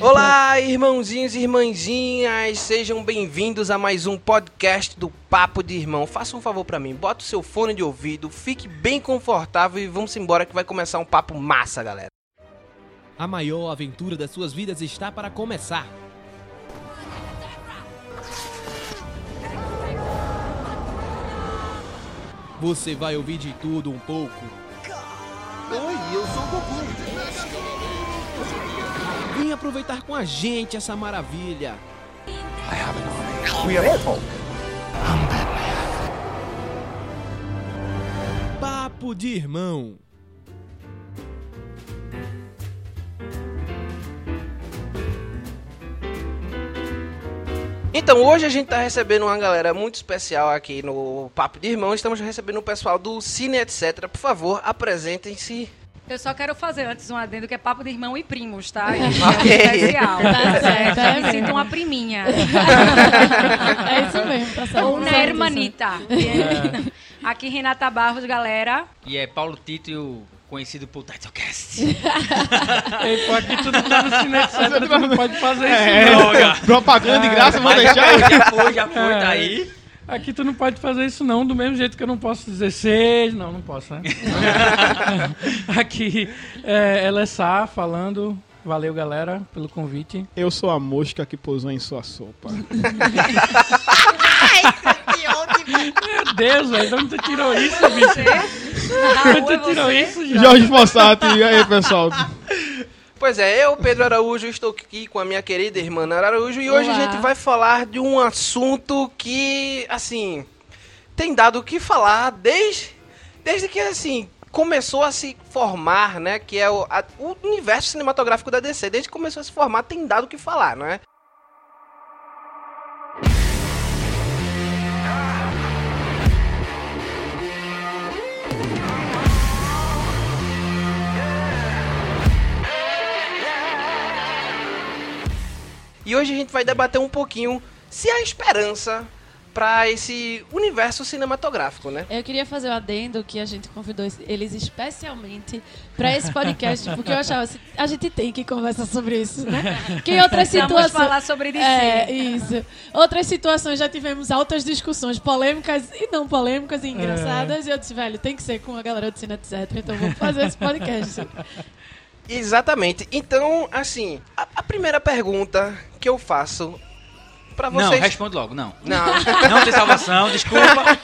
Olá, irmãozinhos e irmãzinhas, sejam bem-vindos a mais um podcast do Papo de Irmão. Faça um favor pra mim, bota o seu fone de ouvido, fique bem confortável e vamos embora que vai começar um papo massa, galera. A maior aventura das suas vidas está para começar. Você vai ouvir de tudo um pouco. Oi, eu sou o Goku. Vem aproveitar com a gente essa maravilha. I have an army. We are Apple. I'm Batman. Papo de Irmão. Então, hoje a gente tá recebendo uma galera muito especial aqui no Papo de Irmão. Estamos recebendo o pessoal do Cine Etc. Por favor, apresentem-se. Eu só quero fazer antes um adendo que é papo de irmão e primos, tá? Ok. É especial. Tá certo, Eu me sinto uma priminha. É isso mesmo, tá certo. Ou uma hermanita. Aqui Renata Barros, galera. E é Paulo Tito e o conhecido por Titlecast. Ei, pô, aqui tu não tá no cinema, tu não pode fazer isso não. Droga! Propaganda de graça, vou Mas deixar. já foi, tá aí. Aqui tu não pode fazer isso não, do mesmo jeito que eu não posso dizer seis, não posso, né? Aqui ela é Sá falando, valeu galera pelo convite. Eu sou a mosca que pousou em sua sopa. Meu Deus, velho, de onde tu tirou isso, bicho? De onde tu tirou isso, já? Jorge Fossati, e aí pessoal? Pois é, eu, Pedro Araújo, estou aqui com a minha querida irmã Nara Araújo e hoje a gente vai falar de um assunto que, assim, tem dado o que falar desde que, assim, começou a se formar, né, que é o universo cinematográfico da DC. Desde que começou a se formar, tem dado o que falar, não é? E hoje a gente vai debater um pouquinho se há esperança para esse universo cinematográfico, né? Eu queria fazer o adendo que a gente convidou eles especialmente para esse podcast, porque eu achava assim, a gente tem que conversar sobre isso, né? Que em outras situações... falar sobre DC. Isso. Outras situações já tivemos altas discussões polêmicas e não polêmicas e engraçadas, e eu disse, velho, tem que ser com a galera do Cine Etc, então vamos fazer esse podcast. Exatamente. Então, assim, a primeira pergunta que eu faço pra vocês... Não, responde logo, não. Não. Não tem salvação, desculpa.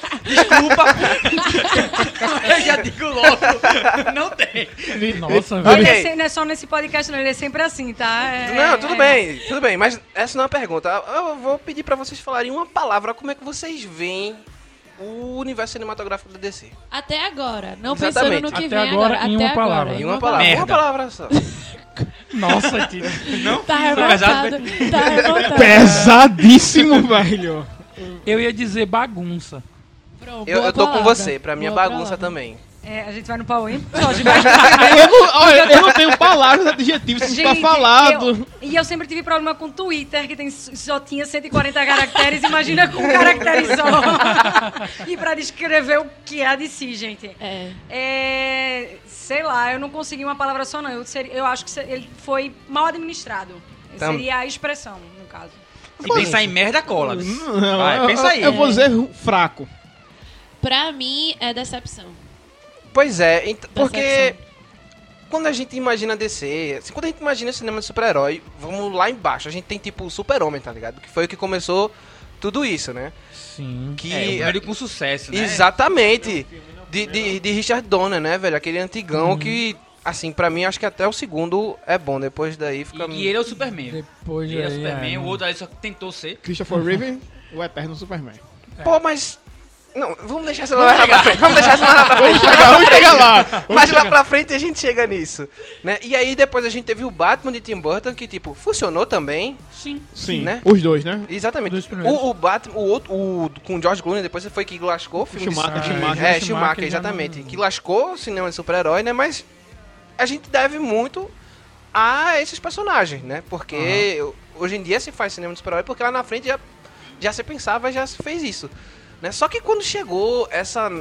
Eu já digo logo, não tem. Nossa, Ok. velho. Não é só nesse podcast, não, ele é sempre assim, tá? Não, tudo bem, mas essa não é uma pergunta. Eu vou pedir pra vocês falarem uma palavra, como é que vocês veem o universo cinematográfico da DC. Até agora, não Exatamente. pensando no que Até vem agora, agora. em Até uma agora, palavra. Em uma palavra. Merda. Uma palavra só. Nossa, tio. Não? Tá pesado, revoltado, tá revoltado. Pesadíssimo, velho. Eu ia dizer bagunça. Pronto, Eu boa tô com palavra. você, pra mim é Boa bagunça palavra. também. A gente vai no pau ímpar. Jorge, vai. Eu não tenho palavras adjetivos pra falar. E eu sempre tive problema com Twitter, que só tinha 140 caracteres, imagina com caracteres só. E pra descrever o que é de si, gente. Sei lá, eu não consegui uma palavra só, não. Eu acho que ele foi mal administrado. Seria a expressão, no caso. Se pensar em merda, cola. Vai, pensa aí. Eu vou dizer fraco. Pra mim, é decepção. Pois é, porque Decepção. quando a gente imagina DC, assim, quando a gente imagina cinema de super-herói, vamos lá embaixo, a gente tem tipo o Super-Homem, tá ligado? Que foi o que começou tudo isso, né? Sim. Que, O primeiro com sucesso, né? exatamente, de Richard Donner, né, velho? Aquele antigão que, assim, pra mim, acho que até o segundo é bom, depois daí fica... E ele é o Superman. Depois Ele é o aí, Superman, o outro ali só tentou ser. Christopher Reeve, o eterno Superman. Pô, mas... Não, vamos deixar essa mais lá pra frente. Vamos deixar essa mais lá pra frente. Vamos chegar lá. Mas lá pra frente a gente chega nisso, né? E aí depois a gente teve o Batman de Tim Burton, que tipo, funcionou também, Sim, né? os dois, né? Exatamente. Dois primeiros. O Batman, o outro, com o George Clooney, depois foi que lascou o filme de- Schumacher. Schumacher, exatamente. Que lascou o cinema de super-herói, né? Mas a gente deve muito a esses personagens, né? Porque hoje em dia se faz cinema de super-herói porque lá na frente já se pensava, já se fez isso, né? Só que quando chegou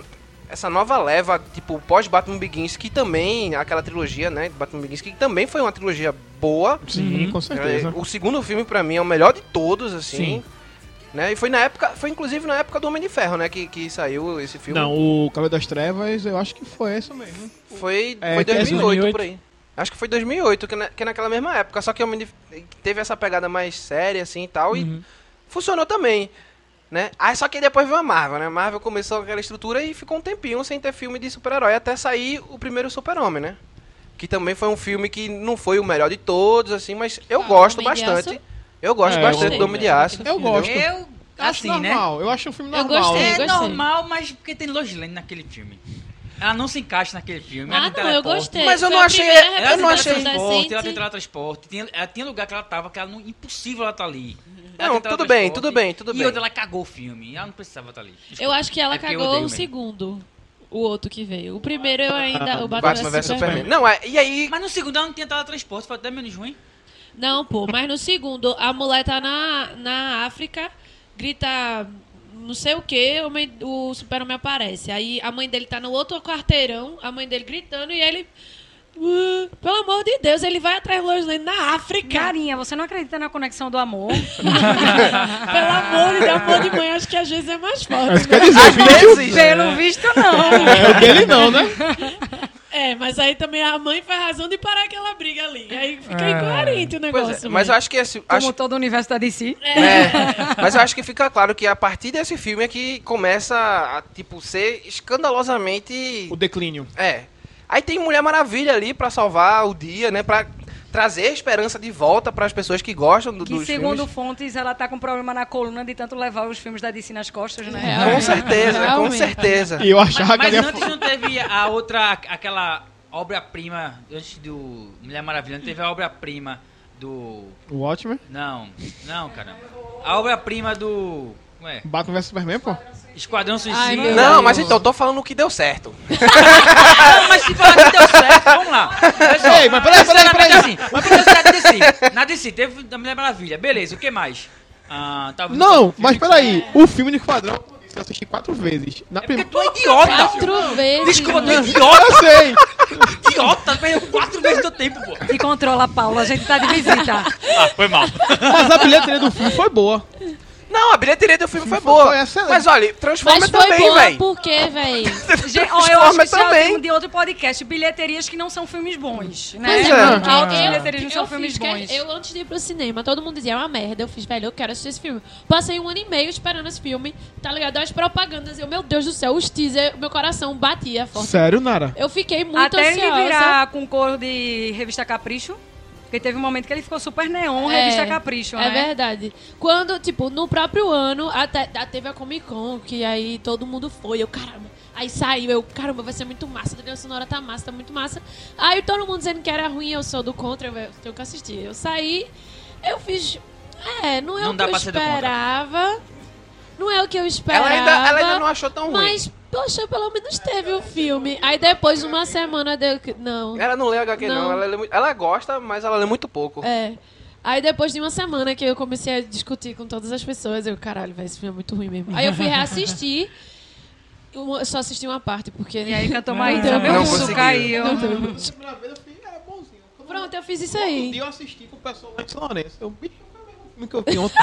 essa nova leva, tipo, pós-Batman Begins, que também, aquela trilogia, né, Batman Begins, que também foi uma trilogia boa. Sim, com certeza. O segundo filme, pra mim, é o melhor de todos, assim. Sim. Né? E foi inclusive na época do Homem de Ferro, né, que saiu esse filme. Não, o Cavaleiro das Trevas, eu acho que foi isso mesmo. Foi É, 2008, por aí. Acho que foi 2008, que naquela mesma época. Só que teve essa pegada mais séria, assim, e tal, e funcionou também, né? Aí só que depois veio a Marvel, né? A Marvel começou aquela estrutura e ficou um tempinho sem ter filme de super-herói, até sair o primeiro Super-Homem, né? Que também foi um filme que não foi o melhor de todos, assim, mas eu gosto Homem de bastante. Aço? Eu gosto É, bastante gostei, do Homem de Aço. Eu gosto. Eu, Acho assim, né? normal. Eu acho um filme Eu normal. gostei. É normal, mas porque tem Lois Lane naquele filme. Ela não se encaixa naquele filme. ela Ah, tem não, eu teleporte. gostei. Mas eu Foi não a achei- primeira eu não achei- representação Ela tem decente. teletransporte. Ela tinha lugar que ela tava, que ela não, impossível ela tá ali. Ela Não, tem tudo bem, teletransporte. tudo E bem. outra, ela cagou o filme. Ela não precisava estar ali. Desculpa. Eu acho que ela É porque eu cagou odeio o mesmo. segundo. O outro que veio. O primeiro eu ainda... O Batman vs Superman. Não, e aí... Mas no segundo ela não tinha teletransporte, foi até menos ruim. Não, pô, mas no segundo, a mulher tá na África, grita não sei o que, o Super-Homem aparece. Aí a mãe dele tá no outro quarteirão, a mãe dele gritando, e ele... pelo amor de Deus, ele vai atrás de Lois Lane na África. Carinha, você não acredita na conexão do amor? Pelo amor de Deus, amor de mãe, acho que às vezes é mais forte. Mas quer dizer, Às vezes... Pelo visto, não. é o dele não, né? É, mas aí também a mãe faz razão de parar aquela briga ali. Aí fica incoerente o negócio. Pois é, mas eu acho que esse... Como todo o universo da DC. Mas eu acho que fica claro que a partir desse filme é que começa a, tipo, ser escandalosamente... O declínio. Aí tem Mulher Maravilha ali pra salvar o dia, né? Pra trazer a esperança de volta pras pessoas que gostam Que dos segundo filmes. fontes, ela tá com problema na coluna de tanto levar os filmes da DC nas costas, né? Com certeza, com Realmente. certeza. E eu achava que Mas ele ia... antes não teve a outra, aquela obra-prima, antes do Mulher Maravilha, não teve a obra-prima do... O Watchmen? Não, caramba. A obra-prima do... Como é? Batman vs Superman, pô. Esquadrão Ai, Suicida. meu Não, Deus. mas então, eu tô falando o que deu certo. Não, mas se falar que deu certo, vamos lá. Olha só, Ei, mas peraí. Assim, mas deu certo na DC. Na DC, teve a Mulher Maravilha. Beleza, o que mais? Talvez Não, filme mas que peraí. O filme de Esquadrão, eu assisti 4 vezes. Na Porque primeira... tu é idiota. 4 vezes. Desculpa, tu é mano. idiota. Eu sei. Idiota, perdeu 4 vezes teu tempo, pô. E controla, Paulo, a gente tá de visita. Foi mal. Mas a bilheteria do filme foi boa. Não, a bilheteria do filme foi boa. Foi excelente. Mas olha, Transformers Mas foi também, boa velho. por quê, velho? Eu acho que Transformers isso é o também. tema de outro podcast. Bilheterias que não são filmes bons, né? Pois é. Porque Altas bilheterias não são eu filmes fiz bons. Eu, antes de ir pro cinema, todo mundo dizia, é uma merda. Eu fiz, velho, eu quero assistir esse filme. Passei 1 ano e meio esperando esse filme, tá ligado? As propagandas, eu, meu Deus do céu, os teasers, meu coração batia forte. Sério, Nara? Eu fiquei muito Até ele ansiosa. virar com cor de Revista Capricho. Porque teve um momento que ele ficou super neon, Revista Capricho, É né? verdade. Quando, tipo, no próprio ano, até teve a Comic Con, que aí todo mundo foi. Eu, caramba. Aí saiu, eu, caramba, vai ser muito massa. A trilha sonora tá massa, tá muito massa. Aí todo mundo dizendo que era ruim, eu sou do contra, eu tenho que assistir. Eu saí, eu fiz. Não é Não o que dá eu pra ser do contra. esperava. Não é o que eu esperava. Ela ainda não achou tão ruim. Mas, poxa, pelo menos teve o filme. Aí depois, uma semana, deu que. Não. Ela não lê HQ, não. Não. Ela gosta, mas ela lê muito pouco. Aí depois de uma semana que eu comecei a discutir com todas as pessoas, eu, caralho, velho, esse filme é muito ruim mesmo. Aí eu fui reassistir. Eu só assisti uma parte, porque... E aí cantou mais, Não, meu não pulso conseguiu. caiu. A primeira vez eu fiz, era bonzinho. Pronto, eu fiz isso Um aí. dia eu assisti com o pessoal lá em São Lourenço. Eu, bicho, foi o mesmo filme que eu vi ontem.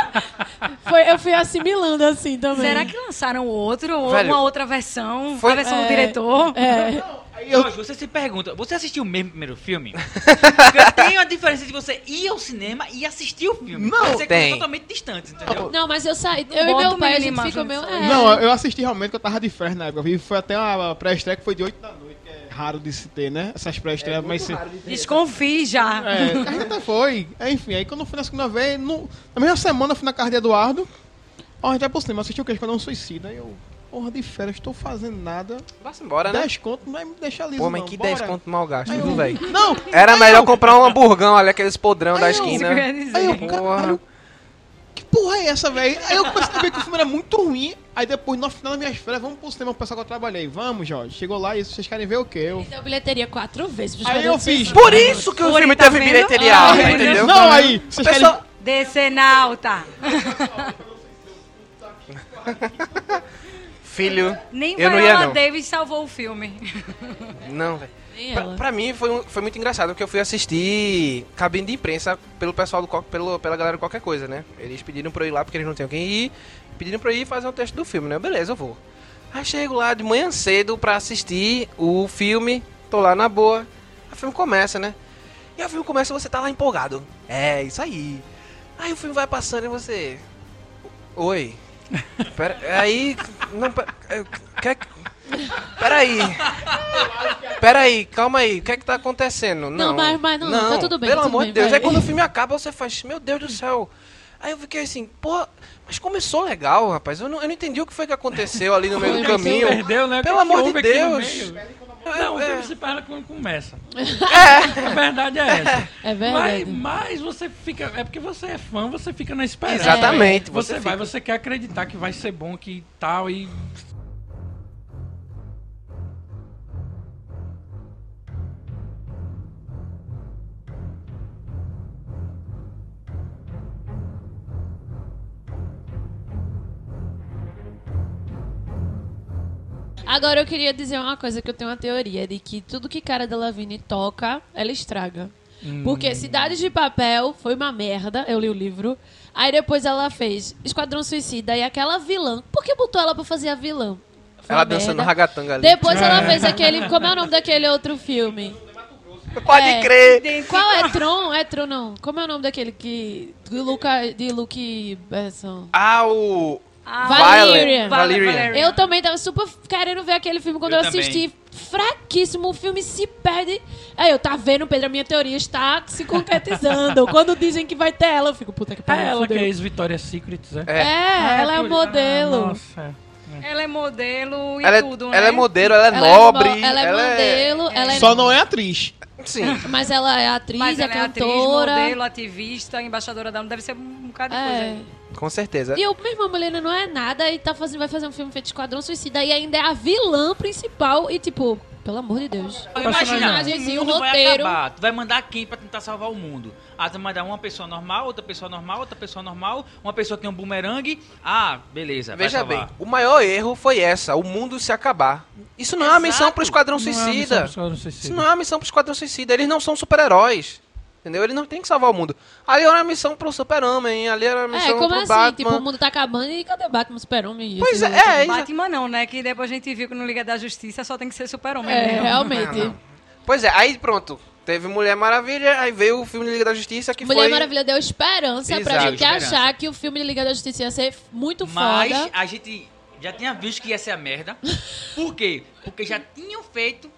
Eu fui assimilando assim também. Será que lançaram outro? Ou Velho, uma outra versão? foi- A versão do diretor? Aí eu, Jorge, você se pergunta, você assistiu mesmo o primeiro filme? Porque tem uma diferença de você ir ao cinema e assistir o filme. Não, Você tem. totalmente distantes, entendeu? Não, mas eu saí. Eu e bota meu o pai, a menino gente ficou macho meio. nisso. não, eu assisti realmente que eu tava de férias na época. Eu vi, foi até uma pré-estreia que foi de 8 da noite, que é raro de se ter, né? Essas pré-estreias, mas... Desconfie já. Ainda foi. Enfim, aí quando eu fui na segunda vez, na mesma semana eu fui na casa de Eduardo. Ó, a gente vai pro cinema, assistiu o que? Esquadrão Suicida. Aí eu, porra de férias, estou fazendo nada. Vá-se embora, né? 10 conto, não vai me deixar liso Pô, mas não. que Bora. 10 conto mal gasto, viu, velho? Não! Era aí melhor eu- comprar um hamburgão, olha, aqueles podrão da Aí eu- esquina. Isso que eu ia dizer. Aí eu, Porra. caralho, que porra é essa, velho? Aí eu comecei a ver que o filme era muito ruim. Aí depois, no final das minhas férias, vamos pro cinema, o pessoal que eu trabalhei. Vamos, Jorge. Chegou lá e vocês querem ver o quê? Eu... Deu bilheteria 4 vezes. pros Aí eu jogadores fiz. de Por isso que o Por filme tá teve vendo? bilheteria Ah, alta, por entendeu? Não, aí, vocês O querem... pessoal- Filho, Nem eu não ia Viola não. Davis salvou o filme. Não, velho. Nem ela. Pra mim foi muito engraçado, porque eu fui assistir cabine de imprensa pelo pessoal pela galera do Qualquer Coisa, né? Eles pediram pra eu ir lá porque eles não tinham quem ir. Pediram pra eu ir fazer um teste do filme, né? Beleza, eu vou. Aí chego lá de manhã cedo pra assistir o filme, tô lá na boa. Aí o filme começa, né? E o filme começa e você tá lá empolgado. É, isso aí. Aí o filme vai passando e você... Oi. Aí... Não, Peraí, calma aí, o que é que tá acontecendo? Não, mas não, tá tudo bem. Pelo tudo amor bem, de Deus, vai. aí quando o filme acaba você faz, meu Deus do céu. Aí eu fiquei assim, pô, mas começou legal, rapaz, eu não entendi o que foi que aconteceu ali no meio do caminho. Perdeu, né? Pelo O que amor de houve aqui no Deus. meio? Não, o filme se perde quando começa. É. A verdade é essa. É verdade. Mas você fica... É porque você é fã, você fica na esperança. Exatamente. Você vai, fica- você quer acreditar que vai ser bom, que tal, e... Agora eu queria dizer uma coisa, que eu tenho uma teoria de que tudo que Cara Delevingne toca, ela estraga. Porque Cidade de Papel foi uma merda, eu li o livro. Aí depois ela fez Esquadrão Suicida e aquela vilã. Por que botou ela pra fazer a vilã? Foi Ela uma dançando merda. ragatanga ali. Depois ela fez aquele... Como é o nome daquele outro filme? Pode crer. Qual é Tron? É Tron, não. Como é o nome daquele que... De Luke Besson? Ah, o... Valyria. Valyria. Eu também tava super querendo ver aquele filme quando eu, Eu também. assisti. Fraquíssimo, o filme se perde. Aí eu, tá vendo, Pedro, a minha teoria está se concretizando. Quando dizem que vai ter ela, eu fico, puta que É pariu. ela que fudeu. é ex-Victoria's Secrets, é? Ela é por- modelo. Nossa, Ela é modelo e Ela tudo, é, né? ela é modelo, ela é Ela nobre. ela é modelo, ela é... Só não é atriz. Sim. Mas ela é atriz, Mas é ela é atriz, cantora. modelo, ativista, embaixadora da ONU. Deve ser um bocado de coisa É. aí. Com certeza. E eu, minha irmã, mulher não é nada e vai fazer um filme feito Esquadrão Suicida e ainda é a vilã principal e tipo, pelo amor de Deus. Imagina, Personagens e o o mundo vai roteiro. acabar. Tu vai mandar quem pra tentar salvar o mundo? Ah, tu vai mandar uma pessoa normal, outra pessoa normal, outra pessoa normal, uma pessoa que tem um bumerangue. Ah, beleza, vai Veja salvar. bem, o maior erro foi o mundo se acabar. Isso não é uma missão pro Esquadrão Não é uma Suicida. missão pro Esquadrão Suicida. Isso não é uma missão pro Esquadrão Suicida. Eles não são super-heróis. Entendeu? Eles não têm que salvar o mundo. Ali era uma missão pro Super-Homem, ali era uma missão Como pro assim? Batman. Tipo, o mundo tá acabando e cadê Batman, Super-Homem? e Pois esses é, outros? Batman não, né? Que depois a gente viu que no Liga da Justiça só tem que ser super-homem É, mesmo. realmente. Pois é, aí pronto. Teve Mulher Maravilha, aí veio o filme de Liga da Justiça que Mulher foi... Maravilha deu esperança pra Exato, gente esperança. achar que o filme de Liga da Justiça ia ser muito Mas foda. a gente já tinha visto que ia ser a merda. Por quê? Porque já tinham feito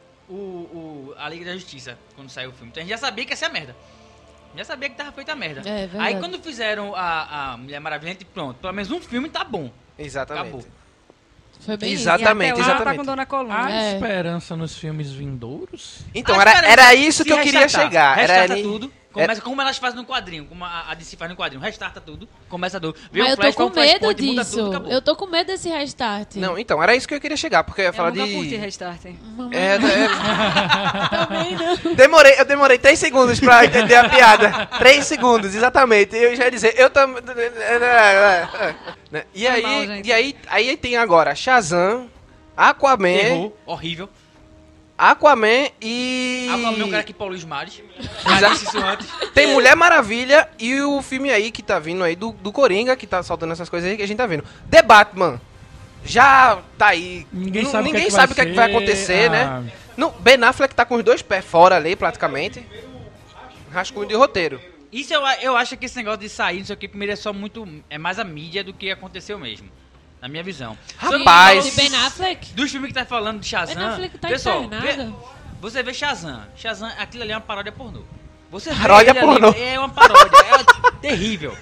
a Liga da Justiça quando saiu o filme. Então a gente já sabia que ia ser a merda. Já sabia que tava feita a merda. É, verdade. Aí quando fizeram a Mulher Maravilha, a gente, pronto, pelo menos um filme tá bom. Exatamente. Acabou. Foi bem Exatamente, E até hoje ela tá exatamente. com dona Coluna. Há É. esperança nos filmes vindouros? Então, A era esperança, isso se que eu queria restartar, chegar. Era Restarta ali- tudo. Começa como elas fazem no quadrinho, como a DC faz no quadrinho. Restarta tudo, começa tudo. Vê Mas um eu tô flash, com faz um flashpoint, medo muda disso. tudo, acabou. Eu tô com medo desse restart. Não, então, era isso que eu queria chegar, porque eu ia falar Eu nunca de... curti Restart. Também não. Eu demorei 3 segundos pra entender a piada. 3 segundos, exatamente. Eu já ia dizer, eu também... E Foi mal, aí, gente. aí tem agora Shazam, Aquaman, Errou, horrível. Aquaman e... Aquaman é o cara que polui os mares. Já disse isso antes. Tem Mulher Maravilha e o filme aí que tá vindo aí do Coringa, que tá soltando essas coisas aí que a gente tá vendo. The Batman. Já tá aí. Ninguém sabe o que é que vai acontecer, né? Não, Ben Affleck tá com os 2 pés fora ali, praticamente. Rascunho de roteiro. Isso eu acho que esse negócio de sair, não sei o que, primeiro é só muito... É mais a mídia do que aconteceu mesmo. Na minha visão. Rapaz. De Ben Affleck? Dos filmes que tá falando de Shazam... Ben Affleck tá pessoal, internado. você vê Shazam. Shazam, aquilo ali é uma paródia pornô. Você vê Paródia ele ali, pornô. é uma paródia. É terrível.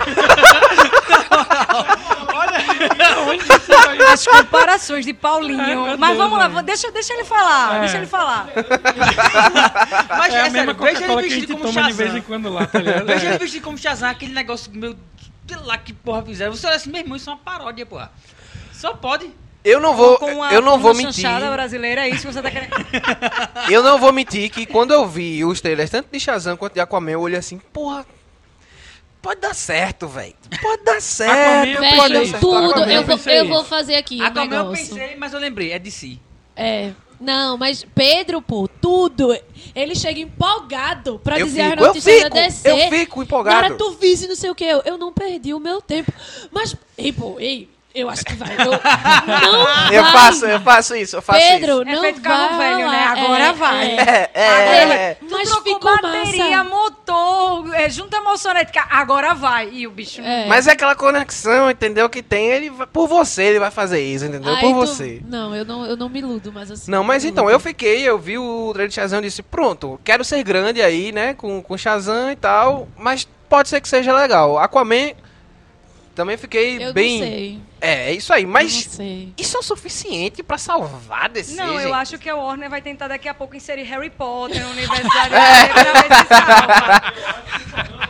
As comparações de Paulinho. Mas vamos lá, deixa ele falar. Deixa ele falar. Mas É a é mesma sério, veja Coca-Cola ele que a gente vestido como toma de vez em Shazam. quando lá, tá ligado? Veja ele vestido como Shazam, aquele negócio meu... Sei lá que porra fizeram. Você olha assim, meu irmão, isso é uma paródia, porra. Só pode. Eu não vou, Com uma, eu não com vou uma mentir. chanchada brasileira, é isso que você tá querendo. Eu não vou mentir que quando eu vi os trailers, tanto de Shazam quanto de Aquaman, eu olhei assim, porra, pode dar certo, velho. Pode dar Aquaman, certo. eu Pode dar Velho, certo. tudo. Aquaman, Eu eu vou, pensei eu vou isso. fazer aqui um Aquaman eu negócio. pensei, mas eu lembrei, é DC. É. Não, mas Pedro, pô, tudo. Ele chega empolgado pra Eu dizer as fico, eu notícias da fico, DC. eu fico empolgado. Cara, tu visse não sei o que. Eu não perdi o meu tempo. Mas, eu acho que vai. Não Eu vai. faço isso. Pedro, É não feito vai carro velho, né? rolar. Agora vai. Mas Trocou ficou bateria, massa. motor, junta moçonética, agora vai. E o bicho... É. Mas é aquela conexão, entendeu? Que tem, por você ele vai fazer isso, entendeu? Aí Por tu- você. Não, eu não me iludo, mas assim. Não, mas me então, iludo. eu vi o trailer de Shazam e disse, pronto, quero ser grande aí, né, com Shazam e tal, mas pode ser que seja legal. Aquaman, também fiquei Eu bem... não sei. É isso aí, Eu não mas sei. isso é o suficiente pra salvar DC, Não, eu gente? acho que a Warner vai tentar daqui a pouco inserir Harry Potter no universo da DC pra ver se salva.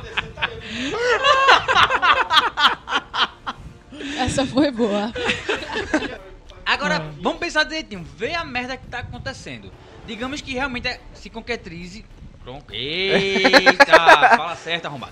Essa foi boa. Agora, vamos pensar direitinho. Vê a merda que tá acontecendo. Digamos que realmente se concretize. Pronto. Eita, fala certo, arrombado.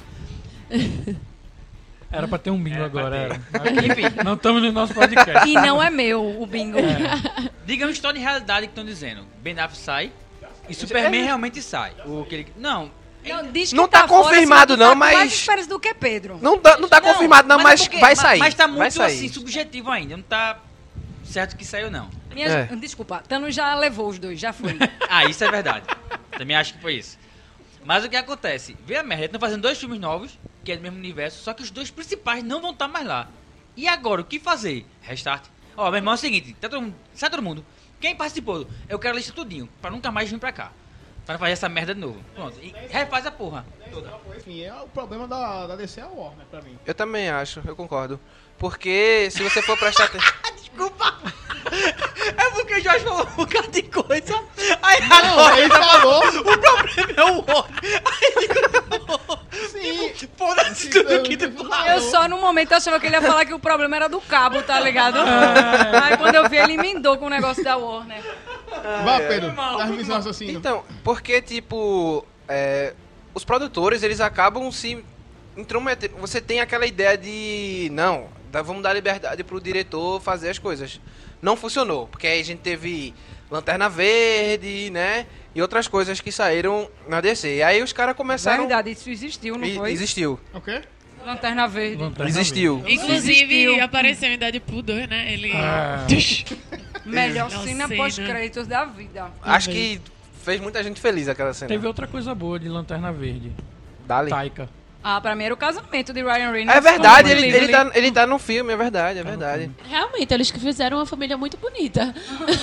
Era pra ter um bingo agora. Era. Enfim, Não estamos no nosso podcast. E não é meu o bingo. digamos que estou de realidade que estão dizendo. Ben Affleck sai e Superman realmente sai. O que ele... Não, Não, diz que Não tá fora, confirmado, assim, tu não, tá com mais mas- experiência do que Pedro. Não tá confirmado não, mas é porque- vai sair. Mas tá vai muito sair. assim, subjetivo ainda. Não tá certo que saiu, não. Desculpa, Thanos já levou os dois, já foi. Ah, isso é verdade. Também acho que foi isso. Mas o que acontece? Vê a merda, estão fazendo 2 filmes novos, que é do mesmo universo, só que os 2 principais não vão estar mais lá. E agora, o que fazer? Restart. Ó, meu irmão, é o seguinte, tá todo mundo. Quem participou? Eu quero a lista tudinho, pra nunca mais vir pra cá. Pra não fazer essa merda de novo. Pronto, e refaz a porra toda. Enfim, é o problema da DC é a Warner, pra mim. Eu também acho, eu concordo. Porque se você for prestar atenção... Desculpa! É porque o Jorge falou um bocado de coisa. Aí Não, agora ele falou. o problema é o Warner. Aí ele Sim. foda-se tudo que tu falou. Eu só no momento achava que ele ia falar que o problema era do cabo, tá ligado? Aí quando eu vi, ele emendou com o negócio da Warner. Vá, Pedro, termina seu raciocínio. Então, porque, tipo, os produtores, eles acabam se intrometendo. Você tem aquela ideia de, não, vamos dar liberdade pro diretor fazer as coisas. Não funcionou, porque aí a gente teve Lanterna Verde, né, e outras coisas que saíram na DC. E aí os caras começaram... Verdade, isso existiu, não foi? Existiu. O quê? Lanterna Verde. Existiu. Inclusive, Existiu. apareceu em Deadpool 2, né? Ele. Ah, Melhor Melhor cena cena. pós-créditos da vida. Acho que fez muita gente feliz aquela cena. teve outra coisa boa de Lanterna Verde. Dali. Taika. Ah, pra mim era o casamento de Ryan Reynolds. É verdade, com Lively. ele tá no filme, é verdade, é verdade. Realmente, eles que fizeram uma família muito bonita.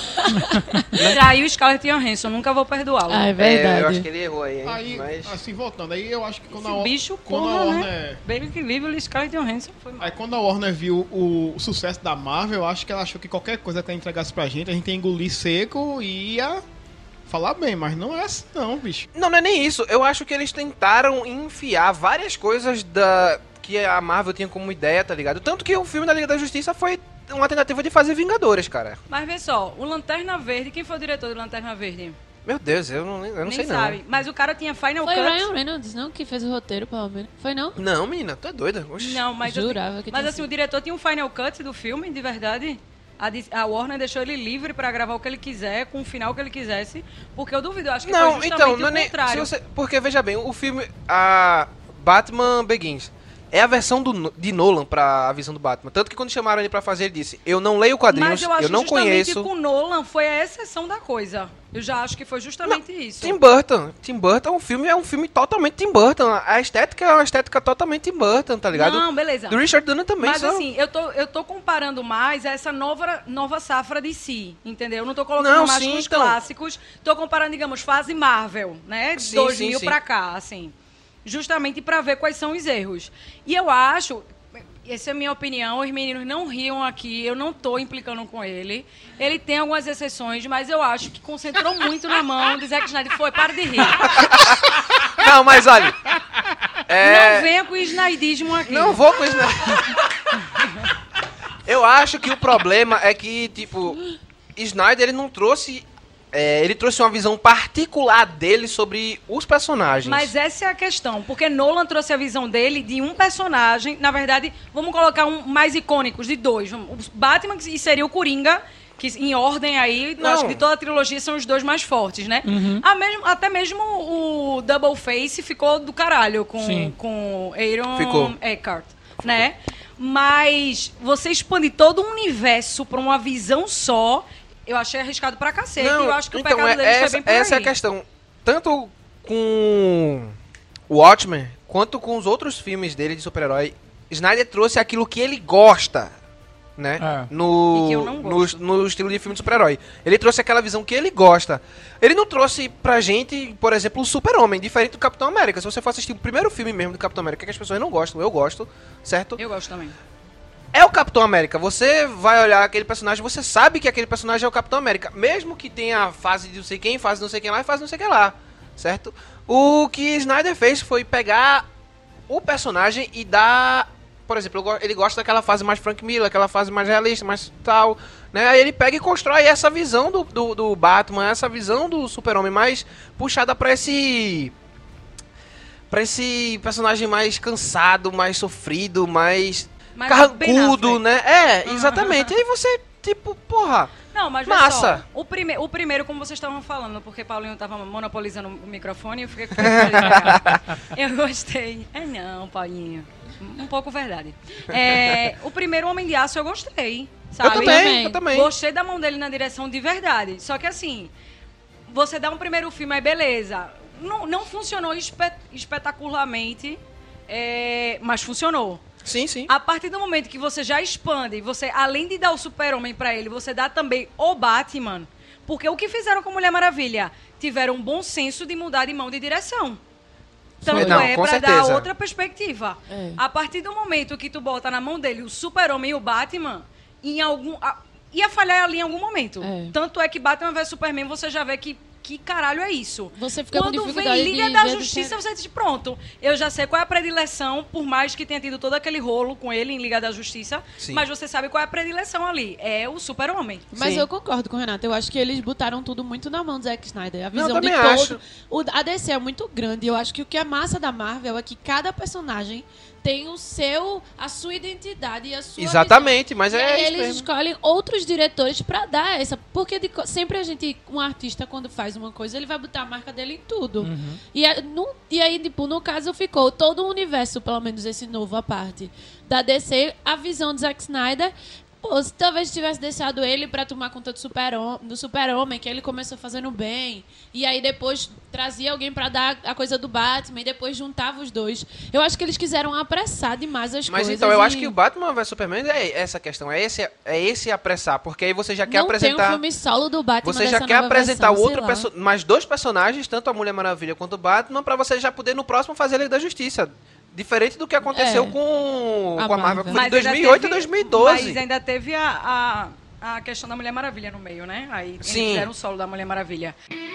Traiu Scarlett Johansson, nunca vou perdoá-lo. Ah, é verdade. Eu acho que ele errou aí, hein? Aí, Mas... assim, voltando, aí eu acho que quando Esse bicho, quando a porra, Warner... né? Baby Lively e Scarlett Johansson foi mal. Aí quando a Warner viu o sucesso da Marvel, eu acho que ela achou que qualquer coisa que ela entregasse pra gente, a gente ia engolir seco e ia falar bem, mas não é assim não, bicho. Não é nem isso. Eu acho que eles tentaram enfiar várias coisas que a Marvel tinha como ideia, tá ligado? Tanto que o filme da Liga da Justiça foi uma tentativa de fazer Vingadores, cara. Mas vê só, o Lanterna Verde, quem foi o diretor do Lanterna Verde? Meu Deus, eu não Nem sei sabe. não. Mas o cara tinha Final Foi Cut. Ryan Reynolds, não? Que fez o roteiro, pelo menos. Foi, não? Não, menina, tu é doida. Oxi. Não, mas Jurava que mas tinha assim, sido. o diretor tinha um Final Cut do filme, de verdade. A Warner deixou ele livre pra gravar o que ele quiser, com o final que ele quisesse, porque eu duvido, eu acho que Não, foi justamente então, não é o nem... contrário. Porque, veja bem, o filme... A Batman Begins é a versão de Nolan pra visão do Batman. Tanto que quando chamaram ele pra fazer, ele disse, eu não leio quadrinhos, Mas eu acho eu não que justamente conheço... com Nolan foi a exceção da coisa. Eu já acho que foi justamente isso. Tim Burton, o filme é um filme totalmente Tim Burton. A estética é uma estética totalmente Tim Burton, tá ligado? Não, beleza. Do Richard Donner também. Mas só... assim, eu tô comparando mais a essa nova safra de si, entendeu? Eu não tô colocando Não, mais sim, com os então. clássicos. Tô comparando, digamos, fase Marvel, né? Sim, 2000 sim. pra cá, assim. Justamente pra ver quais são os erros. E eu acho... Essa é a minha opinião, os meninos não riam aqui, eu não tô implicando com ele. Ele tem algumas exceções, mas eu acho que concentrou muito na mão do Zack Snyder. Foi, para de rir. Não, mas olha... Não venha com o snydismo aqui. Não vou com isso, não. Eu acho que o problema é que, tipo, Snyder, ele não trouxe ele trouxe uma visão particular dele sobre os personagens. Mas essa é a questão, porque Nolan trouxe a visão dele de um personagem, na verdade, vamos colocar um mais icônicos, de dois. O Batman, que seria o Coringa, que em ordem aí, eu acho que de toda a trilogia são os dois mais fortes, né? Até mesmo o Double Face ficou do caralho com Aaron Eckhart, né? Mas você expandir todo um universo pra uma visão só, eu achei arriscado pra cacete. E eu acho que o pecado deles foi bem por aí. Essa é a questão. Tanto com o Watchmen, quanto com os outros filmes dele de super-herói, Snyder trouxe aquilo que ele gosta, né? E que eu não gosto. No estilo de filme de super-herói. Ele trouxe aquela visão que ele gosta. Ele não trouxe pra gente, por exemplo, o Super-Homem, diferente do Capitão América. Se você for assistir o primeiro filme mesmo do Capitão América, que as pessoas não gostam, eu gosto, certo? Eu gosto também. É o Capitão América. Você vai olhar aquele personagem, você sabe que aquele personagem é o Capitão América. Mesmo que tenha a fase de não sei quem, fase de não sei quem lá e fase de não sei quem lá. Certo? O que Snyder fez foi pegar o personagem e dar... Por exemplo, ele gosta daquela fase mais Frank Miller, aquela fase mais realista, mais tal, né? Aí ele pega e constrói essa visão do Batman, essa visão do Super-Homem mais puxada pra esse personagem mais cansado, mais sofrido, mais carrancudo, né? Exatamente. Aí você, tipo, porra... Não, mas massa. Só, o primeiro, como vocês estavam falando, porque Paulinho tava monopolizando o microfone, eu fiquei com eu gostei. Não, Paulinho. Um pouco verdade. O primeiro Homem de Aço eu gostei, sabe? Eu também. Gostei da mão dele na direção de verdade. Só que assim, você dá um primeiro filme, aí beleza. Não funcionou espetacularmente, mas funcionou. Sim, sim. A partir do momento que você já expande, você, além de dar o Super-Homem pra ele, você dá também o Batman. Porque o que fizeram com Mulher Maravilha? Tiveram um bom senso de mudar de mão de direção. Tanto pra dar outra perspectiva. A partir do momento que tu bota na mão dele o Super-Homem e o Batman, ia falhar ali em algum momento. Tanto é que Batman vs Superman, você já vê que caralho é isso? Você fica Quando com dificuldade vem Liga da Justiça, você diz, pronto, eu já sei qual é a predileção, por mais que tenha tido todo aquele rolo com ele em Liga da Justiça, mas você sabe qual é a predileção ali, é o Super-Homem. Mas eu concordo com o Renato, eu acho que eles botaram tudo muito na mão do Zack Snyder, a visão de todo. A DC é muito grande, eu acho que o que é massa da Marvel é que cada personagem tem a sua identidade e a sua exatamente, visão. mas eles escolhem outros diretores pra dar essa, porque sempre um artista quando faz uma coisa, ele vai botar a marca dele em tudo. E aí, tipo, no caso ficou todo o universo, pelo menos esse novo a parte da DC, a visão do Zack Snyder. Pô, se talvez tivesse deixado ele pra tomar conta do Super-Homem, que ele começou fazendo bem, e aí depois trazia alguém pra dar a coisa do Batman, e depois juntava os dois. Eu acho que eles quiseram apressar demais as coisas. Mas então, eu acho que o Batman vs Superman é essa questão, é esse apressar, porque aí você já quer apresentar... Não tem um filme solo do Batman. Você já quer apresentar mais dois personagens, tanto a Mulher Maravilha quanto o Batman, pra você já poder no próximo fazer a Liga da Justiça. Diferente do que aconteceu com a Marvel, que foi de 2008 a 2012. Mas ainda teve a questão da Mulher Maravilha no meio, né? Aí eles fizeram o solo da Mulher Maravilha.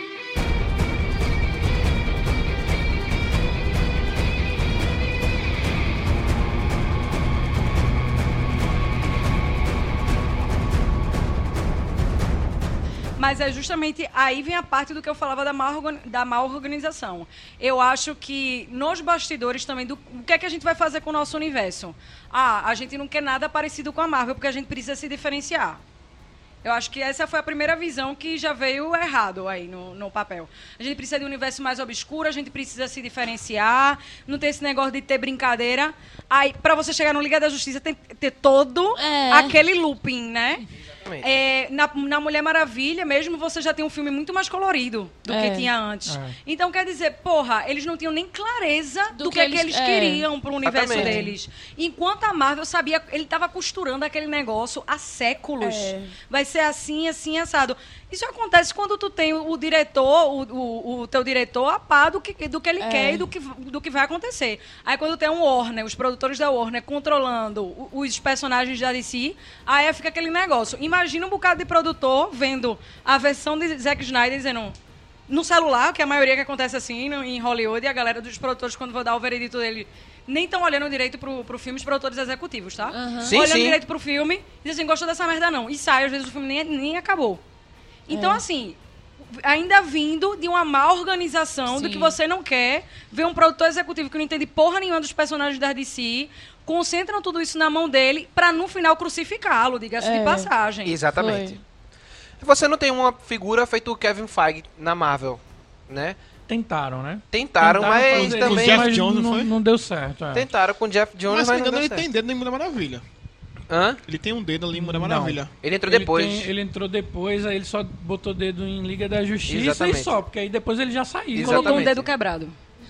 Mas é justamente aí vem a parte do que eu falava da má organização. Eu acho que nos bastidores também, o que é que a gente vai fazer com o nosso universo? A gente não quer nada parecido com a Marvel, porque a gente precisa se diferenciar. Eu acho que essa foi a primeira visão que já veio errado aí no papel. A gente precisa de um universo mais obscuro, a gente precisa se diferenciar, não ter esse negócio de ter brincadeira. Aí, pra você chegar no Liga da Justiça, tem que ter todo aquele looping, né? Na Mulher Maravilha mesmo, você já tem um filme muito mais colorido do que tinha antes. Então, quer dizer, porra, eles não tinham nem clareza do que eles queriam pro universo deles. Enquanto a Marvel sabia, ele tava costurando aquele negócio há séculos. Vai ser assim, assim, assado. Isso acontece quando tu tem o diretor, o teu diretor a par do que ele quer e do que vai acontecer. Aí quando tem um Warner, os produtores da Warner controlando os personagens da DC, aí fica aquele negócio. Imagina um bocado de produtor vendo a versão de Zack Snyder dizendo no celular, que é a maioria que acontece assim em Hollywood, e a galera dos produtores, quando vão dar o veredito dele, nem estão olhando direito pro filme, os produtores executivos, tá? Olhando direito pro filme e dizem assim, gostou dessa merda não. E sai, às vezes o filme nem acabou. Então, assim, ainda vindo de uma má organização, do Sim. que você não quer ver um produtor executivo que não entende porra nenhuma dos personagens da DC, concentram tudo isso na mão dele pra no final crucificá-lo, diga-se de passagem. Exatamente. Você não tem uma figura feito o Kevin Feige na Marvel, né? Tentaram, né? Tentaram, mas fazer também... isso, Jeff mas Jones, não foi? não deu certo. É. Tentaram com o Jeff Jones, Mas se mas não não me engano, deu ele certo. tem dedo em Mulher Maravilha. Hã? Ele tem um dedo ali em Mulher Não. Maravilha. Ele entrou depois. Ele entrou depois, aí ele só botou o dedo em Liga da Justiça Exatamente. e só, porque aí depois ele já saiu. Exatamente. Colocou um dedo quebrado.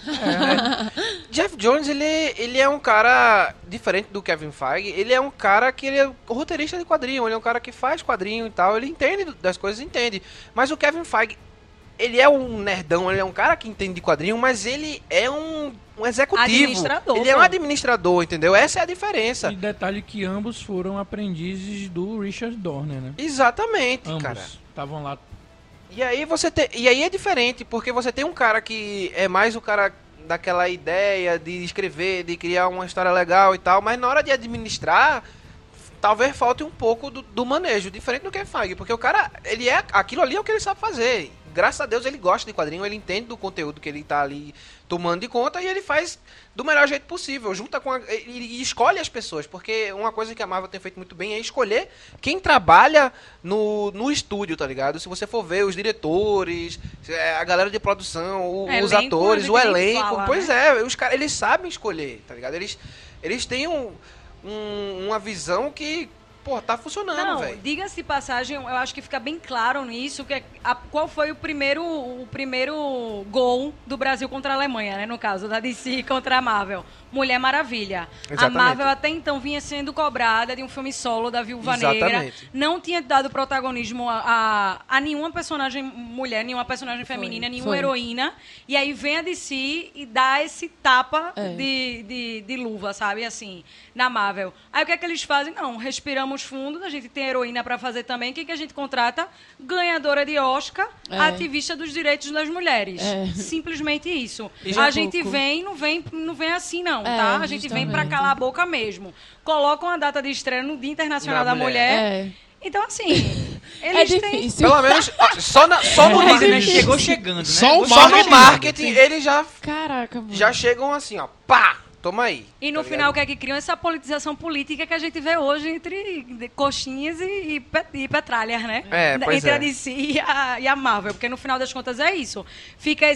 Jeff Jones, ele é um cara diferente do Kevin Feige. Ele é um cara que ele é roteirista de quadrinho. Ele é um cara que faz quadrinho e tal. Ele entende das coisas, entende. Mas o Kevin Feige, ele é um nerdão. Ele é um cara que entende de quadrinho, mas ele é um executivo. Administrador, Ele é um pô. administrador, entendeu? Essa é a diferença. E detalhe que ambos foram aprendizes do Richard Donner, né? Exatamente, Ambos cara. estavam lá. E aí é diferente, porque você tem um cara que é mais o cara daquela ideia de escrever, de criar uma história legal e tal, mas na hora de administrar, talvez falte um pouco do manejo, diferente do Kevin Feige, porque o cara, aquilo ali é o que ele sabe fazer. Graças a Deus ele gosta de quadrinho, ele entende do conteúdo que ele tá ali tomando de conta e ele faz do melhor jeito possível, junta com e escolhe as pessoas, porque uma coisa que a Marvel tem feito muito bem é escolher quem trabalha no estúdio, tá ligado? Se você for ver os diretores, a galera de produção, os Elenco, atores, a gente o nem elenco, fala, pois né? é, os caras, eles sabem escolher, tá ligado? Eles têm uma visão que, pô, tá funcionando, Não, velho. diga-se de passagem, eu acho que fica bem claro nisso, qual foi o primeiro gol do Brasil contra a Alemanha, né? No caso, da DC contra a Marvel. Mulher Maravilha. Exatamente. A Marvel até então vinha sendo cobrada de um filme solo da Viúva Negra. Exatamente. Não tinha dado protagonismo a nenhuma personagem mulher, nenhuma personagem feminina, nenhuma heroína. E aí vem a DC e dá esse tapa de luva, sabe? Assim, na Marvel. Aí o que é que eles fazem? Não, respiramos fundo, a gente tem heroína pra fazer também. Quem que a gente contrata? Ganhadora de Oscar, ativista dos direitos das mulheres. Simplesmente isso. E já A gente não vem assim, não, tá? A gente vem pra justamente. calar a boca mesmo. Coloca uma data de estreia no Dia Internacional da Mulher. Então, assim, eles têm... difícil. Pelo menos só no Mas ele marketing, chegou chegando, né? Só o só no marketing eles Caraca, mano. já chegam assim, ó, pá, toma aí. E no tá final, o ligado? que é que criam? Essa politização política que a gente vê hoje entre coxinhas e petralhas, né? É, pois entre é. a DC e a Marvel. Porque no final das contas é isso. Fica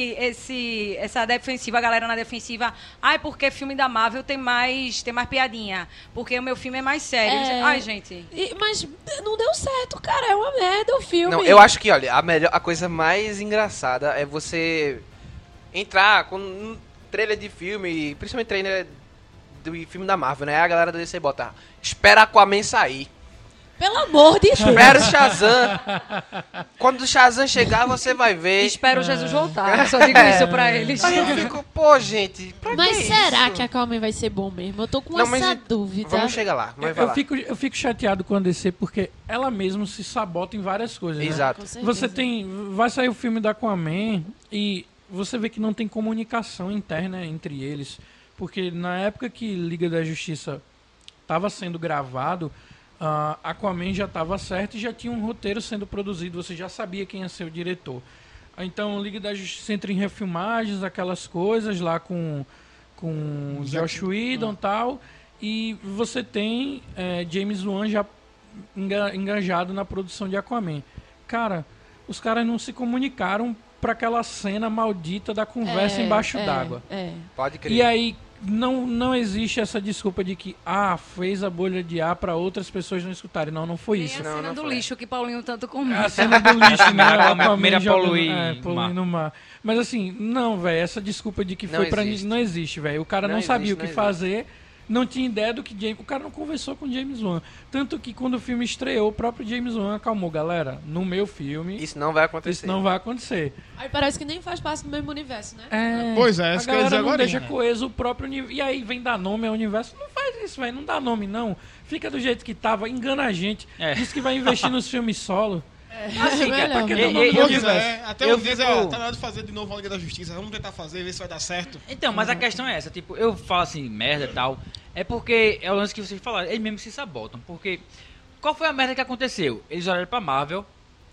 essa defensiva, a galera na defensiva. Ai, porque filme da Marvel tem mais piadinha. Porque o meu filme é mais sério. Ai, gente. Mas não deu certo, cara. É uma merda o filme. Não, eu acho que, olha, a coisa mais engraçada é você entrar com um trailer de filme, principalmente trailer do filme da Marvel, né? Aí a galera da DC bota, espera Aquaman sair. Pelo amor de Deus. Espera o Shazam. Quando o Shazam chegar, você vai ver. Espero Jesus voltar. Só digo isso pra eles. Aí eu fico, pô, gente, pra Mas que será isso? que a Aquaman vai ser bom mesmo? Eu tô com Não, mas essa dúvida. Vamos chegar lá, mas vai lá. Eu fico chateado com a DC porque ela mesma se sabota em várias coisas. Né? Exato. Com certeza. Vai sair o filme da Aquaman e você vê que não tem comunicação interna entre eles. Porque na época que Liga da Justiça estava sendo gravado, Aquaman já estava certo e já tinha um roteiro sendo produzido. Você já sabia quem ia ser o diretor. Então, Liga da Justiça entra em refilmagens, aquelas coisas lá com Josh Whedon e tal. E você tem James Wan já engajado na produção de Aquaman. Cara, os caras não se comunicaram para aquela cena maldita da conversa embaixo d'água. Pode crer. E aí não existe essa desculpa de que fez a bolha de ar para outras pessoas não escutarem. Não foi Tem isso. a cena não do foi. lixo que Paulinho tanto A comenta. cena do lixo, né? A Aquaman primeira jogando- poluir poluindo mar. o mar. Mas assim, não, velho, essa desculpa de que Não foi pra existe. não existe, velho. O cara não, Não sabia existe, o que não fazer, não tinha ideia do que o cara não conversou com James Wan. Tanto que quando o filme estreou, o próprio James Wan acalmou, galera, no meu filme, Isso não vai isso acontecer. não vai acontecer. Aí parece que nem faz parte do mesmo universo, né? Pois é, A isso que eu ia galera dizer não agora. deixa coeso o próprio universo. E aí vem dar nome ao universo. Não faz isso, velho. Não dá nome, não. Fica do jeito que tava, engana a gente. Diz que vai investir nos filmes solo. Assim, cara, melhor, porque melhor. eu Pois fico- é, até eu um dia, fico- tá na hora de fazer de novo a Liga da Justiça. Vamos tentar fazer, ver se vai dar certo. Então, mas a questão é essa, tipo, eu falo assim, merda e tal, é porque é o lance que vocês falaram, eles mesmos se sabotam, porque qual foi a merda que aconteceu? Eles olharam pra Marvel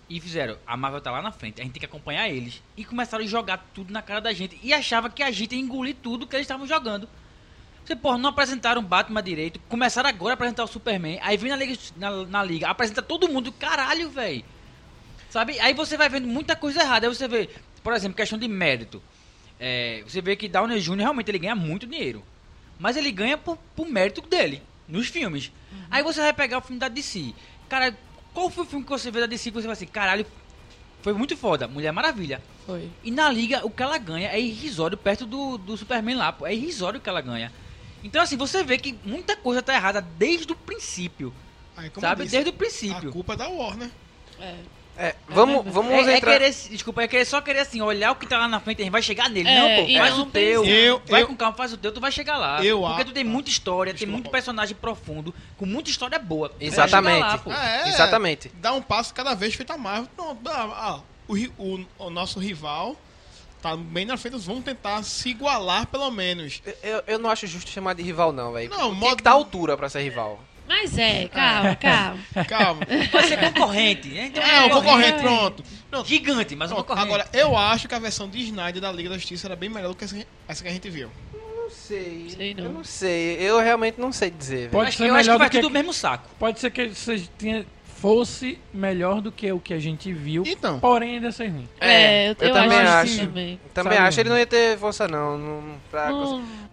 E fizeram, a Marvel tá lá na frente, a gente tem que acompanhar eles. E começaram a jogar tudo na cara da gente. E achava que a gente ia engolir tudo que eles estavam jogando. Você, porra, não apresentaram o Batman direito. Começaram agora a apresentar o Superman. Aí vem na liga, apresenta todo mundo. Caralho, velho. Sabe? Aí você vai vendo muita coisa errada. Aí você vê, por exemplo, questão de mérito. Você vê que Downey Jr. realmente ele ganha muito dinheiro. Mas ele ganha por mérito dele, nos filmes. Aí você vai pegar o filme da DC. Cara, qual foi o filme que você vê da DC que você vai assim, caralho, foi muito foda, Mulher Maravilha. Foi. E na liga, o que ela ganha é irrisório perto do Superman lá, pô. É irrisório o que ela ganha. Então assim, você vê que muita coisa tá errada desde o princípio. Aí, como Sabe? eu disse, Desde o princípio. a culpa é da Warner. Vamos entrar... Desculpa, só querer assim, olhar o que tá lá na frente, a gente vai chegar nele. É, Não, pô, e faz não o teu. pensar. Vai Eu- com calma, faz o teu, tu vai chegar lá. Porque tu tem muita história, tem muito personagem profundo, com muita história boa. Tu vai Exatamente. chegar lá, pô. Exatamente. Dá um passo cada vez feito a Marvel. Pronto, o nosso rival tá bem na frente, vamos tentar se igualar pelo menos. Eu não acho justo chamar de rival, não, velho. Não, Tem que dar altura pra ser rival. Mas calma. Calma. Vai ser concorrente, né? Então, O concorrente, pronto. Gigante, mas um Pronto, concorrente. agora, eu acho que a versão de Snyder da Liga da Justiça era bem melhor do que essa que a gente viu. Não sei. Sei não. Eu não sei. Eu realmente não sei dizer, velho. Pode eu ser acho que melhor vai do que... tudo do mesmo saco. Pode ser que fosse melhor do que o que a gente viu, Então. porém ainda ser ruim. Eu também acho acho. que também. Também Sabe? acho. Ele não ia ter força, não. Pra Não,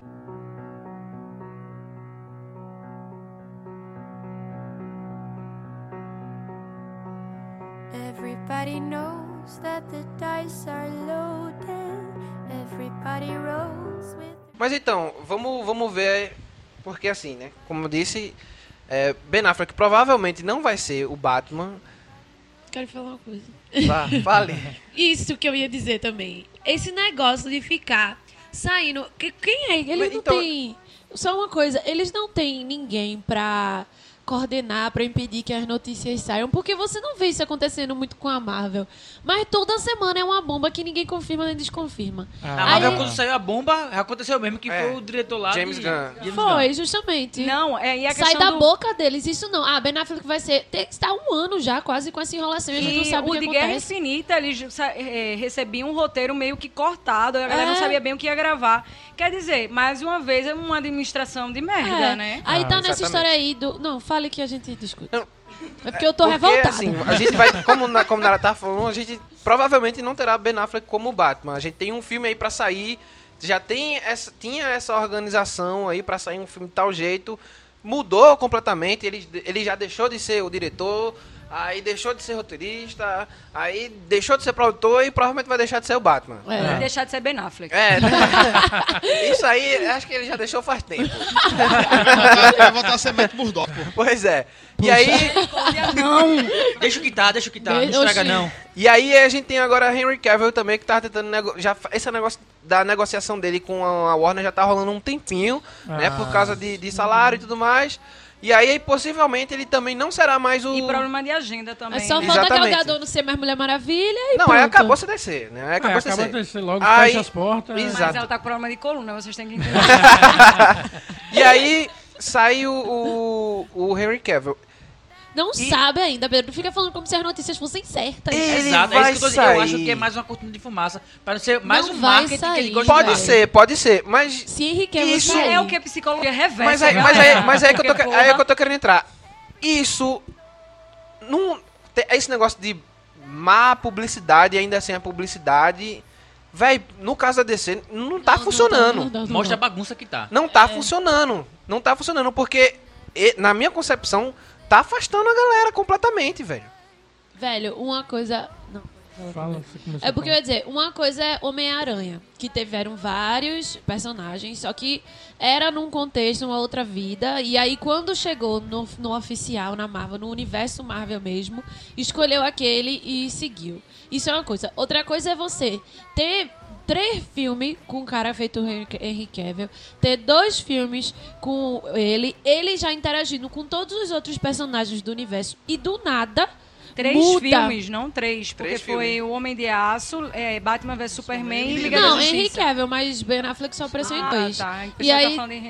Everybody knows that the dice are loaded. Everybody rolls with. Mas então, vamos ver, porque assim, né? Como eu disse, Ben Affleck provavelmente não vai ser o Batman. quero falar uma coisa. Fale. Isso que eu ia dizer também. Esse negócio de ficar saindo... Quem é? Eles não Então- têm... Só uma coisa, eles não têm ninguém pra coordenar, pra impedir que as notícias saiam, porque você não vê isso acontecendo muito com a Marvel. Mas toda semana é uma bomba que ninguém confirma nem desconfirma. Na Marvel, Aí- quando saiu a bomba, aconteceu mesmo, que É. foi o diretor lá James de... Gunn. Foi, justamente. Não, e a Sai questão da do... boca deles, isso não. Ben Affleck vai ser... Está um ano já, quase, com essa enrolação. E a gente não E sabe o o que de Guerra acontece. Infinita, eles recebiam um roteiro meio que cortado, a galera não sabia bem o que ia gravar. Quer dizer, mais uma vez, é uma administração de merda, né? Aí tá exatamente. nessa história aí do... Não, fale que a gente discute. Não, É porque eu tô Porque, revoltada. assim, a gente vai, como Nara tá falando, a gente provavelmente não terá Ben Affleck como Batman. A gente tem um filme aí pra sair, já tinha essa organização aí pra sair um filme de tal jeito, mudou completamente, ele já deixou de ser o diretor, aí deixou de ser roteirista, aí deixou de ser produtor e provavelmente vai deixar de ser o Batman. Vai deixar de ser Ben Affleck. Isso aí, acho que ele já deixou faz tempo. Vai voltar a ser Matt Murdock, pô. Pois é. E aí... Deixa o que tá, não estraga Oxi. não. E aí a gente tem agora Henry Cavill também, que tá tentando esse negócio da negociação dele com a Warner já tá rolando um tempinho, né? Por causa de salário e tudo mais. E aí, possivelmente, ele também não será mais o... E problema de agenda também. É só né? falta Gal Exatamente. Gadot não ser mais Mulher Maravilha e Não, pronto. aí acabou CDC, né? Aí acabou acaba de CDC. descer logo, Aí- fecha as portas. Exato. Mas ela tá com problema de coluna, vocês têm que entender. E aí, sai o Henry Cavill. Não sabe ainda, Pedro. Fica falando como se as notícias fossem certas. Ele Exato, é vai isso que eu tô dizendo. Eu sair. acho que é mais uma cortina de fumaça, para não ser mais Não um vai marketing que sair, ele gosta de vai. fazer. Pode ser, mas... Se Henry Cavill Isso sair... É o que a psicologia reversa. Mas aí que eu tô, Porque, aí é que porra, eu tô querendo entrar. Isso... Esse negócio de má publicidade, ainda assim a publicidade... Véi, no caso da DC, não tá funcionando. Mostra a bagunça que tá. Não tá funcionando. Não tá funcionando, porque, na minha concepção, tá afastando a galera completamente, velho. Velho, uma coisa... Não. Fala, você começou É porque eu a ia dizer, uma coisa é Homem-Aranha, que tiveram vários personagens, só que era num contexto, uma outra vida, e aí quando chegou no oficial, na Marvel, no universo Marvel mesmo, escolheu aquele e seguiu. Isso é uma coisa. Outra coisa é você ter 3 filmes com um cara feito Henry Cavill, ter 2 filmes com ele já interagindo com todos os outros personagens do universo, e do nada... 3 muda. filmes, não 3. Porque 3 foi filmes. o Homem de Aço, Batman vs Superman e Liga Não, da Henry Justiça. Cavill, mas Ben Affleck só apareceu em 2. Tá. E aí... Tá falando em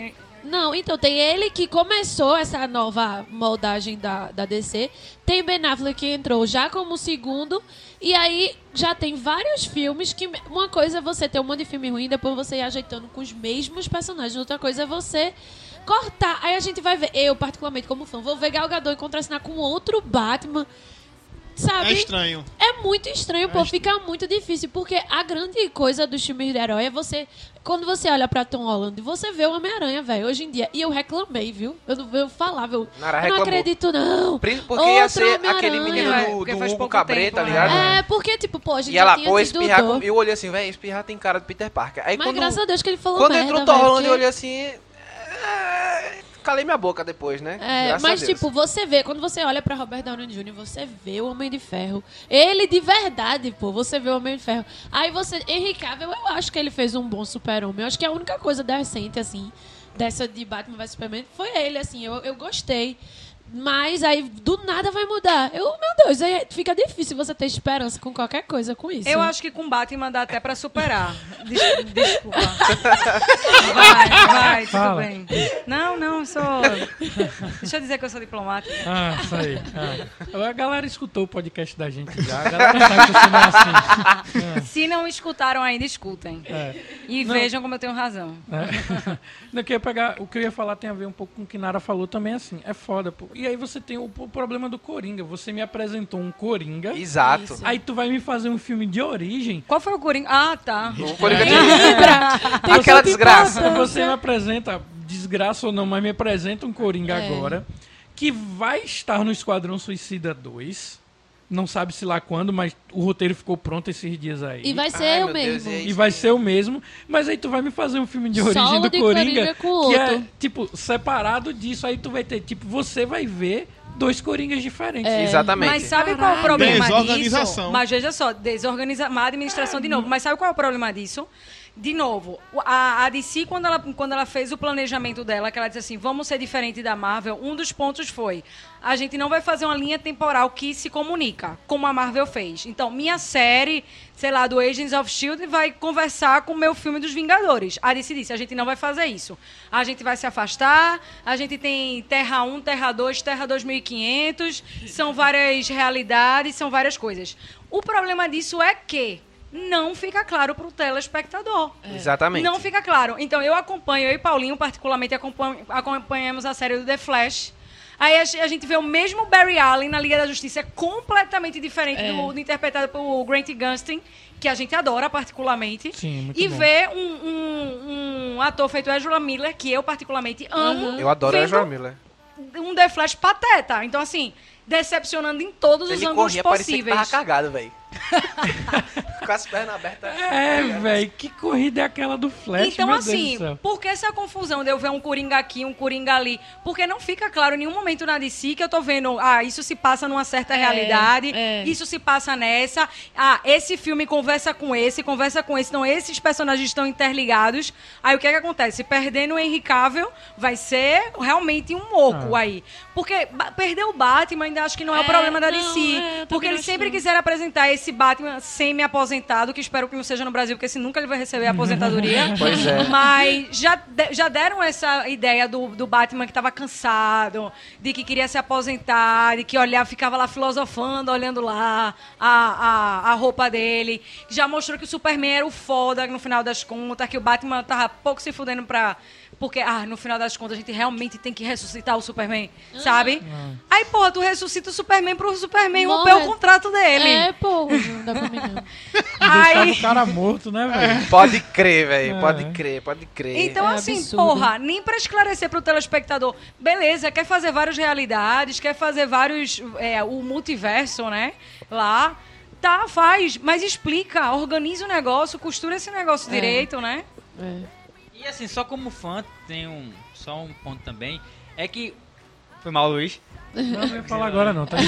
Não, então tem ele que começou essa nova moldagem da DC. Tem Ben Affleck que entrou já como segundo. E aí já tem vários filmes que... Uma coisa é você ter um monte de filme ruim, depois você ir ajeitando com os mesmos personagens. Outra coisa é você cortar. Aí a gente vai ver... Eu, particularmente, como fã, vou ver Gal Gadot e contracenar com outro Batman... Sabe? É estranho. É muito estranho, pô. Fica muito difícil. Porque a grande coisa dos filmes de herói é você... Quando você olha pra Tom Holland, você vê o Homem-Aranha, velho, hoje em dia. E eu reclamei, viu? Eu falava, eu não acredito, não. Porque ia ser aquele menino do Hugo Cabret, tá ligado? É, porque, tipo, pô, a gente e ela, já tinha espirrar tido e eu olhei assim, velho, espirrar tem cara do Peter Parker. Aí, mas graças a Deus que ele falou quando merda, entrou o Tom Holland, porque... eu olhei assim... calei minha boca depois, né? Mas tipo, você vê, quando você olha pra Robert Downey Jr., você vê o Homem de Ferro. Ele de verdade, pô, você vê o Homem de Ferro. Aí você, Henry Cavill, eu acho que ele fez um bom super-homem. Eu acho que a única coisa decente, assim, dessa de Batman vs Superman foi ele, assim, eu gostei. Mas aí, do nada vai mudar. Meu Deus, aí fica difícil você ter esperança com qualquer coisa com isso. Eu acho que com Batman dá até pra superar. Desculpa. Vai, tudo bem. Não, sou... Deixa eu dizer que eu sou diplomática. Isso aí. A galera escutou o podcast da gente já. A galera sabe que você não é assim. Se não escutaram ainda, escutem. E vejam como eu tenho razão. O que eu ia falar tem a ver um pouco com o que Nara falou também, assim. É foda, pô. E aí você tem o problema do Coringa. Você me apresentou um Coringa. Exato. Isso. Aí tu vai me fazer um filme de origem. Qual foi o Coringa? Ah, tá. O Coringa de aquela desgraça. Você me apresenta, desgraça ou não, mas me apresenta um Coringa agora, que vai estar no Esquadrão Suicida 2. Não sabe se lá quando, mas o roteiro ficou pronto esses dias aí. E vai ser o mesmo. E vai ser o mesmo. Mas aí tu vai me fazer um filme de origem Solo do de Coringa com que outro. é, tipo, separado disso. Aí tu vai ter, tipo, você vai ver dois Coringas diferentes. Exatamente. Mas sabe qual é o problema Desorganização. disso? Mas veja só, má administração de novo. Mas sabe qual é o problema disso? De novo, a DC, quando ela fez o planejamento dela, que ela disse assim, vamos ser diferente da Marvel, um dos pontos foi, a gente não vai fazer uma linha temporal que se comunica, como a Marvel fez. Então, minha série, sei lá, do Agents of S.H.I.E.L.D. vai conversar com o meu filme dos Vingadores. A DC disse, a gente não vai fazer isso. A gente vai se afastar, a gente tem Terra 1, Terra 2, Terra 2500, são várias realidades, são várias coisas. O problema disso é que não fica claro para o telespectador. Exatamente. Não fica claro. Então, eu e Paulinho, particularmente, acompanhamos a série do The Flash. Aí a gente vê o mesmo Barry Allen na Liga da Justiça, completamente diferente do interpretado por Grant Gustin, que a gente adora particularmente. Sim, muito e bom. vê um ator feito Ezra Miller, que eu particularmente amo. Eu adoro vendo Ezra Miller. Um The Flash pateta. Então, assim, decepcionando em todos os ângulos corria, parecia que possíveis. tava cagado, velho. Com as pernas abertas. Velho, que corrida é aquela do Flash, Então, meu assim, Deus do céu. por que essa confusão de eu ver um Coringa aqui, um Coringa ali? Porque não fica claro em nenhum momento na DC que eu tô vendo, isso se passa numa certa realidade, isso se passa nessa, esse filme conversa com esse, então esses personagens estão interligados. Aí o que é que acontece? Perdendo o Henry Cavill, vai ser realmente um oco aí. Porque perder o Batman ainda acho que não é o problema da DC. Porque eles sempre quiseram apresentar esse Batman semi-aposentado, que espero que não seja no Brasil, porque assim nunca ele vai receber a aposentadoria. Pois é. Mas já deram essa ideia do Batman que estava cansado, de que queria se aposentar, de que ficava lá filosofando, olhando lá a roupa dele. Já mostrou que o Superman era o foda no final das contas, que o Batman tava pouco se fudendo porque, no final das contas, a gente realmente tem que ressuscitar o Superman, sabe? Aí, porra, tu ressuscita o Superman pro Superman romper o contrato dele. Não dá pra mim não. Deixava o cara morto, né, velho? Pode crer, velho. Pode crer. Então, assim, absurdo. porra, nem pra esclarecer pro telespectador. Beleza, quer fazer várias realidades, quer fazer vários... o multiverso, né? Lá. Tá, faz. Mas explica, organiza o negócio, costura esse negócio direito, né? E assim, só como fã, tem só um ponto também, é que... Foi mal, Luiz? Não ia falar agora não, tá?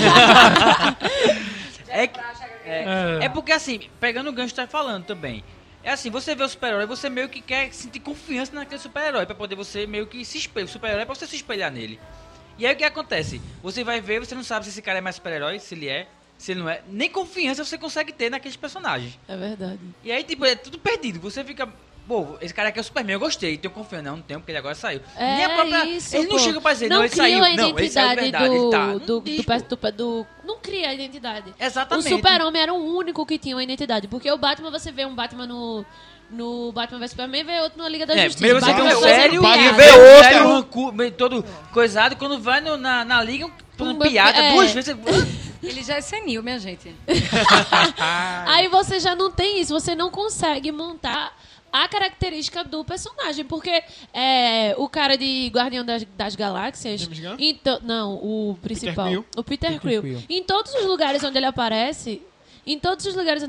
É porque assim, pegando o gancho que tá falando também, é assim, você vê o super-herói, você meio que quer sentir confiança naquele super-herói, pra poder você meio que se espelhar, o super-herói é pra você se espelhar nele. E aí o que acontece? Você vai ver, você não sabe se esse cara é mais super-herói, se ele é, se ele não é, nem confiança você consegue ter naqueles personagens. É verdade. E aí, tipo, é tudo perdido, você fica pô, esse cara aqui é o Superman, eu gostei, tenho confiança. Não tenho, porque ele agora saiu. É Nem a própria... isso, Ele não pô. chega pra dizer, Não não, ele cria saiu. a Não, ele saiu de identidade verdade, ele tá. Não do diz, pô. Não cria a identidade. Exatamente. O Super-Homem era o único que tinha uma identidade. Porque o Batman, você vê um Batman no Batman vs Superman, vê outro na Liga da Justiça. Primeiro você vê Batman um fazendo sério, piada. vê outro sério, meio todo coisado, quando vai na Liga, fazendo piada duas vezes. Ele já é senil, minha gente. Aí você já não tem isso, você não consegue montar a característica do personagem, porque o cara de Guardião das Galáxias, James Gunn? então, não, o principal, Quill? o Peter Quill. Quill. Em todos os lugares onde ele aparece, em todos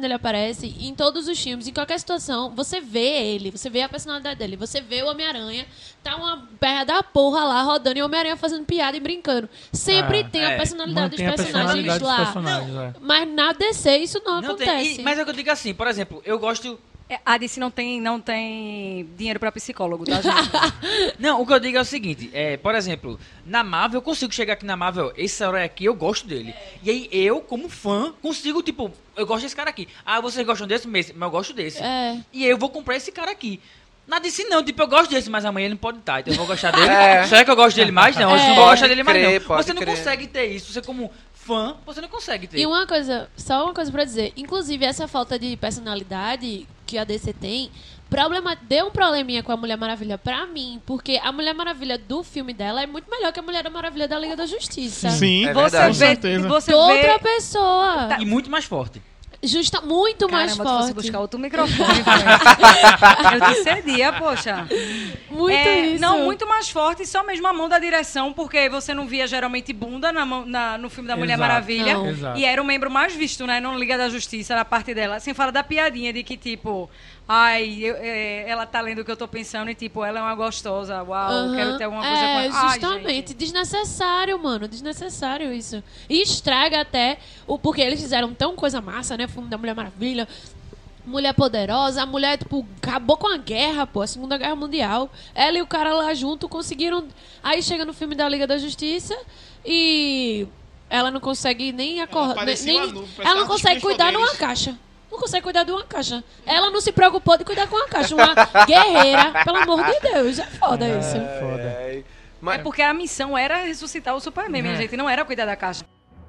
os filmes, em qualquer situação, você vê ele, você vê a personalidade dele, você vê o Homem-Aranha, tá uma perna da porra lá rodando e o Homem-Aranha fazendo piada e brincando. Sempre tem a personalidade dos Mantém a personagens personalidade dos lá. personagens, é. Mas na DC isso não Não acontece. tem, mas é o que eu digo assim, por exemplo, eu gosto... A DC não tem dinheiro pra psicólogo, tá, gente? Não, o que eu digo é o seguinte, por exemplo, na Marvel, eu consigo chegar aqui na Marvel, esse herói aqui, eu gosto dele. E aí eu, como fã, consigo, tipo, eu gosto desse cara aqui. Ah, vocês gostam desse? Mas eu gosto desse. E eu vou comprar esse cara aqui. Na DC não, tipo, eu gosto desse, mas amanhã ele não pode estar, então eu vou gostar dele. Será que eu gosto dele mais? Não, eu não vou gostar dele mais não. Você não consegue ter isso, você como fã, você não consegue ter. E só uma coisa pra dizer, inclusive essa falta de personalidade que a DC tem, deu um probleminha com a Mulher Maravilha pra mim, porque a Mulher Maravilha do filme dela é muito melhor que a Mulher Maravilha da Liga da Justiça. Sim, É verdade. com certeza. Você Outra pessoa. E muito mais forte. Muito mais Caramba, tu fosse forte. buscar outro microfone, velho. Eu te cedia, poxa. Muito isso. Não, muito mais forte, só mesmo a mão da direção, porque você não via geralmente bunda no filme da Mulher Exato. Maravilha. Não. Exato. E era o membro mais visto, né, no Liga da Justiça, na parte dela. Sem falar da piadinha de que, tipo, ai, ela tá lendo o que eu tô pensando e, tipo, ela é uma gostosa, uau, quero ter alguma coisa com ela. Ai, Justamente, gente. desnecessário, mano, desnecessário isso. E estraga até, porque eles fizeram tão coisa massa, né, filme da Mulher Maravilha, mulher poderosa, a mulher, tipo, acabou com a guerra, pô, a Segunda Guerra Mundial. Ela e o cara lá junto conseguiram, aí chega no filme da Liga da Justiça e ela não consegue nem acordar, parecia ela não consegue cuidar de uma caixa. Não consegue cuidar de uma caixa. Ela não se preocupou de cuidar com uma caixa. Uma guerreira, pelo amor de Deus. É foda isso. Foda. Mas, É porque a missão era ressuscitar o Superman, minha gente, não era cuidar da caixa.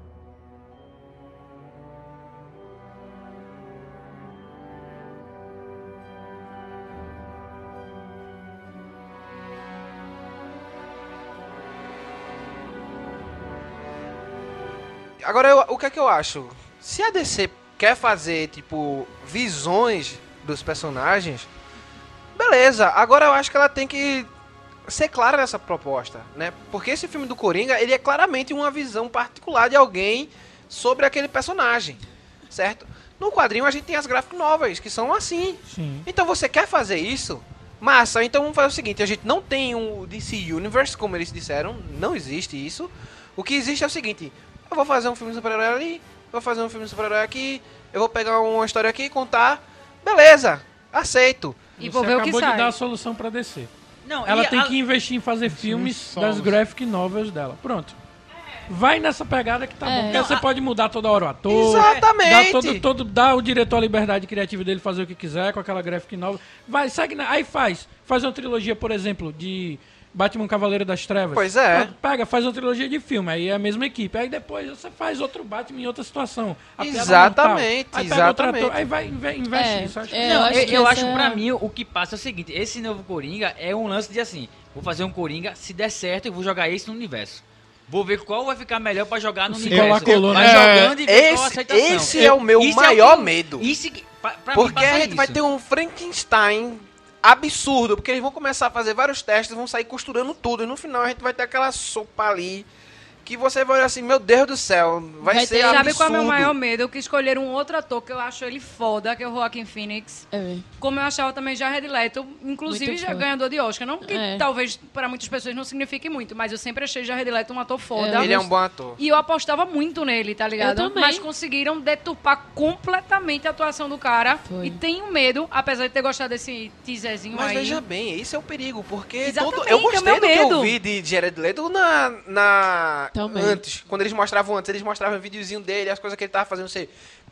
agora, o que é que eu acho? Se a DC quer fazer, tipo, visões dos personagens, beleza. Agora eu acho que ela tem que ser clara nessa proposta, né? Porque esse filme do Coringa, ele é claramente uma visão particular de alguém sobre aquele personagem, certo? No quadrinho a gente tem as graphic novels, que são assim. Sim. Então você quer fazer isso? Massa, então vamos fazer o seguinte, a gente não tem um DC Universe, como eles disseram, não existe isso. O que existe é o seguinte, eu vou fazer um filme de super-herói ali, vou fazer um filme de super-herói aqui, eu vou pegar uma história aqui e contar, beleza, aceito. E Você vou ver o que acabou de sai. dar a solução pra DC. Não, Ela e tem que investir em fazer filmes solos. das graphic novels dela. Pronto. Vai nessa pegada que tá bom. Porque você pode mudar toda hora o ator. Exatamente. Dá o diretor a liberdade criativa dele fazer o que quiser com aquela graphic novel. Vai, segue. Aí faz uma trilogia, por exemplo, de Batman Cavaleiro das Trevas. Pois é. Pega, faz uma trilogia de filme. Aí é a mesma equipe. Aí depois você faz outro Batman em outra situação. A piada Exatamente, mortal. Aí pega outro exatamente. ator, aí vai investe nisso. Acho que- Não, eu acho essa- pra mim o que passa é o seguinte, esse novo Coringa é um lance de assim, vou fazer um Coringa, se der certo eu vou jogar esse no universo. Vou ver qual vai ficar melhor pra jogar no Se universo. colar, Vai jogando e ver qual a aceitação. Esse é o meu Isso maior que- medo. Isso que, pra mim Porque passa a gente vai isso. ter um Frankenstein absurdo, porque eles vão começar a fazer vários testes, vão sair costurando tudo, e no final a gente vai ter aquela sopa ali, que você vai olhar assim, meu Deus do céu, vai ser absurdo. Sabe qual é o meu maior medo? Que escolheram um outro ator que eu acho ele foda, que é o Joaquin Phoenix. Como eu achava também Jared Leto, inclusive Muito já foda. ganhador de Oscar. Não que É. talvez para muitas pessoas não signifique muito, mas eu sempre achei Jared Leto um ator foda. Ele é um bom ator. E eu apostava muito nele, tá ligado? Eu também. Mas conseguiram deturpar completamente a atuação do cara. Foi. E tenho medo, apesar de ter gostado desse teaserzinho Mas aí. veja bem, esse é o perigo, porque Exatamente, eu é o gostei meu do que eu medo. vi de Jared Leto Também. antes, quando eles mostravam videozinho dele, as coisas que ele tava fazendo ser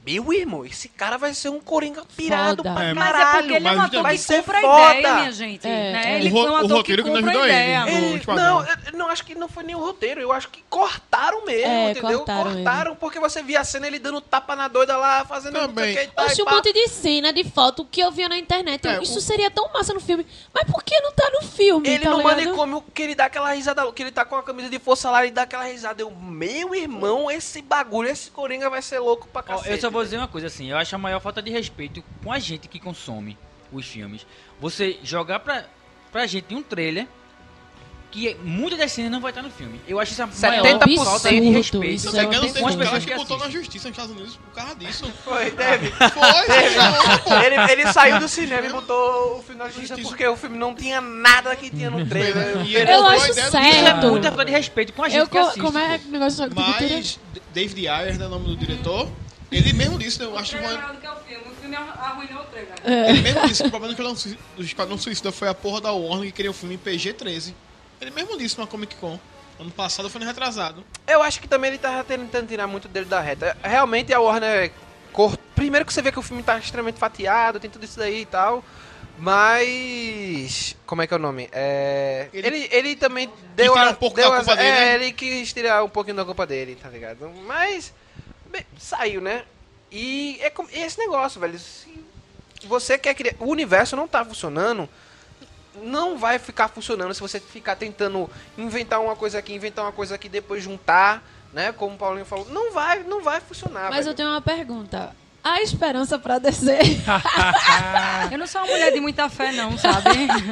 meu irmão, esse cara vai ser um Coringa pirado Foda. pra Mas é caralho. porque ele é um mas ator vai que ser compra a foda. ideia, minha gente. É. Né? Ele O foi um ator roteiro que não compra a ajudou ele. ideia. Ele- Não, eu não acho que não foi nem o roteiro, eu acho que cortaram mesmo, É, entendeu? cortaram Porque você via a cena ele dando tapa na doida lá, fazendo não sei o Também. que e tal. Oxe, e um pá. monte de cena, de foto que eu via na internet. Isso seria tão massa no filme. Mas por que não tá no filme, Ele tá no ligado? manicômio, que ele dá aquela risada, que ele tá com a camisa de força lá e dá aquela risada. Eu, meu irmão, esse bagulho, esse Coringa vai ser louco pra Ó, cacete. eu só vou dizer uma coisa assim, eu acho a maior falta de respeito com a gente que consome os filmes. Você jogar pra gente um trailer que muitas das cenas não vai estar no filme. Eu acho isso a maior 70% falta de absurdo respeito. isso. Eu não sei com as o cara pessoas que que botou na assistem. justiça nos Estados Unidos por causa disso. Foi, deve. Foi, Ele saiu do cinema e botou o filme na justiça porque o filme não tinha nada que tinha no trailer. E ele Eu botou a acho ideia do certo. Isso é diretor. muita falta de respeito com a gente Eu, que assiste. como é o negócio de cultura? Mas David Ayer, né, o nome do diretor, ele mesmo disse, né, eu acho que O filme arruinou o trailer. ele mesmo disse que o problema do Esquadrão Suicida foi a porra da Warner que queria o filme PG-13. Ele mesmo disse na Comic Con. Ano passado foi no retrasado. Eu acho que também ele tava tentando tirar muito dele da reta. Realmente a Warner... Primeiro que você vê que o filme tá extremamente fatiado, tem tudo isso daí e tal. Mas... Como é que é o nome? Ele também deu tirar um pouco da culpa dele, né? ele quis tirar um pouquinho da culpa dele, tá ligado? Mas... bem, saiu, né? E é esse negócio, velho. Se você quer criar... O universo não tá funcionando... Não vai ficar funcionando se você ficar tentando inventar uma coisa aqui, depois juntar, né? Como o Paulinho falou. Não vai funcionar. Mas velho. eu tenho uma pergunta. Há esperança pra descer? Eu não sou uma mulher de muita fé, não, sabe?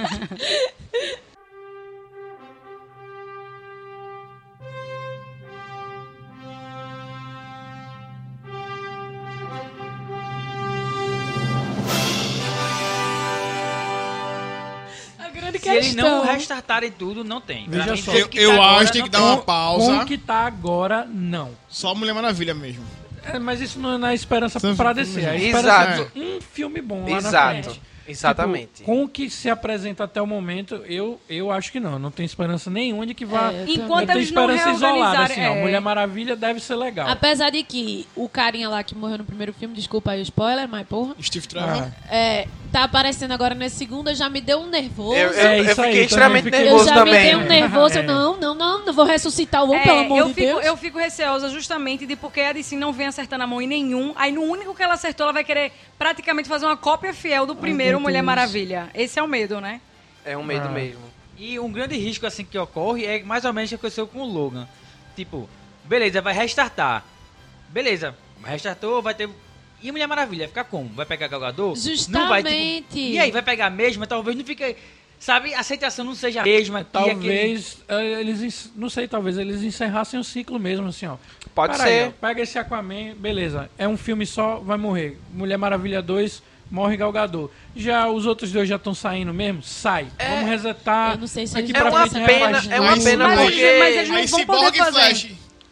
A grande Se eles não questão. restartarem tudo, não tem. Veja Pra mim, só. do jeito que Eu tá agora, acho que tem não que dar uma Com pausa. o que tá agora, não. Só Mulher Maravilha mesmo. Mas isso não é esperança Só- pra descer. A Exato. esperança é um filme bom lá na Exato. frente. Exatamente. Tipo, com o que se apresenta até o momento, eu acho que não. Não tenho esperança nenhuma de que vá... É, Enquanto eu tenho eles não esperança isolada, reorganizarem... assim, ó. Mulher Maravilha deve ser legal. Apesar de que o carinha lá que morreu no primeiro filme, desculpa aí o spoiler, mas porra, Steve Trevor. tá aparecendo agora nesse segundo, já me deu um nervoso. Eu É isso fiquei aí, extremamente também fiquei- Eu nervoso já também. me dei um nervoso. É. Não vou ressuscitar o homem, pelo amor de Deus. Eu fico receosa justamente de porque a DC não vem acertando a mão em nenhum. Aí no único que ela acertou, ela vai querer praticamente fazer uma cópia fiel do primeiro meu Mulher Deus. Maravilha. Esse é o medo, né? É um medo mesmo. E um grande risco assim que ocorre é mais ou menos o que aconteceu com o Logan. Tipo, beleza, vai restartar. Beleza, restartou, vai ter... E Mulher Maravilha, vai ficar como? Vai pegar Gal Gadot? Não vai, tipo... Justamente. E aí, vai pegar a mesma? Talvez não fique... Sabe, a aceitação não seja a mesma. que Talvez eles, não sei, talvez eles encerrassem o ciclo mesmo, assim, ó. Pode Pera aí, ser. ó, pega esse Aquaman, beleza. É um filme só, vai morrer. Mulher Maravilha 2, morre Gal Gadot. Já os outros dois já estão saindo mesmo? Sai. Vamos resetar. Eu não sei se Aqui eles pra vão uma frente pena, repagina. é uma pena Mas porque... eles não Aí vão poder Cyborg e fazer. Flash.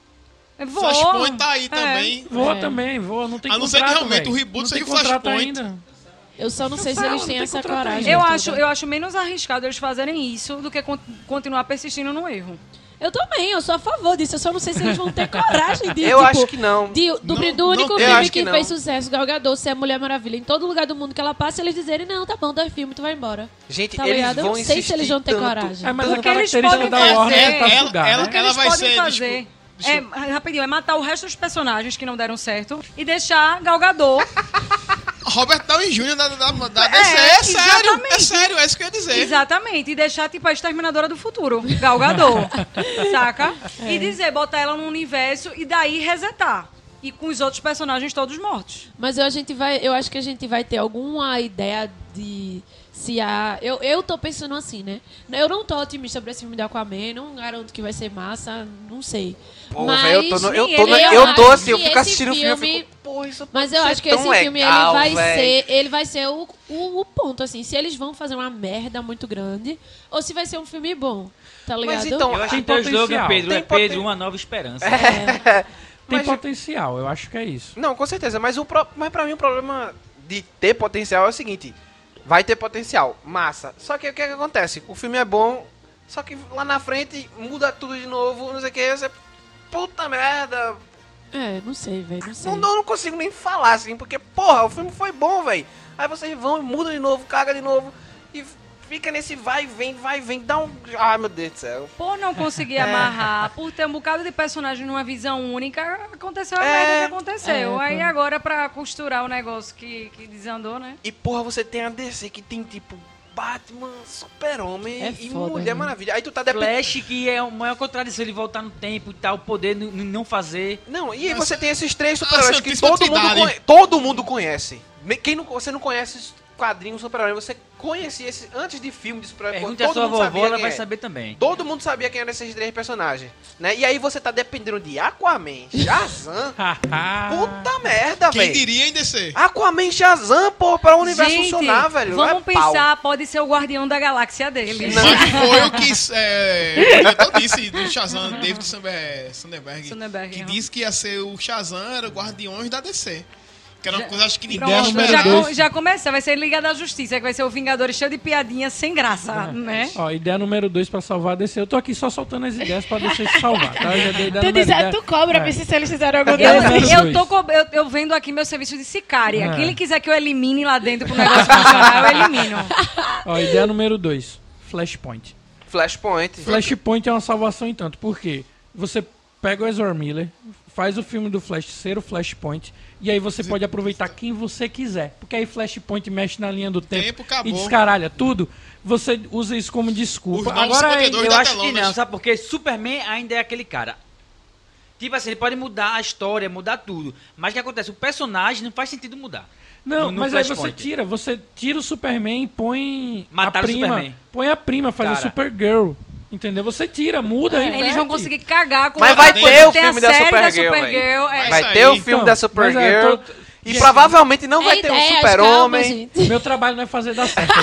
Voa. Flashpoint tá aí também. Voa É. também, voa. Não tem A não ser que contrato, realmente velho. o reboot Não seja tem o contrato Flashpoint. ainda. Eu só não sei se Fala, eles não têm tem essa contrato coragem. ainda. Eu acho menos arriscado eles fazerem isso do que continuar persistindo no erro. Eu também, eu sou a favor disso. Eu só não sei se eles vão ter coragem de. Eu tipo, acho que não. Do Não, único não, eu filme acho que que não. fez sucesso, Gal Gadot, ser a Mulher Maravilha. Em todo lugar do mundo que ela passa, eles dizerem, não, tá bom, 2 filmes, tu vai embora. Gente, Tá eles ligado? Eu vão não sei se insistir eles vão ter tanto. coragem. É, mas Porque a eles característica podem da fazer- Warner é pra ela- sugar, ela- né? O que eles vai podem ser, fazer rapidinho, é matar o resto dos personagens que não deram certo e deixar Gal Gadot. Robert Downey Jr. da DC. É, É sério, exatamente. é sério, é isso que eu ia dizer. Exatamente, e deixar tipo a Exterminadora do Futuro, Gal Gadot, saca? E dizer, botar ela no universo e daí resetar. E com os outros personagens todos mortos. Mas eu acho que a gente vai ter alguma ideia de se há... Eu tô pensando assim, né? Eu não tô otimista sobre esse filme da Aquaman, não garanto que vai ser massa, não sei. Pô, mas velho, eu eu tô acho assim, eu que fico esse assistindo o filme, eu filme- fico, pô, isso Mas pode eu ser acho que tão esse filme legal, ele vai ser o ponto, assim. Se eles vão fazer uma merda muito grande ou se vai ser um filme bom, tá ligado? Mas então, Eu acho Tem que teu slogan, potencial. Pedro, Tem é Pedro, poten- uma nova esperança. Tem Mas- potencial, eu acho que é isso. Não, com certeza, mas pra mim o problema de ter potencial é o seguinte, vai ter potencial, massa, só que o que acontece? O filme é bom, só que lá na frente muda tudo de novo, não sei o que, você, puta merda, Não sei, velho, não sei. Eu não consigo nem falar, assim, porque, porra, o filme foi bom, velho. Aí vocês vão e mudam de novo, caga de novo, e fica nesse vai e vem, dá um... Ai, meu Deus do céu. Por não conseguir amarrar, por ter um bocado de personagem numa visão única, aconteceu a merda que aconteceu. Aí agora, pra costurar o negócio que desandou, né? E, porra, você tem a DC que tem, tipo, Batman, Super-Homem e foda, Mulher né? Maravilha. Aí tu tá dependendo... Flash, que é a maior contradição, ele voltar no tempo e tal, poder não fazer. Não, e aí você tem esses três super-heróis que santíssima todo mundo conhece. Você não conhece os quadrinhos super-heróis, você conhecia esse antes de filme de super-herói. Pergunta a sua vovó, ela vai saber também. Todo mundo sabia quem eram esses três personagens, né? E aí você tá dependendo de Aquaman, Shazam. Puta merda, velho. Quem diria em DC? Aquaman e Shazam, pô, pra o universo Gente, funcionar, velho. vamos É pau. pensar, pode ser o guardião da galáxia dele. Mas foi o que o diretor disse do Shazam, David Sandberg, que disse que ia ser o Shazam, era o Guardiões da DC. Que era uma coisa, acho que ninguém Ideia número esperava. dois. Já começa, vai ser Liga da Justiça, que vai ser o Vingadores cheio de piadinha sem graça, né? Ó, ideia número 2 pra salvar a DC. Eu tô aqui só soltando as ideias pra deixar se salvar, tá? Já dei ideia Tu número diz, 10. tu cobra pra ver se eles fizeram alguma Eu- coisa. Eu vendo aqui meu serviço de sicária. É. Quem ele quiser que eu elimine lá dentro pro negócio funcionar, eu elimino. Ó, ideia número 2. Flashpoint. Flashpoint. Flashpoint é uma salvação em tanto. Por quê? Você pega o Ezra Miller, faz o filme do Flash ser o Flashpoint, e aí você pode aproveitar quem você quiser. Porque aí Flashpoint mexe na linha do tempo acabou. e descaralha tudo. Você usa isso como desculpa. Os novos Agora, 52 Eu da acho que Telonas. não, sabe por quê? Superman ainda é aquele cara. Tipo assim, ele pode mudar a história, mudar tudo. Mas o que acontece? O personagem não faz sentido mudar. não, no mas aí Flashpoint. você tira o Superman e põe Mataram a o prima. Superman. Põe a prima, faz Cara. a Supergirl. Entendeu? Você tira, muda e Eles vão conseguir cagar com Mas vai quando ter o tem a filme da série Supergirl, Supergirl, velho. Vai Isso ter aí. o filme Então, da mas Supergirl. é, E provavelmente não vai ter um ideias, Super-Homem. calma, gente. Meu trabalho não é fazer dar certo.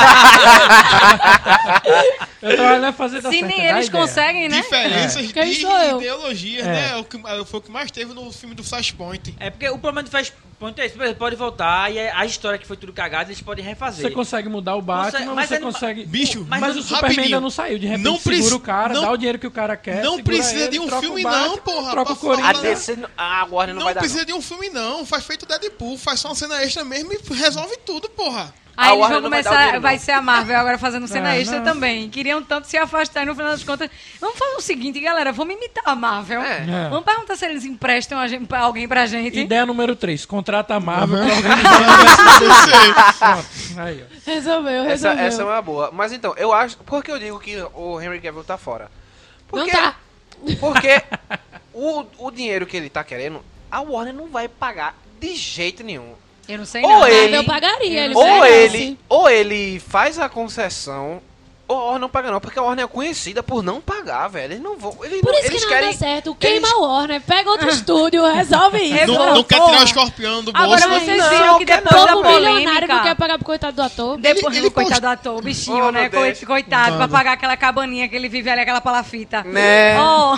Meu trabalho não é fazer dar Se certo. nem dá eles ideia. conseguem, né? Diferenças Quem de sou eu? ideologias, É. né? Foi o que mais teve no filme do Flashpoint. É porque o problema do Flashpoint é isso. Ele pode voltar e a história que foi tudo cagada, eles podem refazer. Você consegue mudar o Batman, Consegue, mas você ele não- consegue... Bicho, Mas, mas o não- Superman rapidinho. ainda não saiu. De repente Não segura preci- o cara, não- dá o dinheiro que o cara quer, não segura precisa ele, de um troca filme o Batman, não, porra, troca o pra Coringa. A falar. DC... A Warner não Não vai dar. precisa de um filme, não. Faz feito Deadpool, faz só uma cena extra mesmo e resolve tudo, porra. Aí A eles Warner vão não vai dar o começar, dinheiro, vai não. ser a Marvel agora fazendo cena Ah, extra não. também. Queriam tanto se afastar e no final das contas. Vamos fazer o seguinte, galera, vamos imitar a Marvel. É. É. Vamos perguntar se eles emprestam alguém pra gente. Ideia número 3. Contrata a Marvel pra organizar. Pronto, aí, ó. Resolveu. Essa é uma boa. Mas então, eu acho... Por que eu digo que o Henry Cavill tá fora? Não tá. Porque o dinheiro que ele tá querendo, a Warner não vai pagar de jeito nenhum. Eu não sei Ou não. ele- Eu pagaria, ele Ou ele faz a concessão, ou a Warner não paga não, porque a Warner é conhecida por não pagar, velho. Eles não vão... Por isso eles que não querem... dá certo. Queima a Warner, pega outro estúdio, resolve isso. Não quer tirar o escorpião do bolso. Agora né? vocês Não, viram que quer depois não, da Povo velho. milionário não quer polêmica... pagar pro coitado do ator. Depois, Ele coitado do ator, o bichinho, Oh, né? meu Deus. Coitado, pra pagar aquela cabaninha que ele vive ali, aquela palafita. Né? Oh.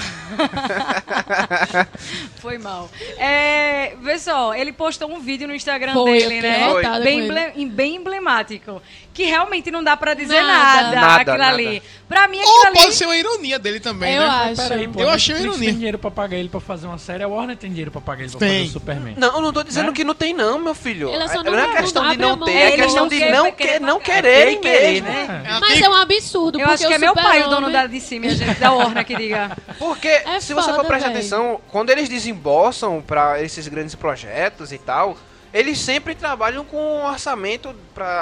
Foi mal. Vê só, ele postou um vídeo no Instagram Foi, dele, eu fiquei né? revoltada Bem, com ele. bem emblemático. Que realmente não dá pra dizer Nada. nada, Nada, aquilo nada. ali. Pra mim, aquilo Ou ali... pode ser uma ironia dele também, Eu né? acho. Peraí, pô, Eu a achei Netflix ironia. tem dinheiro pra pagar ele pra fazer uma série, a Warner tem dinheiro pra pagar ele pra Tem. fazer o Superman. Não, eu não tô dizendo Né? que não tem não, meu filho. Ele só Não é não questão de abre a não mão. ter, é Ele questão não de quer- não, querer não pagar. quererem querer, mesmo. né? Mas é um absurdo, Eu porque acho que o é meu pai o dono Super-Homem- da DC, minha gente, da Warner que diga. Porque, É se você for foda, prestar véi. atenção, quando eles desembolsam pra esses grandes projetos e tal, eles sempre trabalham com um orçamento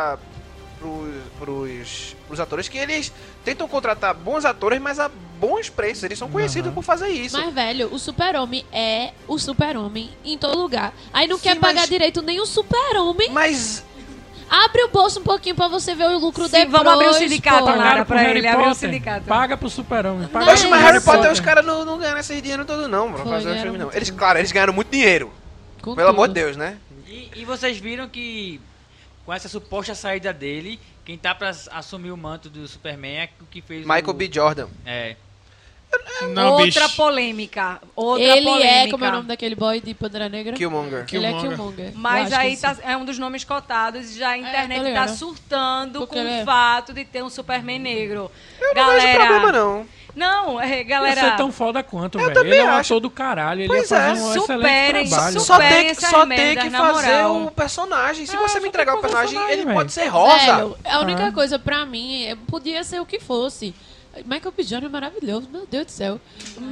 pros atores que eles tentam contratar bons atores, mas a bons preços. Eles são conhecidos por fazer isso. Mas, velho, o Super-Homem é o Super-Homem em todo lugar. Aí não Sim, quer pagar mas- direito nem o Super-Homem. Mas Abre o bolso um pouquinho pra você ver o lucro Sim, depois. vamos abrir um sindicato, pô. Nara, Pagaram pro pra Harry ele, abriu um Potter, sindicato. paga pro Super-Homem. paga Não, Oxe, pro mas é Harry isso. Potter, os caras não ganharam esse dinheiro todo, não, bro. Foi, Fazer um ganharam filme, não. muito. Eles, claro, eles ganharam muito dinheiro. Com Pelo amor de tudo. Deus, né? E vocês viram que com essa suposta saída dele, quem tá pra assumir o manto do Superman é o que fez Michael o... B. Jordan. É. Não, Outra bicho. polêmica. Outra Ele polêmica. é, como é o nome daquele boy de Pantera Negra? Killmonger. Ele é Killmonger. Killmonger. Mas Eu acho aí que tá, sim. é um dos nomes cotados e já a tô internet tá ligada. surtando Porque com ele o é- fato de ter um Superman negro. Eu não vejo problema, não. Não, Ia galera. ser tão foda quanto, Eu velho. também Ele é um acho. ator do caralho, ele Pois ia fazer é, um superem, excelente trabalho. Só superem tem, essas só tem merdas, que na fazer moral. o personagem. Se É, você só me entregar o tem que fazer personagem, ele velho. pode ser rosa. Velho, a única Ah. coisa pra mim podia ser o que fosse. Michael B. Jordan é maravilhoso, meu Deus do céu.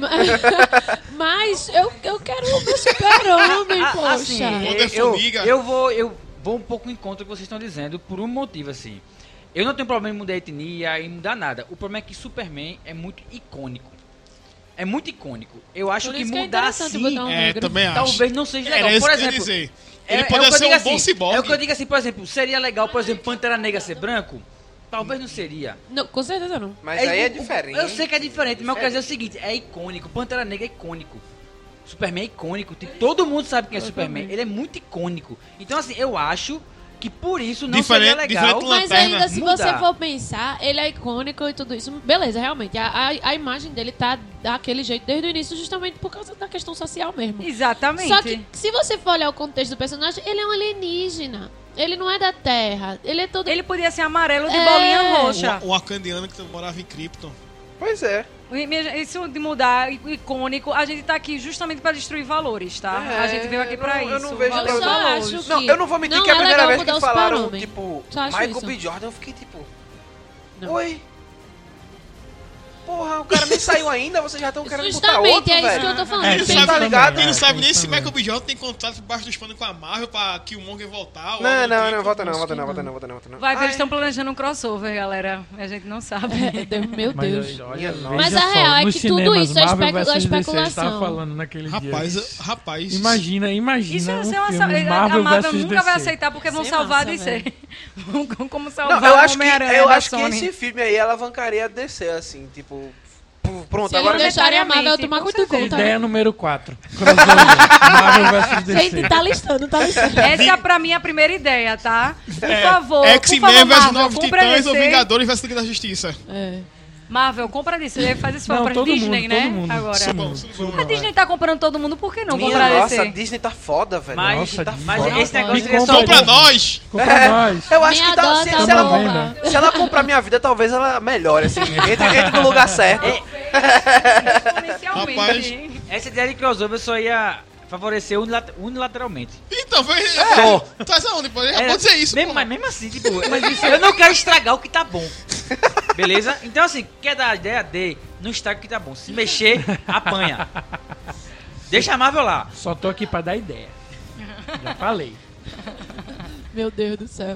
Mas eu quero o meu super-homem, poxa. Assim, Homem-Formiga. eu vou um pouco em contra do que vocês estão dizendo por um motivo, assim. Eu não tenho problema em mudar a etnia e mudar nada. O problema é que Superman é muito icônico. É muito icônico. Eu acho Por que isso que é mudar interessante assim botar um negro. Também acho. talvez não seja legal. Era isso Por que eu ia exemplo, dizer. é Ele o poderia que eu ser um digo bom assim, ciborgue. É o que eu digo assim, por exemplo, seria legal, por exemplo, Pantera Negra ser branco? Talvez não seria. Não, com certeza não. Mas aí é diferente. Eu sei que é diferente, mas eu quero dizer o seguinte, é icônico. Pantera Negra é icônico. Superman é icônico. Todo mundo sabe quem é Superman. Ele é muito icônico. Então, assim, eu acho que por isso não seria legal. diferente do Mas Lanterna. ainda, se você mudar. for pensar, ele é icônico e tudo isso. Beleza, realmente. A imagem dele tá daquele jeito desde o início, justamente por causa da questão social mesmo. Exatamente. Só que, se você for olhar o contexto do personagem, ele é um alienígena. Ele não é da Terra. Ele é todo... Ele podia ser amarelo de É. bolinha roxa. O Wakandiano que morava em Krypton. Pois é. Isso de mudar icônico, a gente tá aqui justamente pra destruir valores, tá? É, a gente veio aqui pra eu isso. não vejo valores. Eu só problema. acho que... Não, eu não vou mentir não que a é primeira legal vez que mudar o falaram, super-homem. tipo, Só acho Michael isso. B. Jordan, eu fiquei tipo... Não. Oi? Porra, o cara nem saiu ainda, vocês já estão querendo botar Justamente, outro, é isso velho. que eu tô falando. É, Quem sim, não tá sabe, ligado? quem não sabe É, nem isso se também. Michael B. Jordan tem contrato debaixo dos panos com a Marvel pra Killmonger voltar. ou Não, algo do não, tipo. não, volta não, acho volta que não, não. volta não, volta não, volta não. Vai ver, Ai, eles estão planejando um crossover, galera. A gente não sabe. Meu Mas, Deus. olha, Mas veja a real é nos que tudo cinemas, isso é Marvel vs. DC, especulação. a gente tava falando naquele dia. Rapaz. Imagina Isso um é uma filme a Marvel Marvel vs. nunca vai DC. aceitar porque vão Sem salvar a massa, DC. Como salvar Não, eu o acho Homem-Aranha que, da esse Sony. filme aí alavancaria a DC, assim, tipo... Pronto, Se agora... eles deixarem a Marvel Monetariamente, tomar com muito certeza. conta. Ideia número 4. Crossover. Marvel vs. DC. Gente, tá listando, tá listando. Essa é pra mim a primeira ideia, tá? Por favor, X-Men vs Marvel, Novos compra Titãs ou DC. Vingadores vs Liga da Justiça. É. Marvel, compra DC. Faz esse Não, favor pra todo Disney, mundo, né? todo mundo. Agora. Subam. A Disney tá comprando todo mundo, por que não Minha comprar nossa, a DC? Disney tá foda, velho. Mas, Nossa, tá mas foda. esse negócio Me seria compra só... aí. Compra nós! Compra nós. Eu acho Me que tá, adota, se, Tá se ela, vendo? se ela comprar minha vida, talvez ela melhore, assim. Entre no lugar certo. Exponencialmente. Rapaz. Essa ideia de crossover só ia favorecer unilateralmente. Então, foi. Traz aonde, pô? Ele acabou de dizer isso, mesmo, pô. mas mesmo assim, tipo, eu não quero estragar o que tá bom. Beleza? Então, assim, quer dar a ideia? Dê. Não estraga o que tá bom. Se mexer, apanha. Deixa a Marvel lá. Só tô aqui pra dar ideia. Já falei. Meu Deus do céu.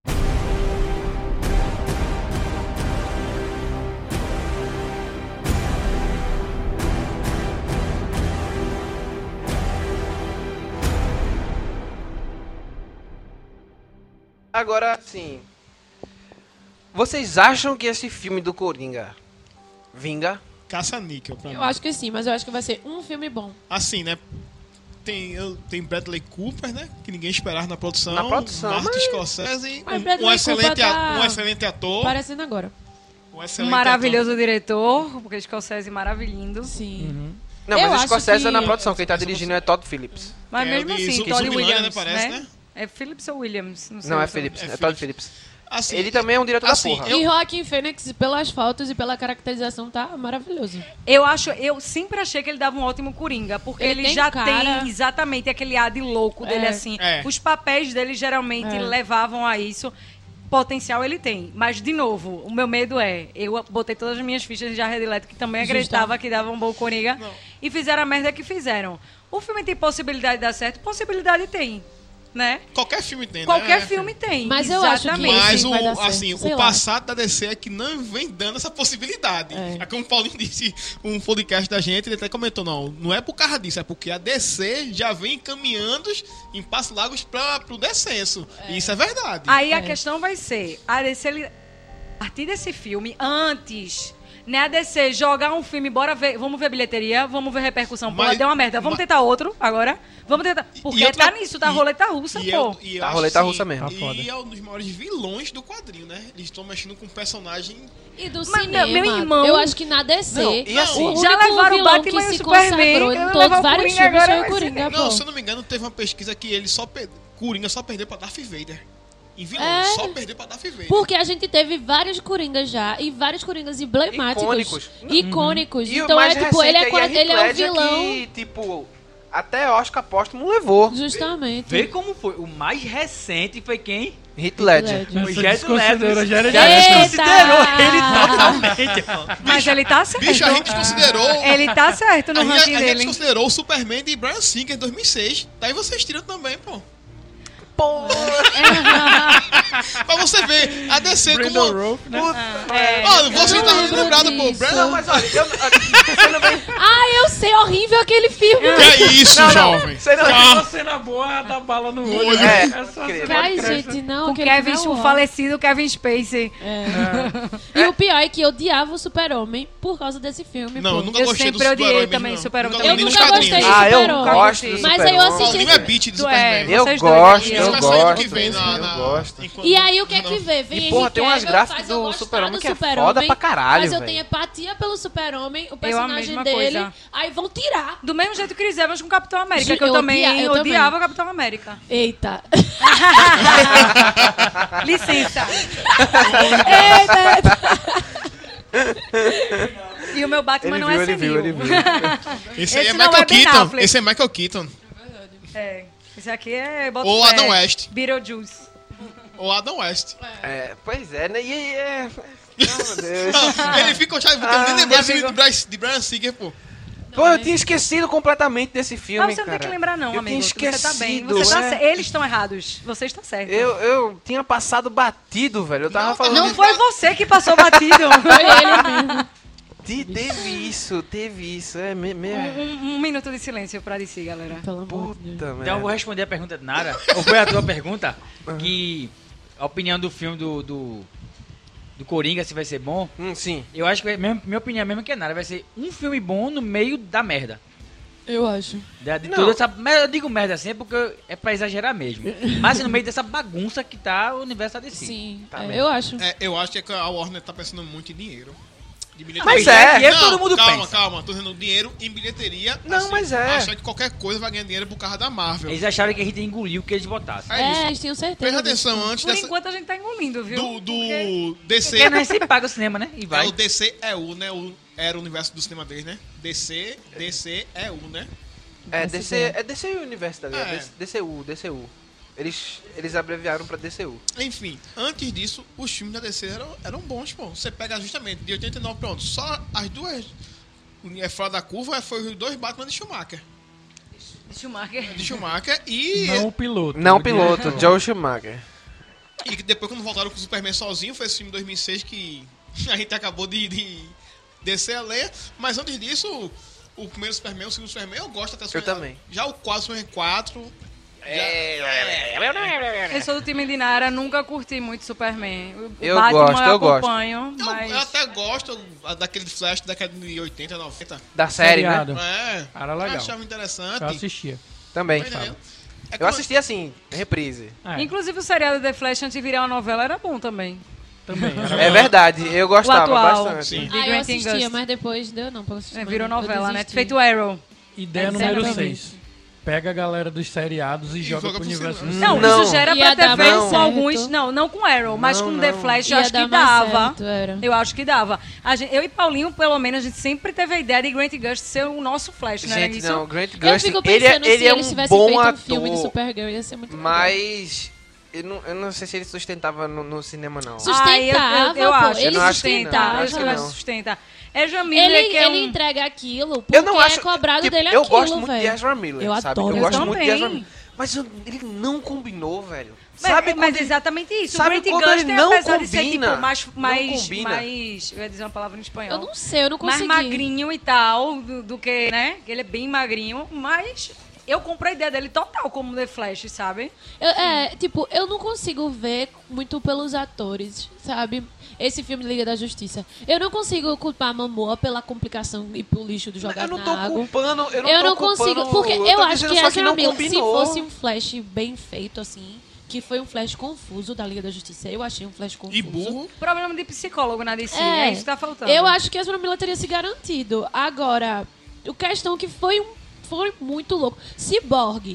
Agora, sim. Vocês acham que esse filme do Coringa vinga? Caça-níquel pra mim. Eu acho que sim, mas eu acho que vai ser um filme bom. Assim, né? Tem Bradley Cooper, né? Que ninguém esperava na produção. Na produção, Martin mas- Scorsese, Mas um Bradley excelente, Cooper tá um excelente ator. Parecendo agora. Um Um excelente maravilhoso diretor, porque Scorsese é maravilhindo. Sim. Não, Eu mas o acho Scorsese que- é na produção. Quem tá dirigindo é Todd Phillips. Mas Que é mesmo o de assim, Zumbi- Todd Zumbilândia, Williams, né, parece, né? né? É Phillips ou Williams? Não sei. Não, é o Phillips. nome. É Todd Phillips. Assim, Ele também é um diretor assim, da porra. eu- E Joaquin Phoenix, pelas fotos e pela caracterização, tá maravilhoso. Eu sempre achei que ele dava um ótimo Coringa, porque Ele ele tem já cara- tem exatamente aquele ar de louco dele, É. assim. É. Os papéis dele geralmente É. levavam a isso. Potencial ele tem. Mas, de novo, o meu medo é... Eu botei todas as minhas fichas de Jared Leto, que também acreditava que dava um bom Coringa, e fizeram a merda que fizeram. O filme tem possibilidade de dar certo? Possibilidade tem, né? qualquer filme tem, Qualquer né? filme tem. Mas eu acho que exatamente. Mas Sim, vai dar certo. assim, Sei o lá. passado da DC é que não vem dando essa possibilidade. É como o Paulinho disse um podcast da gente, ele até comentou, não é por causa disso, é porque a DC já vem encaminhando em passos largos pro descenso. E isso é verdade. Aí a questão vai ser, a DC, a partir desse filme, antes, né, a DC jogar um filme, bora ver, vamos ver bilheteria, vamos ver repercussão, pô, Mas- deu uma merda, vamos tentar outro agora, vamos tentar, porque outra- tá nisso, tá roleta russa, e pô. eu Tá acho roleta assim, russa mesmo. Tá foda. E é um dos maiores vilões do quadrinho, né? Eles estão mexendo com um personagem. E do Mas, cinema, meu irmão- eu acho que na DC, Não, e assim- o único Já levaram o vilão Batman que e o se Superman, consagrou eu em vou todos levar o vários Coringa filmes agora, foi o vai ser- Coringa, Não, pô. se eu não me engano, teve uma pesquisa que ele só Coringa só perdeu pra Darth Vader. em vilões. Só perdeu pra Darth Vader. Porque a gente teve vários Coringas já, e vários Coringas emblemáticos. Icônicos. E o Então mais tipo, ele recente aí ele é o Heath Ledger vilão. que, tipo, até Oscar póstumo levou. Justamente. Vê como foi. O mais recente foi quem? Heath Ledger. O Você Jared desconsiderou Leto. Jared Já Leto. desconsiderou ele totalmente, mano. Mas ele tá certo. Bicho, a gente desconsiderou... Ele tá certo no a ranking gente dele. desconsiderou o Superman de Bryan Singer em 2006. Daí vocês tiram também, pô. Pô, Pra você ver, a DC Brandon como... Routh, né? Olha, você tá lembrado, pô. disso. não, mas olha, você não vem... Eu sei, horrível aquele filme. Que é isso, jovem? Você não Uma cena boa da bala no olho. É, Essa incrível. cena Ai, cresce. gente, não. Com aquele Kevin, filme é o horror. falecido Kevin Spacey. E o pior é que eu odiava o Super-Homem por causa desse filme. Não, pô. eu nunca Eu gostei do sempre odiei Super-Homem também mesmo, Super-Homem. não. Eu Nem nos nunca gostei do quadrinhos. Ah, eu Super-Homem. gosto do Mas aí eu Super-Homem. assisti. Paulinho é beat do Tu é, Superman. Eu vocês gosto, dois, eu Isso vai sair ano que gosto. vem Eu gosto. E aí o que é que vê? Vem E, porra, Henry tem umas Cavill, gráficas faz eu do gostar Super-Homem do que é Super-Homem, foda pra caralho, mas eu velho. tenho empatia pelo Super-Homem, o a personagem mesma dele. coisa. Aí vão tirar. Do mesmo jeito que Chris Evans com o Capitão América, Ju- que eu eu também odia- eu odiava o Capitão América. Eita. Licença. E o meu Batman não é senil. Esse aí é Esse não Michael é Ben Keaton. Affleck. Esse é Michael Keaton. É. Esse aqui é... bota Ou fé, Adam West. Beetlejuice. Ou Adam West. É, pois é, né? E é... Oh, meu Deus. Ele fica chato porque eu nem lembro esse filme de Bryan Singer, pô. Pô, eu tinha esquecido completamente desse filme, Você não cara. tem que lembrar não, eu amigo. tinha Você tá bem. esquecido, Você tá é. Eles estão errados. Você está certo. Eu tinha passado batido, velho. Eu tava falando... Não foi você que passou batido. Foi ele mesmo. Teve isso. É mesmo. Um minuto de silêncio pra DC, galera. Pelo amor de Deus. Puta, Então eu vou responder a pergunta de Nara. Ou foi a tua pergunta? Que a opinião do filme do Coringa, se vai ser bom. Sim. Eu acho que minha opinião é mesmo que a Nara. Vai ser um filme bom no meio da merda. Eu acho. De Não. toda essa, mas eu digo merda assim porque é pra exagerar mesmo. Mas no meio dessa bagunça que tá o universo da DC. Sim, Tá eu acho. Eu acho que a Warner tá pensando muito em dinheiro. De bilheteria. Mas é. Dinheiro Não, todo mundo pensa. calma. Tô dizendo dinheiro em bilheteria. Não, mas é. Achar que qualquer coisa vai ganhar dinheiro por causa da Marvel. Eles acharam que a gente engoliu o que eles botassem. É isso. Eles tinham certeza. Presta disso. atenção antes Por dessa... enquanto a gente tá engolindo, viu? Do DC. Porque nós sempre paga o cinema, né? E É vai. o DCEU, né? Era o universo do cinema deles, né? DCEU, né? É DC e Universo, tá ligado? É. DCU. Eles abreviaram pra DCU. Enfim, antes disso, os filmes da DC eram bons, pô. Você pega justamente de 89 pronto. Só as duas fora da curva foi os dois Batman de Schumacher. Schumacher. E Não o piloto. Não o piloto, diretor. Joe Schumacher. E depois, quando voltaram com o Superman sozinho, foi esse filme em 2006 que a gente acabou de descer a lenha. Mas antes disso, o primeiro Superman, o segundo Superman, eu gosto até do Superman. também. Já o 4, Superman 4... Eu sou do time de Nara, nunca curti muito Superman. O Eu Batman gosto, eu gosto. acompanho, mas... Eu até gosto daquele Flash da década de 80, 90. Da série, Seriado. É, Era legal. eu achava interessante. Eu assistia. Também. Tá entendendo? É Eu como- assisti assim, reprise. É, Inclusive o seriado The Flash, antes de virar uma novela, era bom também. também. Era É verdade, eu gostava O atual. bastante. Sim. De Eu Grant assistia, Gust. mas depois deu não pra assistir. Virou mais. Eu novela, né? desisti. Feito Arrow. Ideia É, número exatamente. 6. Pega a galera dos seriados e joga pro pro universo do cinema. Não, cinema. Não. isso já era Ia pra ter dar feito mais com certo. alguns... Não com Arrow, mas Não, com The não. Flash eu Ia acho que dar mais dava. certo, era. Eu acho que dava. Eu e Paulinho, pelo menos, a gente sempre teve a ideia de Grant Gust ser o nosso Flash, não era Gente, isso? não, o Grant Eu Gust, fico ele pensando é se eles um tivessem bom feito um filme de ator, Supergirl, ia ser muito legal. mas eu não sei se ele sustentava no cinema, não. Sustentava, eu pô, acho. ele Eu não acho que não, sustentava. eu acho que Eu não. sustenta. É Jamile, que é Ele um... entrega aquilo porque Eu não acho, é cobrado tipo, dele eu aquilo, gosto muito de velho. Ezra Miller, Eu sabe? adoro Eu gosto Ezra muito de Miller. Ezra Miller. Mas ele não combinou, velho. Mas, Sabe mas quando- exatamente isso. sabe o Grant quando ele Gust, não apesar de ser combina? tipo, mais... Não combina. Eu ia dizer uma palavra em espanhol. Eu não sei, eu não consegui. Mais magrinho e tal, do que, né? Ele é bem magrinho, mas eu comprei a ideia dele total como The Flash, sabe? Eu não consigo ver muito pelos atores, sabe? Esse filme de Liga da Justiça. Eu não consigo culpar a Momoa pela complicação e pro lixo do jogar Eu não na tô água. culpando, Eu não consigo, porque eu tô acho dizendo que só Ezra não Miller, se combinou. fosse um Flash bem feito, assim, que foi um Flash confuso da Liga da Justiça. Eu achei um Flash confuso. E burro. Problema de psicólogo na DC, é isso que tá faltando. Eu acho que Ezra Miller teria se garantido. Agora, a questão que foi muito louco. Cyborg,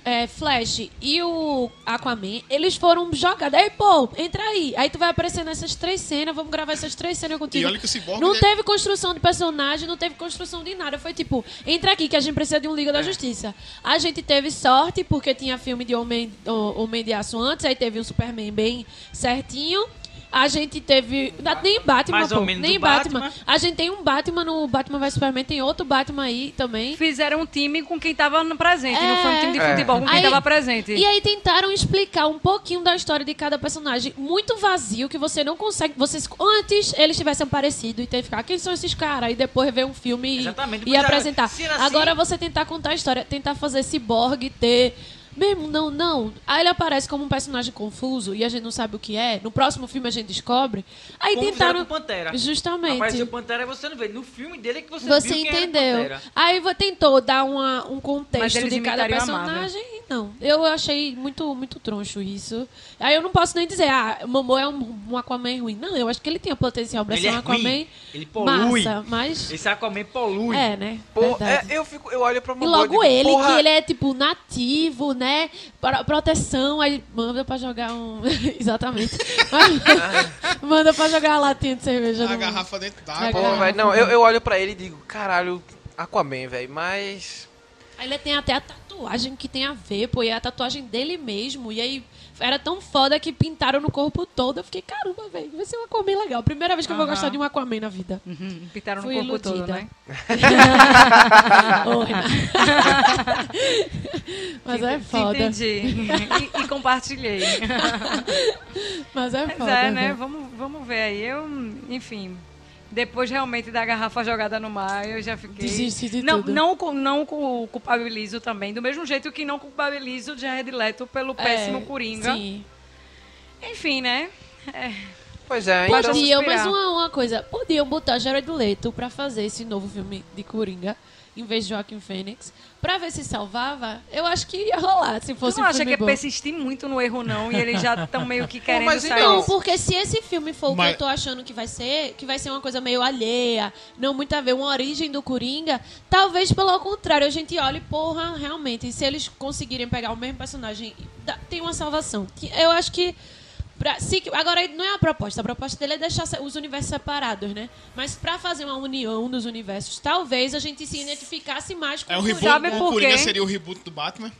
Flash e o Aquaman, eles foram jogados. Aí, pô, entra aí. Aí tu vai aparecer nessas 3 cenas, vamos gravar essas 3 cenas contigo. E olha que o Cyborg... Não teve construção de personagem, não teve construção de nada. Foi tipo, entra aqui que a gente precisa de um Liga da Justiça. A gente teve sorte, porque tinha filme de Homem de Aço antes, aí teve um Superman bem certinho. A gente teve... Nem Batman, Mais ou menos nem do Batman. Batman. A gente tem um Batman no Batman vs Superman, tem outro Batman aí também. Fizeram um time com quem tava no presente. Não foi um time de É. futebol com quem Aí- tava presente. E aí tentaram explicar um pouquinho da história de cada personagem, muito vazio, que você não consegue... Antes eles tivessem aparecido e ter que ficar, quem são esses caras? E depois ver um filme Exatamente, e porque apresentar. se era assim- Agora você tentar contar a história, tentar fazer Cyborg ter... Mesmo, não. Aí ele aparece como um personagem confuso e a gente não sabe o que é. No próximo filme a gente descobre. Aí Como tentaram... fizeram com o Pantera. Justamente. Apareceu o Pantera e você não vê. No filme dele é que você Você viu quem era entendeu. Pantera. Aí tentou dar um Mas contexto eles de cada imitariam a Marvel. personagem. Não, eu achei muito, muito troncho isso. Aí eu não posso nem dizer, Momoa é um Aquaman ruim. Não, eu acho que ele tem o potencial pra Ele ser é um Aquaman ruim. Ele polui. massa, mas... Esse Aquaman polui. É, né? Pô, Verdade. eu olho pra E Momoa logo digo, ele, porra, que ele é tipo nativo, né? Proteção, aí manda pra jogar um. Exatamente. Manda pra jogar a latinha de cerveja. A no- garrafa dentro Na d'água. Pô, garrafa. velho, não, eu olho pra ele e digo, caralho, Aquaman, velho, mas... Aí ele tem até a tatuagem que tem a ver, pô, e é a tatuagem dele mesmo. E aí era tão foda que pintaram no corpo todo. Eu fiquei, caramba, velho, vai ser um Aquaman legal. Primeira vez que eu vou gostar de um Aquaman na vida. Pintaram no Fui corpo todo, iludida. né? Ô, Renato. Mas é Te foda. entendi. E compartilhei. Mas é Mas foda. é, né? velho. Vamos ver aí. Enfim, depois realmente da garrafa jogada no mar, eu já fiquei... Desisti de não, tudo. não culpabilizo também, do mesmo jeito que não culpabilizo o Jared Leto pelo péssimo Coringa. Sim. Enfim, né? Pois é, então... Podiam, mas suspirar. uma coisa, podiam botar Jared Leto pra fazer esse novo filme de Coringa, em vez de Joaquin Phoenix, pra ver se salvava. Eu acho que iria rolar, se Tu fosse não um acha filme que é bom. persistir muito no erro, não? E eles já estão meio que querendo mas sair. Não, porque se esse filme for o que Mas- eu tô achando que vai ser uma coisa meio alheia, não muito a ver, uma origem do Coringa, talvez pelo contrário, a gente olhe, porra, realmente, se eles conseguirem pegar o mesmo personagem, tem uma salvação. Eu acho que agora não é a proposta dele é deixar os universos separados, né? Mas pra fazer uma união dos universos, talvez a gente se identificasse mais com É o Coringa. reboot. Sabe O por Coringa quê? seria o reboot do Batman.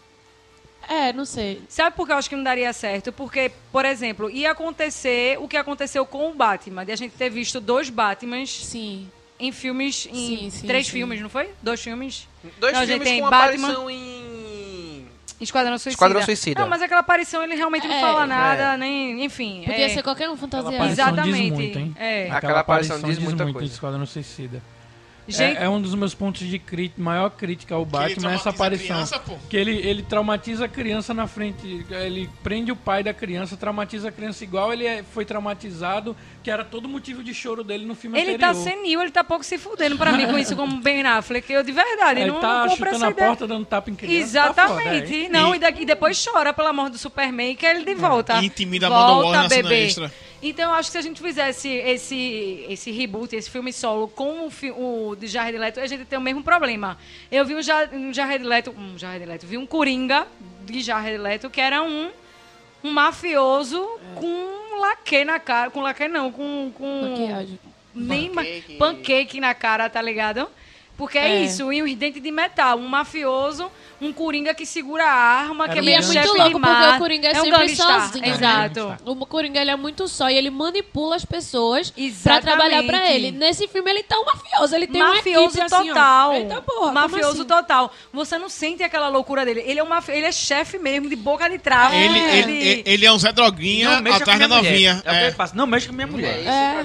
É, não sei. Sabe por que eu acho que não daria certo? Porque, por exemplo, ia acontecer o que aconteceu com o Batman, de a gente ter visto 2 Batmans Sim. em filmes, em Sim, 3 sim. filmes, não foi? 2 filmes? 2 Não, a gente filmes tem com Batman- aparição em... Esquadrão Suicida. Esquadrão Suicida. Não, mas aquela aparição ele realmente não É, fala nada, nem... Enfim. Podia é, ser qualquer um Aquela fantasiado. aparição Exatamente. diz muito, hein? É. Aquela aparição diz diz muita muito coisa. de Esquadrão Suicida. Gente, É um dos meus pontos de maior crítica ao ele Batman, essa traumatiza a aparição. criança, pô. Que ele traumatiza a criança na frente, ele prende o pai da criança, traumatiza a criança igual foi traumatizado, que era todo motivo de choro dele no filme ele anterior. tá senil, ele tá pouco se fudendo pra mim com isso, como Ben Affleck. Eu, de verdade, Ele não tá compro chutando essa a ideia. porta, dando tapa em criança. Tá foda, Exatamente. é. Não, e depois chora pela morte do Superman e quer ele de volta. E intimida a Amanda Waller na cena bebê. extra. Então, eu acho que se a gente fizesse esse reboot, esse filme solo com o de Jared Leto, a gente tem o mesmo problema. Eu vi um Jared Leto, vi um Coringa de Jared Leto, que era um mafioso com um laque na cara. Com laque não, com Maquiagem. nem pancake na cara, tá ligado? Porque é isso, e um dente de metal, um mafioso, um Coringa que segura a arma, que é Era E é meio um muito chefe louco de porque mar. o Coringa é um sempre gangsta, sozinho, né? exato. O Coringa ele é muito só e ele manipula as pessoas pra Exatamente. trabalhar pra ele. Nesse filme ele tá um mafioso, ele tem Mafioso uma equipe assim, total. ó. Eita porra, Mafioso como assim? total. Você não sente aquela loucura dele. Ele é ele é chefe mesmo, de boca de trave. Ele é um Zé Droguinha Não mexa atrás com da minha mulher. novinha. É o que É. ele passa. Não mexa com minha mulher.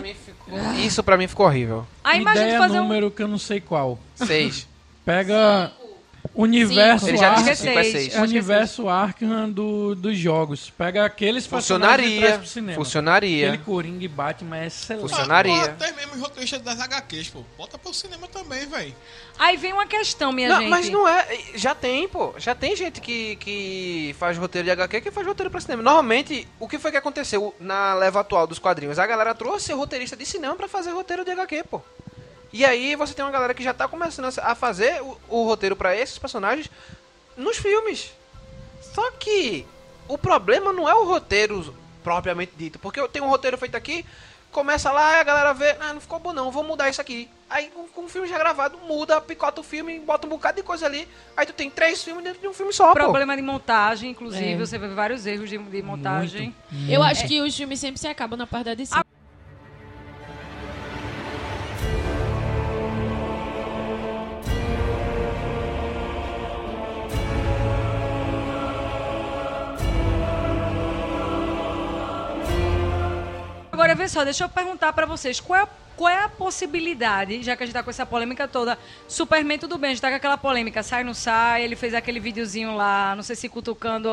Isso pra mim ficou horrível. Aí imagina Ideia fazer número que eu não sei qual. 6. Pega universo Ele já disse Arkham, que 5 é 6. universo Arkham dos jogos. Pega aqueles personagens e traz Funcionaria. pro cinema. Funcionaria. Aquele Coringa e Batman é excelente. Funcionaria. Até mesmo os roteiristas das HQs, pô. Bota pro cinema também, velho. Aí vem uma questão, minha Não, gente. mas não é. Já tem, pô. Já tem gente que faz roteiro de HQ que faz roteiro pra cinema. Normalmente, o que foi que aconteceu na leva atual dos quadrinhos? A galera trouxe o roteirista de cinema pra fazer roteiro de HQ, pô. E aí você tem uma galera que já tá começando a fazer o roteiro pra esses personagens nos filmes. Só que o problema não é o roteiro propriamente dito. Porque eu tenho um roteiro feito aqui, começa lá e a galera vê, não ficou bom não, vou mudar isso aqui. Aí com o filme já gravado, muda, picota o filme, bota um bocado de coisa ali. Aí tu tem 3 filmes dentro de um filme só, Problema de montagem, inclusive, você vê vários erros de montagem. Eu acho que os filmes sempre se acabam na parte da edição. Agora, vê só, deixa eu perguntar pra vocês, qual é a possibilidade, já que a gente tá com essa polêmica toda, Superman, tudo bem, a gente tá com aquela polêmica, sai, não sai, ele fez aquele videozinho lá, não sei se cutucando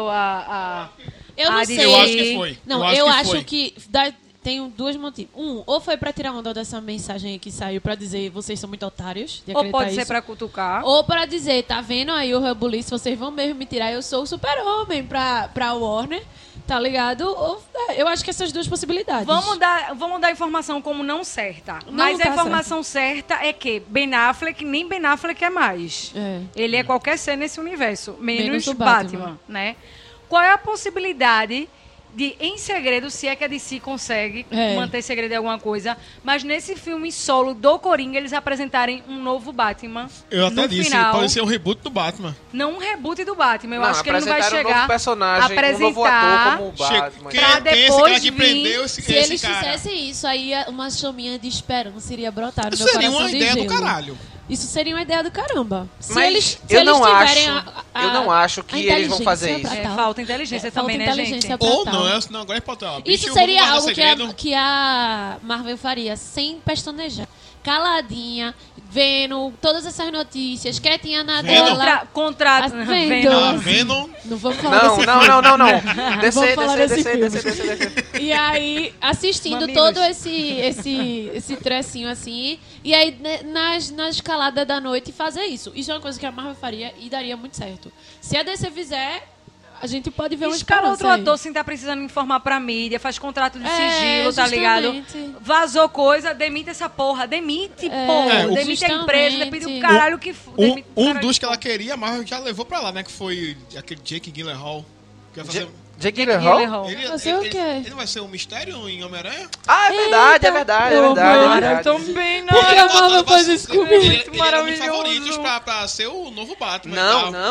Eu não sei. Eu acho que foi. Não, eu acho que tem dois motivos. Ou foi pra tirar onda dessa mensagem aí que saiu pra dizer vocês são muito otários. De Ou pode isso. ser pra cutucar. Ou pra dizer, tá vendo aí o rebuliço, vocês vão mesmo me tirar, eu sou o super-homem pra Warner, tá ligado? Eu acho que essas duas possibilidades. Vamos dar a informação como não certa. Não Mas tá a informação certa é que Ben Affleck, nem Ben Affleck é mais. Ele é qualquer ser nesse universo, menos o Batman, né? Qual é a possibilidade de, em segredo, se é que a DC consegue manter segredo de alguma coisa, mas nesse filme solo do Coringa, eles apresentarem um novo Batman. Eu até disse, final, pode ser um reboot do Batman. Não um reboot do Batman. Eu Não, acho que ele não vai apresentaram um chegar novo personagem, apresentar um novo ator como o Batman. Quem pra é esse depois cara que vir- prendeu Se esse eles cara? fizessem isso, aí uma chaminha de esperança iria brotar no Isso meu seria coração uma de ideia do gelo. caralho. Isso seria uma ideia do caramba. Se Mas eles eu não tiverem eu não acho que eles vão fazer isso. inteligência pra tal. Falta inteligência também, falta né, inteligência gente? pra Ou tal. não, agora é pra tal. Isso Bicho, seria vamos algo guardar segredo. que a Marvel faria sem pestanejar. Caladinha, vendo todas essas notícias, quietinha na Vendo? dela. Contrato. Vendo. Ah, Venom. Não vamos falar desse Não. Vamos falar desse Descer. E aí, assistindo Mamilos. todo esse trecinho assim, e aí na escalada da noite fazer isso. Isso é uma coisa que a Marvel faria e daria muito certo. Se a DC fizer, a gente pode ver uma Escala esperança outro aí. ator sem estar precisando informar pra mídia, faz contrato de É, sigilo, tá ligado? justamente. Vazou coisa, demite essa porra. Demite, porra. É, Demite a empresa, demite o justamente. caralho que for. demite o Um caralho dos que ela queria, a Marvel já levou pra lá, né? Que foi aquele Jake Gyllenhaal. Que ia fazer... Jake Gyllenhaal. Gyllenhaal? Fazer o quê? Ele vai ser um mistério em Homem-Aranha? Ah, é verdade, Eita, é verdade. Também não. Porque a Marvel faz isso comigo. Ele era um dos maravilhoso. favoritos pra ser o novo Batman. e Não. tal.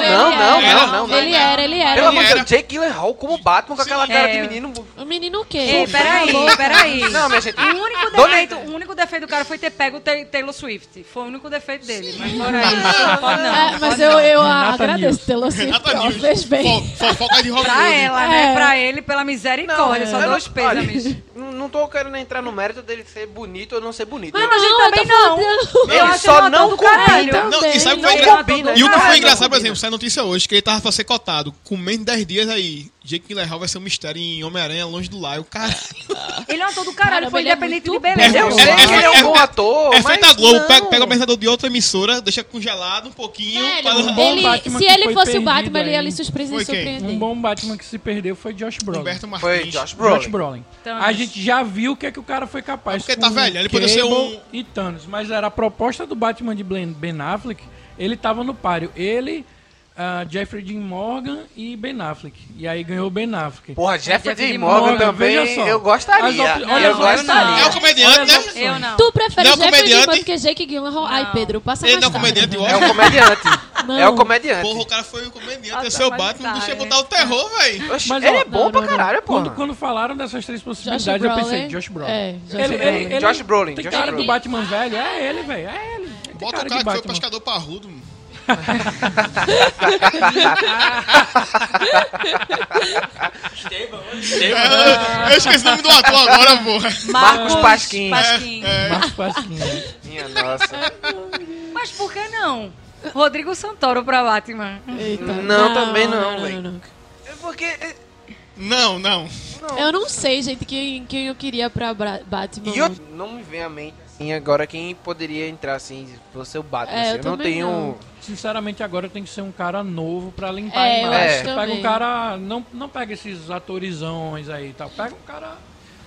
Ele era. Pelo amor de era. Deus, Jake Gyllenhaal como Batman com aquela Sim. cara É. de menino. O menino o quê? Ei, peraí. Não, minha gente. O único defeito do cara foi ter pego o Taylor Swift. Foi o único defeito dele. Mas fora isso, pode não. É, mas pode eu não. agradeço pelo Swift. Renata Ó, News. fez bem. Fofoca de Hollywood. Pra ela, né? É. Pra ele, pela misericórdia. Só eu dois pêsames. Não tô querendo entrar no mérito dele ser bonito ou não ser bonito. Mas Eu- a gente Não, também eu tô não. falando- Eu Ele acho só ele um não ator do caralho. combina. Não, e sabe o que Não foi combina. E o que foi Caralho, engraçado, por combina. exemplo, saiu notícia hoje, que ele tava pra ser cotado. Com menos de 10 dias aí, Jake Gyllenhaal vai ser um mistério em Homem-Aranha, longe do lar. O cara... Ele é um ator do caralho, Caramba, foi ele é independente de muito beleza. Eu sei que ele é um bom ator, É mas feito a Globo, não. pega o apresentador de outra emissora, deixa congelado um pouquinho. Velho, pra- bom Batman se que ele foi fosse o perdido Batman, ele ia aí. lhe Foi quem? surpreender. Um bom Batman que se perdeu foi Josh Brolin. Humberto Martins. Foi Josh Josh Brolin. Brolin. Thanos. A gente já viu o que é que o cara foi capaz. Porque com tá velho, ele poderia ser Cable um- e Thanos, mas era a proposta do Batman de Ben Affleck, ele tava no páreo. Ele, Jeffrey Dean Morgan e Ben Affleck. E aí ganhou o Ben Affleck. Porra, Jeffrey Jeffrey Dean Morgan Morgan, também, veja só. eu gostaria. Olha Eu as gostaria. É o comediante, Olha né? as opções. Eu não. Tu prefere Não é o Jeffrey comediante? Dean que Jake Gyllenhaal? Ai, Pedro, passa Ele mais não é o tarde. comediante, eu É o acho. comediante. Não. É o comediante. Porra, o cara foi o comediante, Ah, ia ser o tá, Batman, mas deixa eu tá, botar o terror, velho. Oxi, Mas, ele ó, é bom não, pra não, caralho, porra. Quando falaram dessas três Josh possibilidades, eu pensei, Brolin. Josh Brolin. É, Josh Brolin. Josh Brolin, Tem Josh cara Brolin. do Batman velho, é ele, velho, é ele. Ele tem Bota cara o de cara que foi o Batman. pescador parrudo, mano. Eu esqueci o nome do ator agora, porra. Marcos Pasquim. Marcos Pasquim. Minha nossa. Mas por que não? Rodrigo Santoro pra Batman. Eita. Não, também não, velho. não. É porque... Não. Eu não sei, gente, quem eu queria pra Batman. E eu não me vem à mente, assim, agora quem poderia entrar, assim, se fosse o Batman. É, assim, eu eu não também tenho... não. Sinceramente, agora tem que ser um cara novo pra limpar É, a eu imagem. acho Você também. pega um cara... Não pega esses atorizões aí e tal. Pega um cara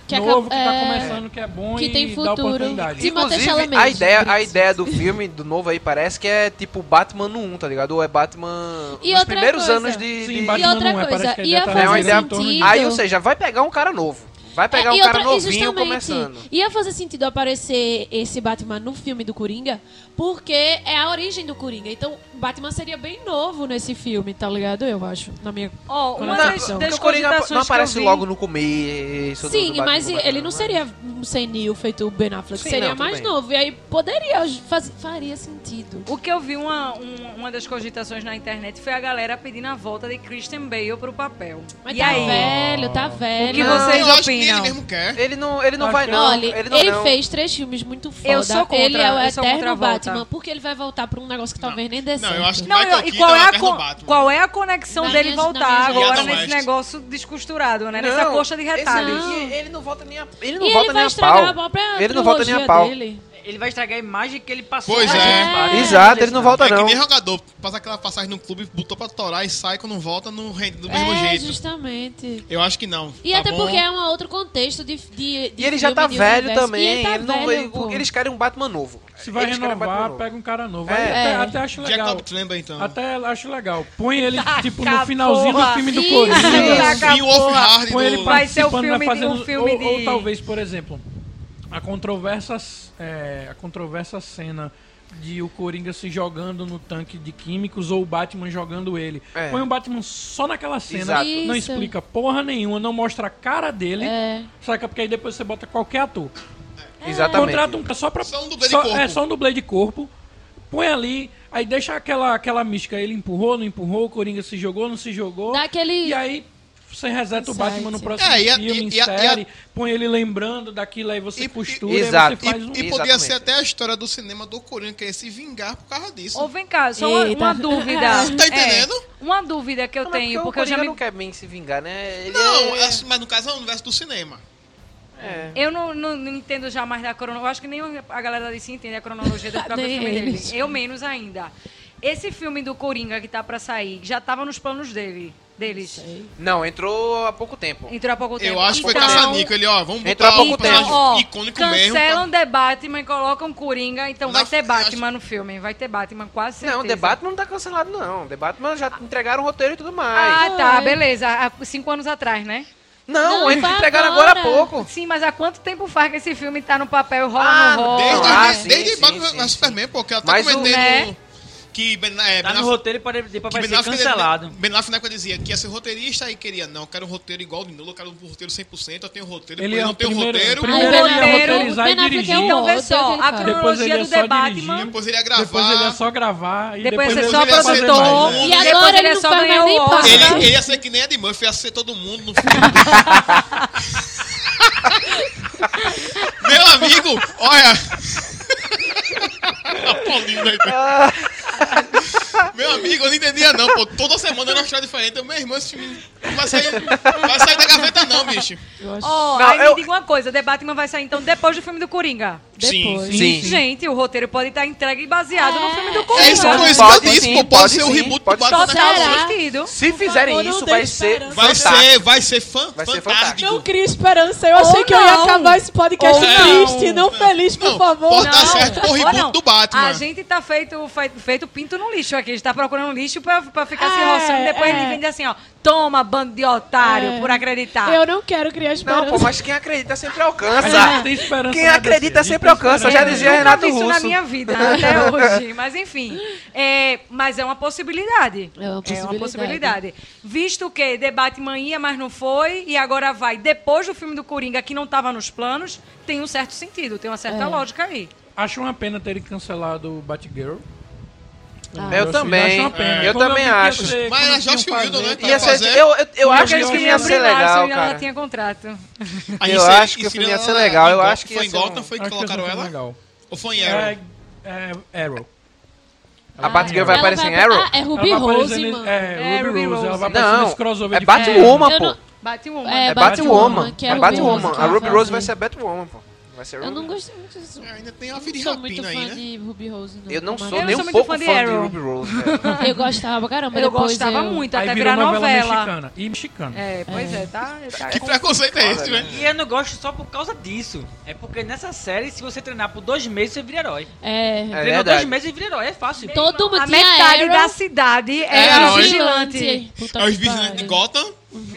novo, que tá começando, que é bom que e tem dá futuro. oportunidade. Timothée Inclusive, Chalamet. a ideia do filme, do novo aí, parece que é tipo Batman no 1, tá ligado? Ou é Batman E nos outra primeiros coisa. anos de... Sim, de- Batman E outra não é, coisa, parece que a ia ideia tá fazer uma ideia em torno sentido. disso. Aí, ou seja, vai pegar um cara novo. Vai pegar um e cara outra- novinho justamente, começando. Ia fazer sentido aparecer esse Batman no filme do Coringa, porque é a origem do Coringa. Então, o Batman seria bem novo nesse filme, tá ligado? Eu acho, na minha Ó, uma concepção. das Porque o Coringa cogitações não aparece que eu vi- logo no começo. do Sim, Batman mas começando, ele não né? seria um senil feito o Ben Affleck, Sim, seria não, tudo mais bem. novo. E aí poderia, faria sentido. O que eu vi, uma das cogitações na internet foi a galera pedindo a volta de Christian Bale pro papel. Mas e tá aí? velho, tá O que velho. vocês eu acho que nem ele opinam? mesmo quer. Ele não Acho vai que- não. Olha, ele não, ele não. fez 3 filmes muito foda. Eu sou contra, ele é o eu sou contra a eterno volta. Batman, porque ele vai voltar pra um negócio que talvez nem dê certo. Não, eu acho que Não, Michael e Keaton qual é é, o a eterno Batman. qual é a conexão Na dele minha- voltar na minha agora Adam nesse West. negócio descosturado, né? Não, Nessa coxa de retalhos. Não. Ele não volta nem a Ele E não ele volta nem vai a estragar a pau. própria Ele não volta nem a trilogia pau. dele. Ele vai estragar a imagem que ele passou. Pois pra é. gente, Batman. Exato, ele não volta É que não. nem jogador, passa aquela passagem no clube, botou pra torar e sai quando volta, não rende do mesmo jeito. Justamente. Eu acho que não. E tá até bom? porque é um outro contexto de E ele já filme, tá de velho universo. também. E ele tá ele não- velho, pô. eles querem um Batman novo. Se vai Eles querem um Batman renovar, novo. pega um cara novo. É. Aí É. até acho legal. Jacob Tremblay, então. Até acho legal. Põe ele, tipo, Taca no finalzinho porra. do filme do Isso. Coringa. Taca E o Wolf porra. Hard Põe ele do... Vai ser o participando, filme né, fazendo, um filme ou de- talvez, por exemplo, a controversa cena de o Coringa se jogando no tanque de químicos ou o Batman jogando ele. É. Põe o Batman só naquela cena, Exato. não Isso. explica porra nenhuma, não mostra a cara dele, É. saca? Porque aí depois você bota qualquer ator. Exatamente. Contrata um cara só pra... Só um dublê de corpo. É, só um dublê de corpo. Põe ali, aí deixa aquela mística. Ele empurrou, não empurrou, o Coringa se jogou, não se jogou. Dá aquele... E aí você reseta o Insight. Batman no próximo É, filme, e a- série, põe ele lembrando daquilo, aí você costura, exato. aí você faz um... E podia Exatamente. ser até a história do cinema do Coringa, que é se vingar por causa disso. Ou vem cá, só uma, Eita. uma dúvida. Tá entendendo? Uma dúvida que eu Não, mas tenho, o porque eu já Coringa me... não quer bem se vingar, né? Ele Não, é... mas no caso é o universo do cinema. Eu não entendo já mais da cronologia. Eu acho que nem a galera da DC entende a cronologia do próprio Nem filme dele. eles. Eu menos ainda. Esse filme do Coringa que tá pra sair, já tava nos planos deles. Não, entrou há pouco tempo. Entrou há pouco tempo. Eu acho que foi Então, caça-níquel. Ele, ó, vamos Entrou há botar pouco um personagem tempo. ó, icônico mesmo. cancelam The Batman e colocam Coringa, então Na- vai ter eu Batman no filme. Vai ter Batman, quase certeza. Não, The Batman não tá cancelado, não. The Batman já entregaram o roteiro e tudo Ah, mais. tá, Foi. beleza. Há 5 anos atrás, né? Não, Não, eles foi entregaram agora. agora há pouco. Sim, mas há quanto tempo faz que esse filme tá no papel e rola Ah, no rola? Desde, Ah, desde sim, Batman sim, vs sim. Superman, porque até Mas o- comentei né? que Tá Ben no Affleck- roteiro para depois que vai ser Affleck- cancelado. Ben Affleck na época dizia que ia ser roteirista e queria, não, eu quero um roteiro igual de novo, eu quero um roteiro 100%, eu tenho roteiro, Ele depois é não o tenho primeiro, roteiro, primeiro ele ia roteiro, roteirizar e Ben Affleck dirigir. é um Então, vê ódio, só, aquele a cara. Depois ele cronologia ia do só The dirigir. Batman... depois ele ia gravar. Depois ele ia só gravar e Depois depois é ele só ia fazer produtor. mais. E Depois agora ele ele é não só faz ganhar mais nem o Oscar. Oscar. Ele ia ser que nem Ed Murphy, ia ser todo mundo no filme. Meu amigo, olha. A Paulinho aí. Meu amigo, eu não entendia não, pô. Toda semana era uma história diferente. Meu irmão, esse filme não vai sair da gaveta não, bicho. Ó, Não, aí eu- me diga uma coisa, The Batman vai sair então depois do filme do Coringa. Depois. Sim. Gente, o roteiro pode estar entregue e baseado no filme do Coringa. É isso, Pode, foi isso que eu pode disse, sim, pô. Pode pode ser o sim, reboot do pode Batman Total naquela Será? sentido. Se fizerem favor, não isso, dê vai ser esperança. fantástico. Vai ser Vai ser fantástico. Não cria esperança. Eu Ou achei que eu ia não. acabar esse podcast Ou não. triste, não feliz, por Não, favor. pode dar certo com o reboot Não. do Batman. A gente tá feito pinto no lixo aqui. A gente tá procurando lixo pra ficar se É, roçando. Depois é. ele vende assim, ó. Toma, bando de otário, É. por acreditar. Eu não quero criar esperança. Não, pô, mas quem acredita sempre alcança. A gente tem esperança Quem na acredita DC, a gente sempre tem alcança. esperança Já na dizia Eu nunca Renato vi isso na Russo. minha vida, até hoje. Mas enfim. Mas é uma possibilidade. É uma possibilidade. Visto que The Batman ia, mas não foi, e agora vai depois do filme do Coringa, que não estava nos planos, tem um certo sentido, tem uma certa lógica aí. Acho uma pena terem cancelado o Batgirl. Eu também. Acho uma pena. Eu Quando também vi que ia acho. ser- Mas quando era Joss iam Whedon, fazer, né, tá? que Ia ser, fazer. eu acho que Eles esse filme queriam ia ser brilhar, legal, se ela cara. tinha contrato. Aí Eu você acho que o filme ia ser legal, eu acho que Foi ia em ser um- Gotham, foi que Acho que colocaram esse filme ela? é legal. Ou foi em Arrow? É Arrow. A Batgirl vai Ela aparecer em Arrow? Ah, é Ruby Ela vai Rose, aparecer mano. É, Ruby Rose. Ela vai Não, aparecer nesse crossover é de Batwoman, Eu pô. não- Batwoman. É, É Batwoman. que é É Ruby Batwoman. Rose que A vai Ruby Rose fazer. vai ser Batwoman, pô. Vai ser Eu não Ruby. gostei muito disso. Ainda tem a Não vida de sou muito rapina fã aí, né? de Ruby Rose, não. Eu não Como sou é? nem sou um muito pouco fã de fã de Arrow. Ruby Rose, velho. Eu gostava pra caramba. Eu depois gostava muito, Aí até virou virar novela. mexicana. E mexicana. É, pois é, tá Que preconceito é esse, velho? E eu não gosto só por causa disso. É porque nessa série, se você treinar por 2 meses, você vira herói. É. Treinou verdade. 2 meses e vira herói, é fácil. Todo mundo A tinha metade Arrow, da cidade É, era herói. vigilante. Puta É os que vigilantes de pariu. Gotham.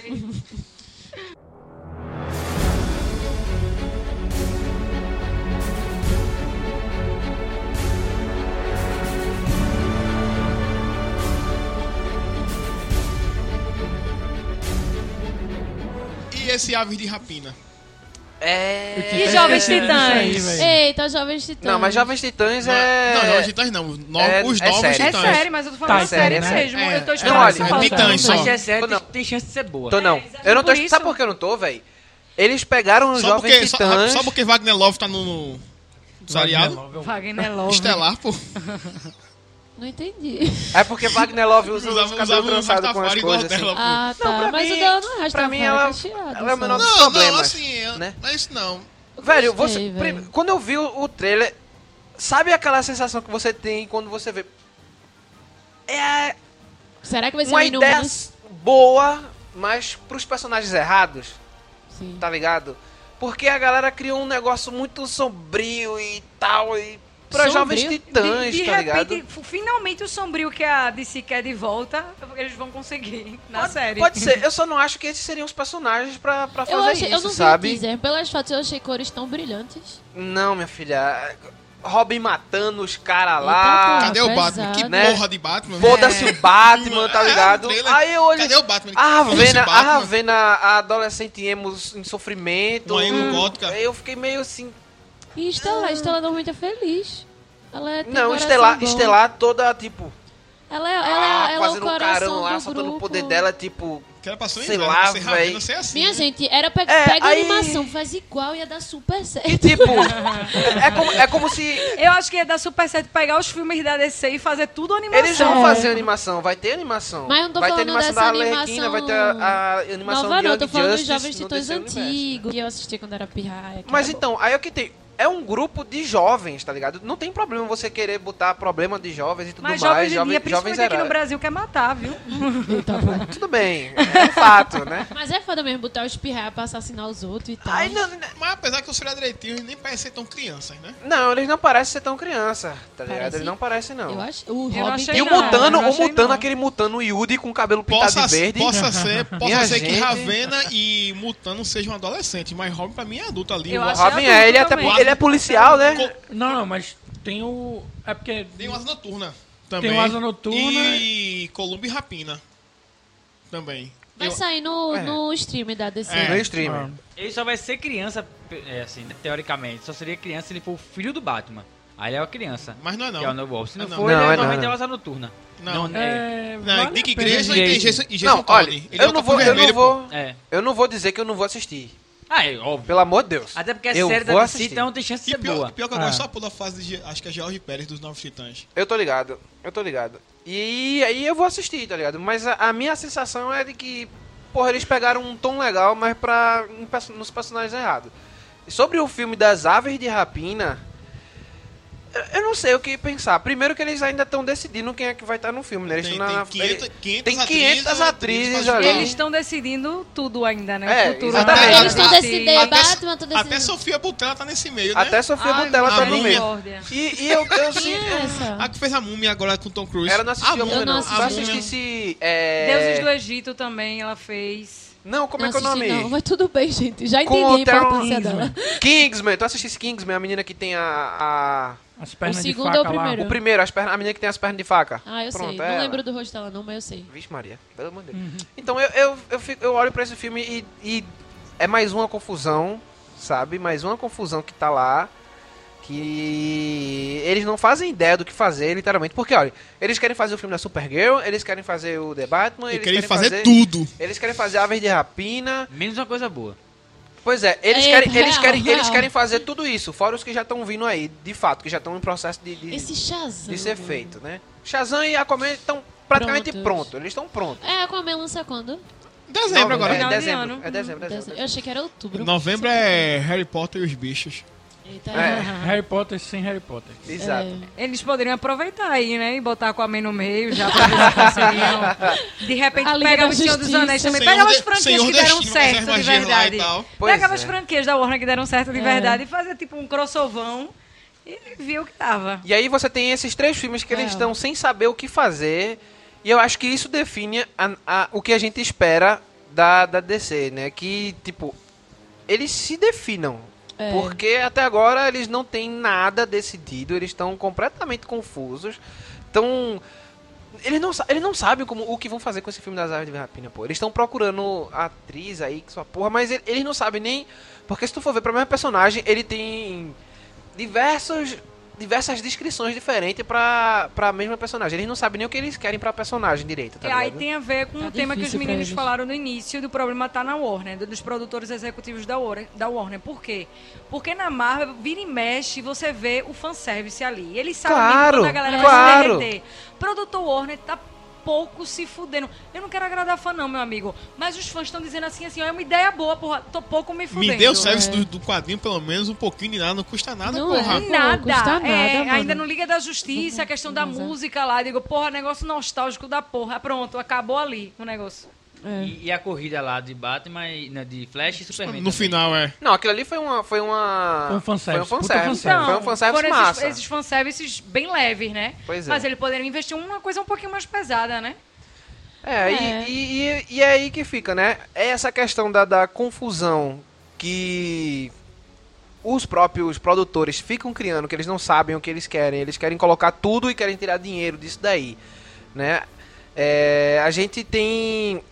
E esse Aves de Rapina? E Jovens Titãs? Eita, Jovens Titãs. Não, mas Jovens Titãs é... Não, Jovens Titãs não. É Os novos série. É Titãs. sério, mas eu tô falando Tá, sério né? mesmo. É, Eu tô é, esperando não, você olha, falar. Titãs só. Mas se é sério, Não. tem chance de ser boa. Tô não. Eu não tô... por isso. Sabe por que eu não tô, velho? Eles pegaram os Só Jovens porque, Titãs... só porque Wagner Love tá no seriado Wagner Love. Estelar, pô. Não entendi. É porque Wagner Love usa os Usava cabelos um trançados com as Rastafari igual coisas assim. dela, pô. Ah, tá. Não, pra Mas mim- o dela não é pra mim Rastafari, ela- é cacheado, ela é o menor só. dos Não, problemas, assim, né? não é isso não. Velho, Gostei, você... velho. Quando eu vi o trailer... Sabe aquela sensação que você tem quando você vê... É Será que vai ser uma um ideia Inhumanos? boa, mas pros personagens errados, Sim. tá ligado? Porque a galera criou um negócio muito sombrio e tal, e pra Sombrio? Jovens Titãs, De tá ligado? repente, finalmente o sombrio que a DC quer de volta, eles vão conseguir na série. Pode ser, eu só não acho que esses seriam os personagens pra fazer Eu isso, não vi o sabe? teaser. Pelas fotos eu achei cores tão brilhantes. Não, minha filha. Robin matando os caras Eita, lá. porra. Cadê o pesado. Batman? Que Né? porra de Batman? Foda-se o Batman, tá É, ligado? o trailer. Aí eu olho. Cadê o Batman? A Foda-se o Ravena, Batman. a Ravena, a adolescente emo em sofrimento. Uma emo gótica. Aí eu fiquei meio assim. E Estelar normalmente é feliz. Ela é tem Não, coração Estelar, bom. Estelar toda tipo. Ela é o fazendo um coração carão lá, do soltando grupo. o poder dela, tipo. Que era pra ser Sei engano, lá, ser Ravena, véi. ser assim. Minha gente, era pega É, a aí- animação, faz igual, ia dar super certo. E tipo. é como se. Eu acho que ia dar super certo pegar os filmes da DC e fazer tudo animação. Eles vão É. fazer animação, vai ter animação. Mas eu não tô vai ter falando animação dessa da Arlequina, vai ter a animação nova de não, Young tô falando dos Justice Jovens no Titãs DC Universo. antigos, que eu assisti quando era pirraia. que Mas era então, aí é o que tem. É um grupo de jovens, tá ligado? Não tem problema você querer botar problema de jovens e tudo Mas mais. jovens de dia, principalmente aqui no era- Brasil, quer matar, viu? Tudo bem, é um fato, né? bom. Mas é foda mesmo botar os pirraia pra assassinar os outros e tal. Aí não, Mas apesar que os filhos direitinho nem parecem ser tão crianças, né? não, eles não parecem ser tão criança, tá ligado? Parece? Eles não parecem, não. Eu acho. O Eu Robin achei E o não, Mutano, eu achei não. aquele Mutano Yudi com o cabelo pintado Possa, de verde. possa ser Minha que gente. Ravena e Mutano sejam adolescentes, mas Robin pra mim é adulto ali. Eu O achei Robin adulto ele, até, também. ele é policial, né? Não, mas tem o... É porque... Tem o Asa Noturna também. Tem o Asa Noturna E Columbo e Rapina também. vai sair no stream da DC. É. No streamer. Ele só vai ser criança, assim, né, teoricamente. Só seria criança se ele for o filho do Batman. Aí ele é uma criança. Mas não é não. Que é o No Wolf. Se não, Não, for, não. ele Não, é normalmente não. é o Asa Noturna. Não. É, Não, vale Dick a pena. Grayson e Jason. Jason Não, Todd. olha, Ele eu é o não vou, Capuz eu não Vermelho, vou, É. eu não vou dizer que eu não vou assistir. Ah, é óbvio. Pelo amor de Deus. Até porque a Eu série vou da DC, assistir. então tem chance de E ser boa. pior que eu gosto só pela fase de, acho que é George Pérez dos Novos Titãs. Eu tô ligado. E aí eu vou assistir, tá ligado? Mas a minha sensação é de que, porra, eles pegaram um tom legal, mas nos personagens errados. E sobre o filme das Aves de Rapina, eu não sei o que pensar. Primeiro que eles ainda estão decidindo quem é que vai estar no filme, né? Eles Tem, estão tem 500 tem 500 atrizes pra ali. jogar. Eles estão decidindo tudo ainda, né? É, O futuro exatamente. da Eles estão DC. decidindo, Até- Batman, estão Até decidindo. Sofia Boutella tá nesse meio, né? Até Sofia Ai, Boutella tá a no meio. misericórdia. E eu Quem é sinto... essa? A que fez a Múmia agora com Tom Cruise. Ela não assistiu a Múmia, Múmia, não. não Se assisti. eu assistisse... Deuses do Egito também ela fez. Não, como é Não que é o assisti, nome? não, mas tudo bem, gente. Já entendi Com a o Terrence importância dela. Kingsman. Tu assistisse Kingsman, a menina que tem As pernas de segundo faca é o lá. primeiro. o primeiro, a menina que tem as pernas de faca. Ah, eu Pronto, sei. é Não ela. lembro do rosto dela, não, mas eu sei. Vixe Maria, pelo amor de Deus. Então eu olho pra esse filme e é mais uma confusão, sabe? Mais uma confusão que tá lá. Que eles não fazem ideia do que fazer, literalmente. Porque, olha, eles querem fazer o filme da Supergirl, eles querem fazer o The Batman, E eles querem fazer tudo. Eles querem fazer Aves de Rapina. Menos uma coisa boa. Pois é, eles É, eles real. querem fazer tudo isso, fora os que já estão vindo aí, de fato, que já estão em processo Esse Shazam. de ser feito, né? Shazam e Aquaman estão praticamente Prontos. prontos, eles estão prontos. É, Aquaman lança quando? Dezembro agora. É Final de dezembro, ano. é dezembro. Eu achei que era outubro. Novembro é Harry Potter e os bichos. Eita. Harry Potter sem Harry Potter. Exato. Eles poderiam aproveitar aí, né? E botar com a no meio já pra ver se conseguiriam. De repente A Liga pega da o Senhor dos Justiça. Anéis também. Senhor Pega as de- franquias Senhor que deram Destino, certo as de magias lá e verdade. tal. Pois Pega é. as franquias da Warner que deram certo de verdade e fazer tipo um crossovão e viu o que tava. E aí você tem esses 3 filmes que eles estão sem saber o que fazer. E eu acho que isso define o que a gente espera da DC, né? Que, tipo, eles se definam. Porque até agora eles não têm nada decidido, eles estão completamente confusos. Então, eles não sabem o que vão fazer com esse filme das Aves de Rapina, pô. Eles estão procurando atriz aí, que sua porra, mas eles não sabem nem... Porque se tu for ver pra mesma personagem, ele tem diversas descrições diferentes pra mesma personagem. Eles não sabem nem o que eles querem pra personagem direito, tá E aí ligado? tem a ver com Tá o tema que os difícil pra meninos eles. falaram no início do problema tá na Warner, dos produtores executivos da Warner. Por quê? Porque na Marvel, vira e mexe, você vê o fanservice ali. Eles sabem Claro, quando a galera claro. vai se derreter. Produtor Warner tá pouco se fudendo. Eu não quero agradar fã não, meu amigo. Mas os fãs estão dizendo assim, ó, é uma ideia boa, porra. Tô pouco me fudendo. Me dê o service do quadrinho, pelo menos um pouquinho de nada, não custa nada, Não porra. é. Nada, Custa nada, mano. ainda não Liga da Justiça, a questão da música lá, digo, porra, negócio nostálgico da porra, pronto, acabou ali o negócio. E a corrida lá de Batman, né, de Flash e Superman. No também. final, é. Não, aquilo ali foi um Foi um fanservice, puta fanservice. fanservice. Foi um fanservice foram massa. esses fanservices bem leves, né? Pois é. Mas eles poderiam investir em uma coisa um pouquinho mais pesada, né? E é aí que fica, né? É essa questão da confusão que os próprios produtores ficam criando, que eles não sabem o que eles querem colocar tudo e querem tirar dinheiro disso daí, né? A gente tem...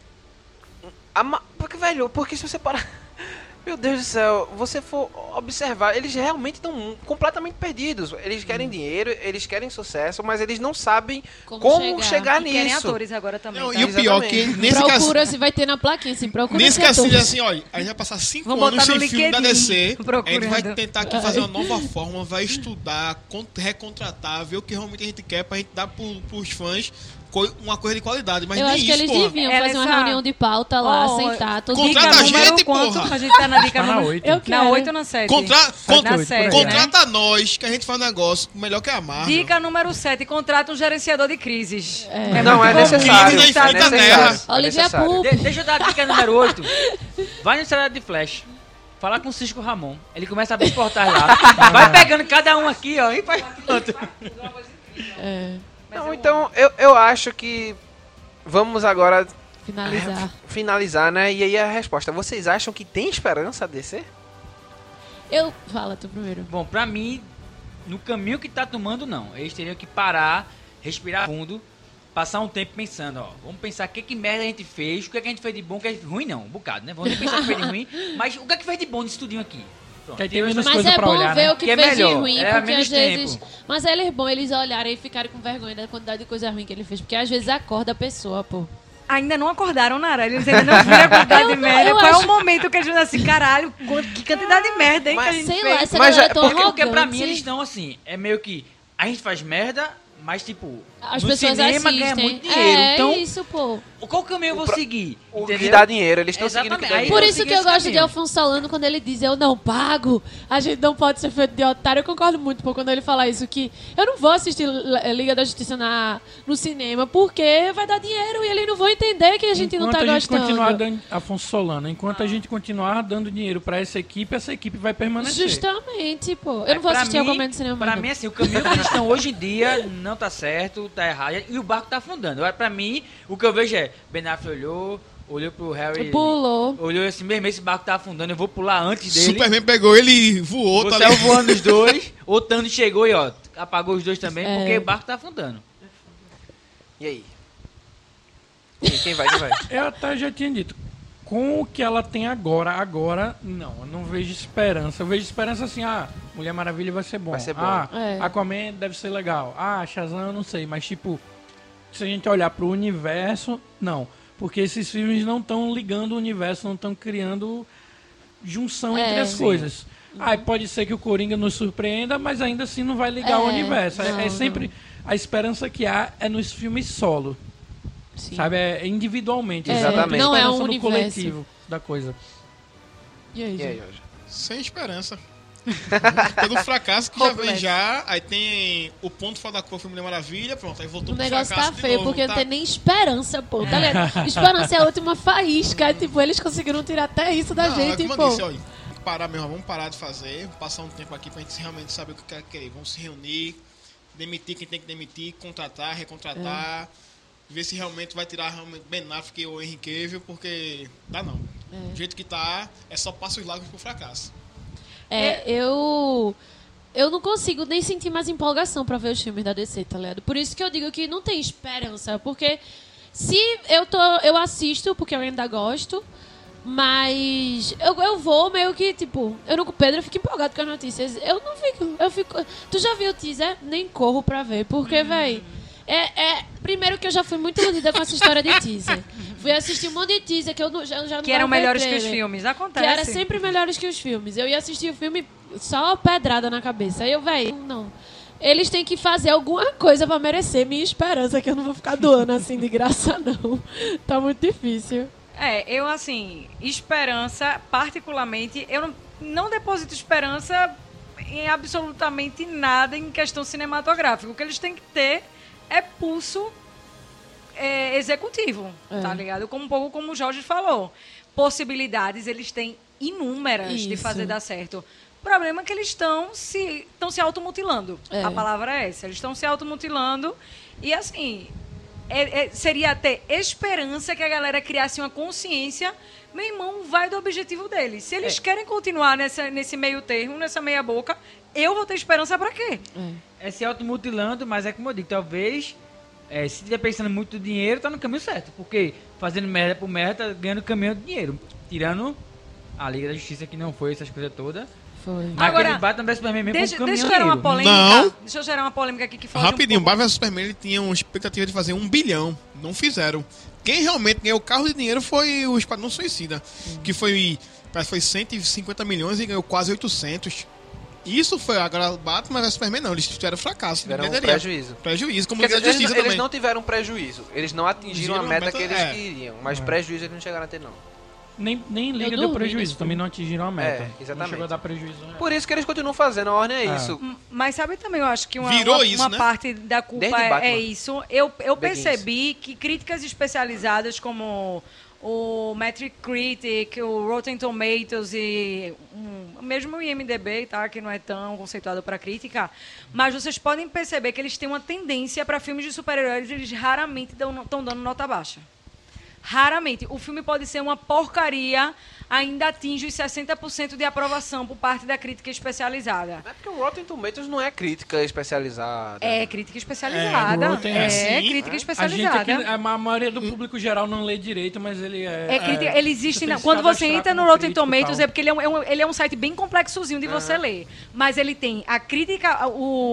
Porque se você parar... Meu Deus do céu, você for observar, eles realmente estão completamente perdidos. Eles querem dinheiro, eles querem sucesso, mas eles não sabem como chegar E querem nisso. atores agora também. Não, tá? e o pior é que nesse Procura caso. se vai ter na plaquinha, assim, procura Nesse esse caso, ator. assim, olha, a gente vai passar 5 Vamos anos botar no sem filme da LinkedIn, DC. A gente procurando. vai tentar aqui fazer uma nova forma, vai estudar, recontratar, ver o que realmente a gente quer pra gente dar pros fãs uma coisa de qualidade. Mas Eu nem acho que isso, eles porra. deviam Ela fazer uma essa- reunião de pauta lá, Ó, sentar, todo Contrata Dica a número gente, quanto? porra. A gente tá na dica Tá na número... 8. Eu Na quero. 8 ou na 7? Contra- Na 7, Contrata nós, que a gente faz um negócio melhor que a Marvel. Dica número 7, contrata um gerenciador de crises. Não, é muito bom. necessário. Crise na É infinita necessário. terra. É Olivia necessário. Pope. Deixa eu dar a dica número 8. Vai no cenário de Flash. Falar com o Cisco Ramon. Ele começa a abrir portais lá. Vai pegando cada um aqui, ó. E vai. Não, então, eu acho que vamos agora finalizar, né? E aí a resposta. Vocês acham que tem esperança a DC? Fala tu primeiro. Bom, pra mim, no caminho que tá tomando, não. Eles teriam que parar, respirar fundo, passar um tempo pensando, ó. Vamos pensar o que merda a gente fez, o que a gente fez de bom, o que a gente... Ruim não, um bocado, né? Vamos nem pensar o que fez de ruim, mas o que fez de bom nesse estudinho aqui? Pronto. Que aí tem menos Mas coisa é pra bom olhar, ver né? o que Que é fez melhor, de ruim, é, porque menos às vezes... tempo. Mas é bom eles olharem e ficarem com vergonha da quantidade de coisa ruim que ele fez, porque às vezes acorda a pessoa, pô. Ainda não acordaram, Nara. Eles ainda não viram a quantidade de merda. eu Qual é acho- o momento que eles dizem assim, caralho, que quantidade de merda, hein, que a gente Sei fez? lá, essa Mas galera é tão Porque pra arrogante. mim eles estão assim, é meio que a gente faz merda, mas tipo, As no pessoas cinema assistem. ganha muito dinheiro. É Então, isso, pô. qual caminho eu vou seguir? O que Entendeu? dá dinheiro, eles estão seguindo o que Exatamente. dá Aí dinheiro. Por eu isso segui que eu esse gosto de caminho. Alfonso Solano quando ele diz eu não pago, a gente não pode ser feito de otário. Eu concordo muito pô, quando ele fala isso, que eu não vou assistir Liga da Justiça no cinema porque vai dar dinheiro e eles não vão entender que a gente não tá Enquanto a gente gostando. continuar dando... Afonso Solano, enquanto a gente continuar dando dinheiro pra essa equipe vai permanecer. Justamente, pô. Eu não vou Pra assistir mim- Aquaman no cinema. Pra mais, mim, não. assim, o caminho que eles estão hoje em dia não tá certo, tá errado, e o barco tá afundando. Agora, pra mim, o que eu vejo é, Ben Affleck olhou pro Harry, Pulou. olhou assim, mesmo esse barco tá afundando, eu vou pular antes dele. Superman pegou ele, voou, Você tá saiu ligado? voando os dois, o Thanos chegou e, ó, apagou os dois também, É. porque o barco tá afundando. E aí? Quem vai? Eu até já tinha dito. Com o que ela tem agora, não. Eu não vejo esperança. Eu vejo esperança assim, Mulher Maravilha vai ser bom. Vai ser bom. É. Aquaman deve ser legal. Shazam eu não sei. Mas, tipo, se a gente olhar pro universo, não. Porque esses filmes não estão ligando o universo, não estão criando junção entre as coisas. Aí pode ser que o Coringa nos surpreenda, mas ainda assim não vai ligar o universo. É sempre... A esperança que há é nos filmes solo. Sim. Sabe? É individualmente. Exatamente. Não é Esperança um no universo. coletivo da coisa. E aí, E aí, gente? hoje? Sem esperança. Pelo fracasso que já vem já. Aí tem o ponto fora da curva, foi Mulher Maravilha. Pronto, aí voltou O pro negócio fracasso tá de feio, novo, porque tá? não tem nem esperança, pô. Tá ligado? Esperança é a última faísca. Tipo, eles conseguiram tirar até isso da Não, gente, como pô. eu disse, olha, parar mesmo, vamos parar de fazer, passar um tempo aqui pra gente realmente saber o que quer querer. Vamos se reunir, demitir quem tem que demitir, contratar, recontratar, ver se realmente vai tirar realmente Ben Affleck ou Henry Cavill, porque dá não. Do jeito que tá, é só passa os lagos pro fracasso. Eu não consigo nem sentir mais empolgação pra ver os filmes da DC, tá ligado? Por isso que eu digo que não tem esperança, porque se eu assisto, porque eu ainda gosto, mas eu vou meio que, tipo, Pedro fica empolgado com as notícias. Eu fico. Tu já viu o teaser? Nem corro pra ver, porque, véi, primeiro que eu já fui muito iludida com essa história de teaser. Fui assistir um monte de teaser que eu já não Que eram tava melhores que trailer. os filmes. Acontece. Que era sempre melhores que os filmes. Eu ia assistir o filme só pedrada na cabeça. Aí eu, véi, não. Eles têm que fazer alguma coisa pra merecer minha esperança, que eu não vou ficar doando assim de graça, não. Tá muito difícil. Eu, assim, esperança, particularmente, eu não deposito esperança em absolutamente nada em questão cinematográfica. O que eles têm que ter é pulso executivo, tá ligado? Um pouco como o Jorge falou. Possibilidades, eles têm inúmeras de fazer dar certo. O problema é que eles estão se automutilando. A palavra é essa. Eles estão se automutilando e, assim... seria ter esperança que a galera criasse uma consciência. Meu irmão, vai do objetivo deles. Se eles querem continuar nesse meio termo, nessa meia boca, eu vou ter esperança pra quê? É se automutilando, mas é como eu digo, talvez se estiver pensando muito dinheiro, tá no caminho certo. Porque fazendo merda por merda, tá ganhando caminho de dinheiro. Tirando a Liga da Justiça, que não foi essas coisas todas. Foi. Mas Agora, aquele Batman vs Superman mesmo deixa com caminhão eu gerar uma dinheiro. polêmica. Não. Deixa eu gerar uma polêmica aqui que foge Rapidinho, um pouco. Batman vs Superman ele tinha uma expectativa de fazer 1 bilhão. Não fizeram. Quem realmente ganhou o carro de dinheiro foi o Esquadrão Suicida. Que foi 150 milhões e ganhou quase 800. Isso foi agora o Batman vs Superman não. Eles tiveram fracasso. Tiveram um prejuízo. Prejuízo, como Quer Liga dizer, da Justiça eles também. não tiveram prejuízo. Eles não atingiram a meta que eles é. queriam. Mas prejuízo eles não chegaram a ter, não. Nem Liga Eu deu dormi prejuízo, nesse também não atingiram a meta. exatamente. Não chegou a dar prejuízo, né? Por isso que eles continuam fazendo. A ordem é isso. Mas sabe também, eu acho que uma isso, né? parte da culpa Desde Batman. é isso. Eu Begins. percebi que críticas especializadas como o Metacritic, o Rotten Tomatoes e mesmo o IMDb, tá, que não é tão conceituado para crítica, mas vocês podem perceber que eles têm uma tendência para filmes de super-heróis, eles raramente estão dando nota baixa. Raramente. O filme pode ser uma porcaria, ainda atinge os 60% de aprovação por parte da crítica especializada. É porque o Rotten Tomatoes não é crítica especializada. É crítica especializada. o Rotten Crítica A especializada. gente aqui, a maioria do público geral não lê direito, mas ele Ele existe. você tem que Quando se você cadastrar entra no como Rotten crítico e Tomatoes tal. é porque ele é um site bem complexozinho de você ler. Mas ele tem a crítica,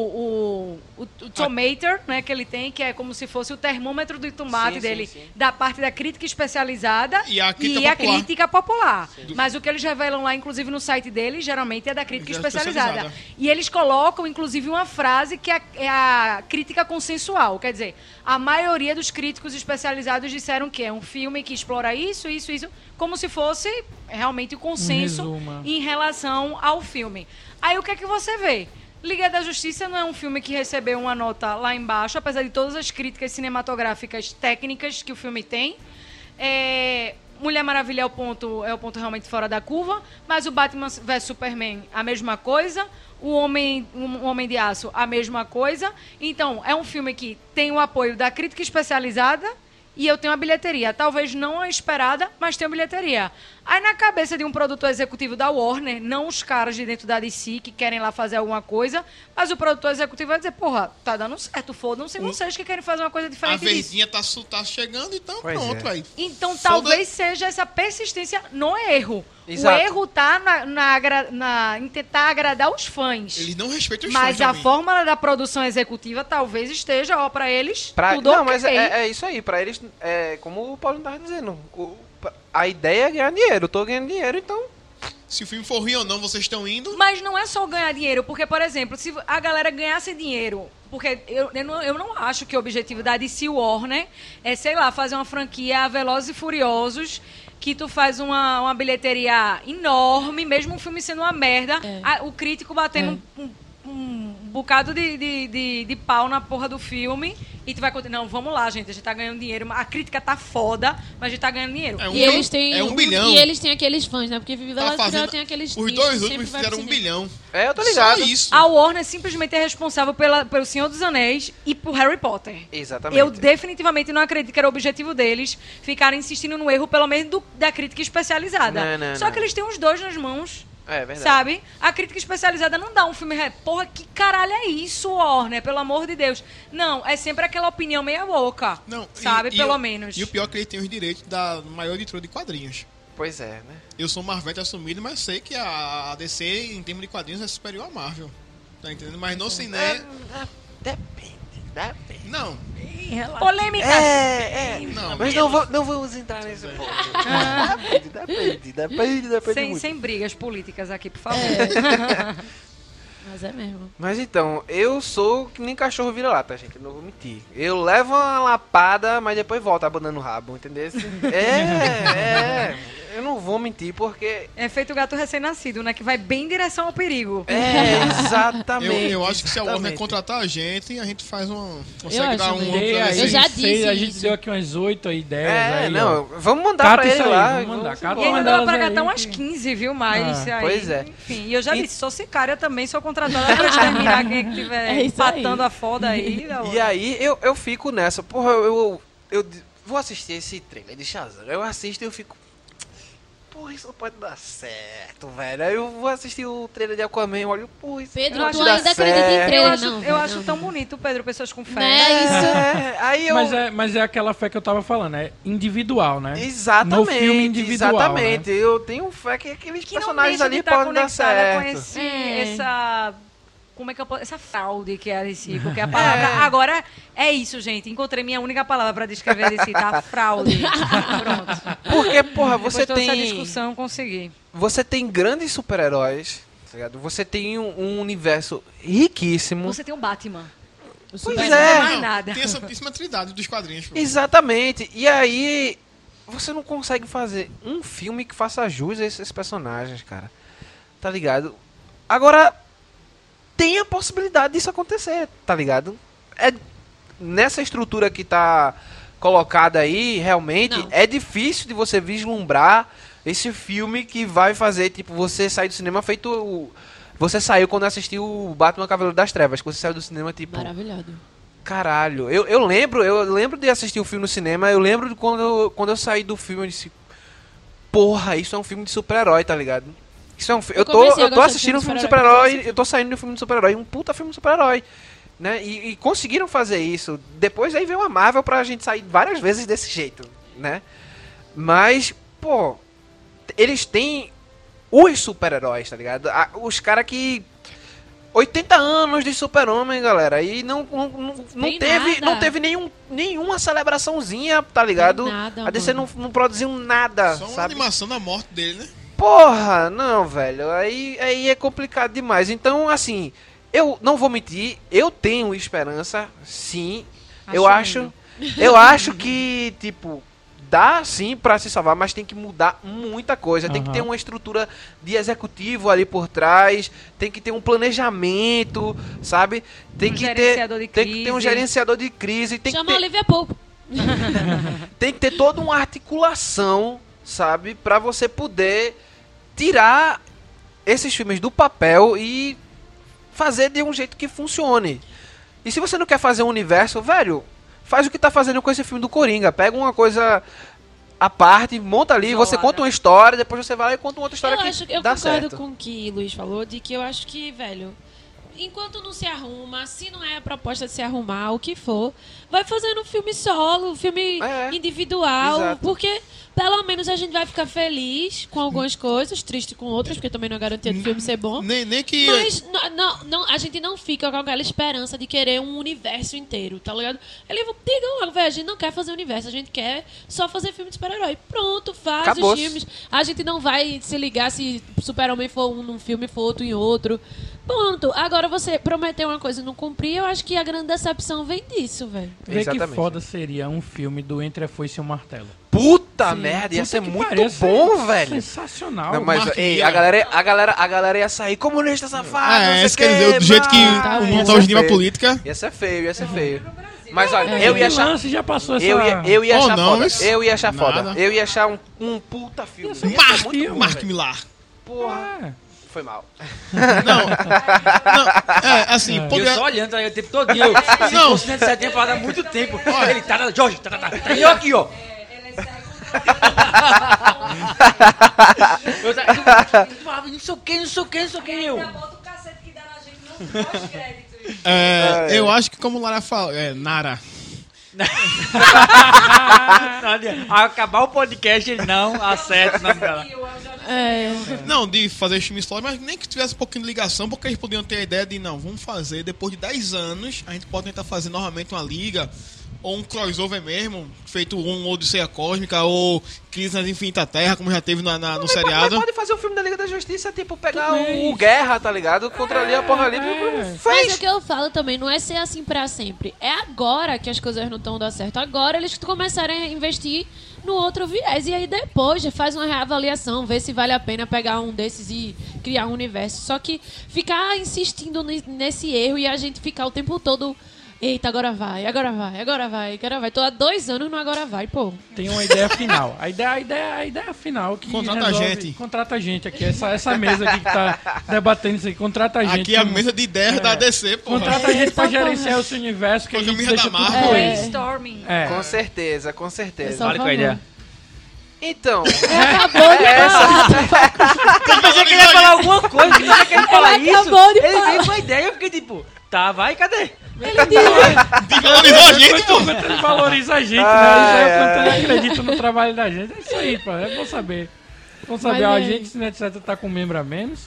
o Tomater, né, que ele tem, que é como se fosse o termômetro do tomate Sim, dele, sim. da parte da crítica especializada E a crítica a popular. crítica popular. Mas o que eles revelam lá, inclusive no site deles, geralmente é da crítica especializada. E eles colocam, inclusive, uma frase que é a crítica consensual. Quer dizer, a maioria dos críticos especializados disseram que é um filme que explora isso, como se fosse realmente o consenso resumo. em relação ao filme. Aí o que é que você vê? Liga da Justiça não é um filme que recebeu uma nota lá embaixo, apesar de todas as críticas cinematográficas técnicas que o filme tem. Mulher Maravilha é o ponto realmente fora da curva, mas o Batman vs Superman, a mesma coisa. O Homem de Aço, a mesma coisa. Então, é um filme que tem o apoio da crítica especializada e eu tenho a bilheteria. Talvez não a esperada, mas tenho a bilheteria. Aí, na cabeça de um produtor executivo da Warner, não os caras de dentro da DC que querem lá fazer alguma coisa, mas o produtor executivo vai dizer, porra, tá dando certo, fodam-se vocês que querem fazer uma coisa A diferente disso. verdinha tá chegando, então Pois pronto, é. aí. Então, talvez seja essa persistência no erro. Exato. O erro tá em tentar agradar os fãs. Eles não respeitam os fãs Mas a também. fórmula da produção executiva talvez esteja, pra eles, tudo Não, ok. mas é isso aí. Pra eles, como o Paulo estava dizendo, a ideia é ganhar dinheiro. Eu tô ganhando dinheiro, então... Se o filme for ruim ou não, vocês estão indo. Mas não é só ganhar dinheiro, porque, por exemplo, se a galera ganhasse dinheiro, porque eu não acho que o objetivo da DC Warner é, sei lá, fazer uma franquia Velozes e Furiosos que tu faz uma bilheteria enorme, mesmo o filme sendo uma merda, o crítico batendo um bocado de pau na porra do filme e tu vai continuar, não, vamos lá, gente, a gente tá ganhando dinheiro, a crítica tá foda, mas a gente tá ganhando dinheiro. Eles têm $1 bilhão. E eles têm aqueles fãs, né? Porque Viva Tá Las fazendo- tem aqueles Os nichos dois que últimos sempre vai fizeram pro $1 cinema. bilhão. Eu tô ligado. Só isso. A Warner simplesmente é responsável pelo Senhor dos Anéis e por Harry Potter. Exatamente. Eu definitivamente não acredito que era o objetivo deles ficarem insistindo no erro, pelo menos da crítica especializada. Não, Só não. que eles têm os dois nas mãos. É verdade. Sabe? A crítica especializada não dá um filme... Porra, que caralho é isso, Warner? Pelo amor de Deus. Não, é sempre aquela opinião meia boca. Não, Sabe? e Pelo o- menos. E o pior é que ele tem os direitos da maior editora de quadrinhos. Pois é, né? Eu sou Marvel assumido, mas sei que a DC, em termos de quadrinhos, é superior à Marvel. Tá entendendo? Mas no cinema... Depende. Não. Polêmica. Não. Mas não vamos entrar nesse ponto. Depende muito. Sem brigas políticas aqui, por favor. Mas é mesmo. Mas então, eu sou que nem cachorro vira-lata, gente, não vou mentir. Eu levo uma lapada, mas depois volto abanando o rabo, entendeu? Eu não vou mentir, porque... É feito gato recém-nascido, né? Que vai bem em direção ao perigo. Exatamente. Eu acho que se a Warner exatamente. contratar a gente consegue acho dar um também. outro... Eu já Seis, disse a gente isso. deu aqui umas 8 aí, 10 aí, não, ó. vamos mandar Cata pra ele isso aí, lá. vamos mandar. vamos Cata E ainda uma dava delas pra aí catar umas que- 15, viu? Mais aí. Pois é. Enfim, e eu já disse, sou sicária também, sou contratada pra exterminar quem é que estiver É isso aí. empatando a foda aí. E aí eu fico nessa, porra, eu vou assistir esse trailer de Shazam. Eu assisto e eu fico... Porra, isso não pode dar certo, velho. Aí eu vou assistir o trailer de Aquaman e olho, porra, isso Pedro, não tu vai dar ainda acredita em certo. trailer, Eu não? acho não. tão bonito, Pedro, pessoas com fé. Não é isso? Aí eu... Mas é aquela fé que eu tava falando, é individual, né? Exatamente, No filme individual, exatamente. né? Eu tenho fé que aqueles Que não personagens deixa ali de estar podem dar conectada certo. com essa... Como é que eu posso... Essa fraude que é a DC, porque a palavra... Agora, é isso, gente. Encontrei minha única palavra pra descrever a DC, tá? Fraude. Pronto. Porque, porra, você Depois de toda essa tem... discussão, consegui. Você tem grandes super-heróis, tá ligado? Você tem um universo riquíssimo. Você tem um Batman. Pois Não é. mais nada. Tem essa trinidade dos quadrinhos. Pô. Exatamente. E aí, você não consegue fazer um filme que faça jus a esses personagens, cara. Tá ligado? Agora, tem a possibilidade disso acontecer, tá ligado? Nessa estrutura que tá colocada aí, realmente, Não. é difícil de você vislumbrar esse filme que vai fazer, tipo, você sair do cinema feito... Você saiu quando assistiu o Batman Cavaleiro das Trevas, que você saiu do cinema, tipo... Maravilhoso. Caralho, eu lembro de assistir o filme no cinema, eu lembro de quando eu saí do filme, eu disse, porra, isso é um filme de super-herói, tá ligado? Isso é um eu tô comecei a gostar de assistindo um filme de super-herói, super-herói, eu tô saindo de um filme de super-herói, um puta filme de super-herói, né? E conseguiram fazer isso. Depois aí veio a Marvel pra gente sair várias vezes desse jeito, né? Mas, pô, eles têm os super-heróis, tá ligado? Os caras que 80 anos de Super-Homem, galera. E não teve nenhuma celebraçãozinha, tá ligado? Tem nada, a DC mano. não produziu nada, Só uma sabe? animação da morte dele, né? Porra, não, velho. Aí é complicado demais. Então, assim, eu não vou mentir, eu tenho esperança, sim. Eu acho que, tipo, dá sim pra se salvar, mas tem que mudar muita coisa. Tem que ter uma estrutura de executivo ali por trás, tem que ter um planejamento, sabe? Tem que ter um gerenciador de crise, tem Chama que a ter, Olivia Pope. tem que ter toda uma articulação, sabe? Pra você poder tirar esses filmes do papel e fazer de um jeito que funcione. E se você não quer fazer um universo, velho, faz o que tá fazendo com esse filme do Coringa. Pega uma coisa à parte, monta ali, você conta uma história, depois você vai lá e conta uma outra história Eu dá concordo certo. com o que o Luiz falou, de que eu acho que, velho, enquanto não se arruma, se não é a proposta de se arrumar, o que for, vai fazendo filme solo, filme individual, exato. porque pelo menos a gente vai ficar feliz com algumas coisas, triste com outras, porque também não é garantia do filme ser bom. Nem que... Mas não, a gente não fica com aquela esperança de querer um universo inteiro, tá ligado? Ele diga logo, velho, a gente não quer fazer universo, a gente quer só fazer filme de super-herói. Pronto, faz Acabou. os filmes. A gente não vai se ligar se Super-Homem for um num filme, for outro em outro. Ponto. Agora você prometeu uma coisa e não cumprir, eu acho que a grande decepção vem disso, velho. Vê que Exatamente. foda seria um filme do Entre a Foice e o Martelo. Puta Puta merda, ia Puta ser que muito pariu, bom, velho. Sensacional. Não, mas Mark ei, Miller. a galera ia sair comunista safado. não sei Isso o quer quê, dizer, do jeito que blá. o Ia mundo ser tá hoje em dia feio. política. Ia ser feio. Mas olha, É, eu ia que achar. lance já passou essa... Eu ia Oh, achar não, foda. isso- Eu ia achar foda. nada. Eu ia achar um puta filme. Ia ser Mark, muito bom, Mark velho. Millar. Porra. Foi mal. Não, assim, Eu poderia... só olhando aí o tempo todo. Se Não. fosse dentro de 7 tinha falado há muito tempo. Olha, ele tá, Jorge, tá. E eu aqui, ó. Eu falava, não sei o que, eu. Bota o cacete que dá na gente, não faz crédito. eu acho que como Lara falou... Nara. Ao acabar o podcast, ele não acerta o nome dela. Não, de fazer filme histórico, mas nem que tivesse um pouquinho de ligação, porque eles poderiam ter a ideia de, não, vamos fazer, depois de 10 anos, a gente pode tentar fazer novamente uma liga, ou um crossover mesmo, feito um Odisseia Cósmica, ou Crise nas Infinitas Terra, como já teve no seriado. Pode fazer o filme da Liga da Justiça, tipo, pegar o Guerra, tá ligado? Contra ali a Apocalipse. Mas Fez. o que eu falo também não é ser assim pra sempre. É agora que as coisas não estão dando certo. Agora eles começarem a investir no outro viés. E aí depois faz uma reavaliação, vê se vale a pena pegar um desses e criar um universo. Só que ficar insistindo nesse erro e a gente ficar o tempo todo... Eita, agora vai. Tô há 2 anos no agora vai, pô. Tem uma ideia final. A ideia final que Contrata resolve- a gente. Contrata a gente aqui. Essa mesa aqui que tá debatendo isso aí. Contrata a gente. Aqui é a mesa de ideias da DC, porra. Contrata a gente pra gerenciar esse universo que a gente Camisa deixa da tudo Marvel. com ele. Brainstorming. É. Com certeza. É só Olha qual a ideia. Então, Acabou de falar. Eu pensei que ele ia falar alguma coisa, que ele ia falar Ele isso. acabou de Ele falar. veio com a ideia, eu fiquei tipo, tá, vai, cadê? Ele disse... Desvalorizou a gente, pô. Quanto ele valoriza a gente, né? Isso aí é o quanto ele acredita no trabalho da gente. É isso aí, pô. É bom saber. Bom saber, Mas ó, a é. gente, se etc, tá com um membro a menos.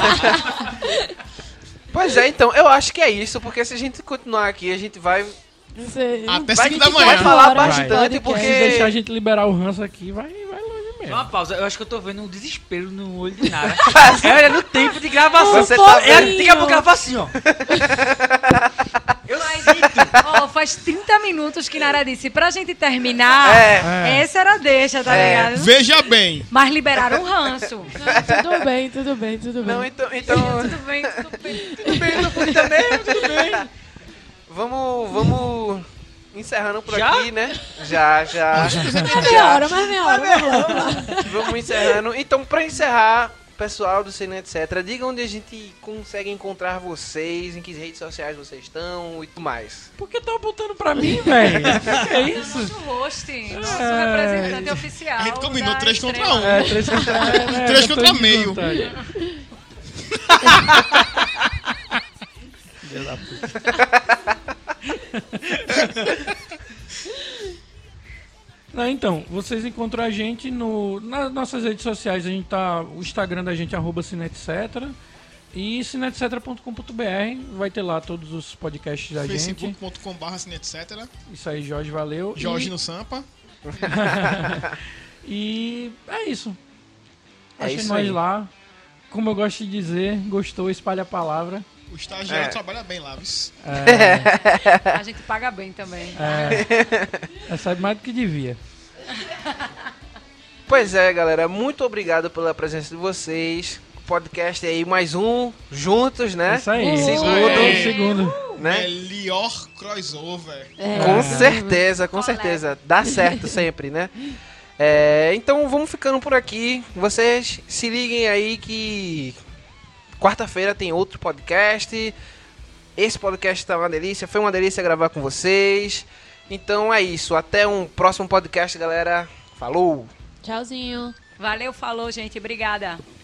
pois é, então, eu acho que é isso, porque se a gente continuar aqui, a gente vai Até Vai 5 da manhã. vai falar Vai. bastante, Se porque... deixar a gente liberar o ranço aqui, vai longe Só mesmo. uma pausa, eu acho que eu tô vendo um desespero no olho de Nara. É no tempo de gravação. Você tá vendo? Daqui a pouco ela fala assim, ó. Eu Ó, faz 30 minutos que Nara disse pra gente terminar. É. Essa era a deixa, tá ligado? Veja bem. Mas liberaram o ranço. Tudo bem. Não, então... Tudo bem. Tudo bem, tudo bem. Vamos encerrando por Já? aqui, né? Já. Mais meia hora. Vamos encerrando. Então, pra encerrar, pessoal do Cine Etc, diga onde a gente consegue encontrar vocês, em que redes sociais vocês estão e tudo mais. Por que tá apontando pra mim, velho? Que é isso? Nosso host, nosso representante oficial. A gente combinou da 3 contra Estrela. 1. É, 3 contra 3 contra meio. Filho da puta. Não, então, vocês encontram a gente nas nossas redes sociais. A gente tá. O Instagram da gente é @cineetcetera e cineetcetera.com.br. Vai ter lá todos os podcasts da gente. Facebook.com/etc. Isso aí, Jorge, valeu. Jorge E- no Sampa. E é isso. É Achei isso nós aí. lá. Como eu gosto de dizer, gostou, espalha a palavra. O estagiário trabalha bem lá, viu? A gente paga bem também. Sabe mais do que devia. Pois é, galera, muito obrigado pela presença de vocês. Podcast aí, mais um, juntos, né? Isso aí. Segundo, né? Melhor crossover. Com certeza. Dá certo sempre, né? Então vamos ficando por aqui. Vocês se liguem aí que quarta-feira tem outro podcast. Esse podcast tá uma delícia. Foi uma delícia gravar com vocês. Então é isso. Até um próximo podcast, galera. Falou! Tchauzinho. Valeu, falou, gente. Obrigada.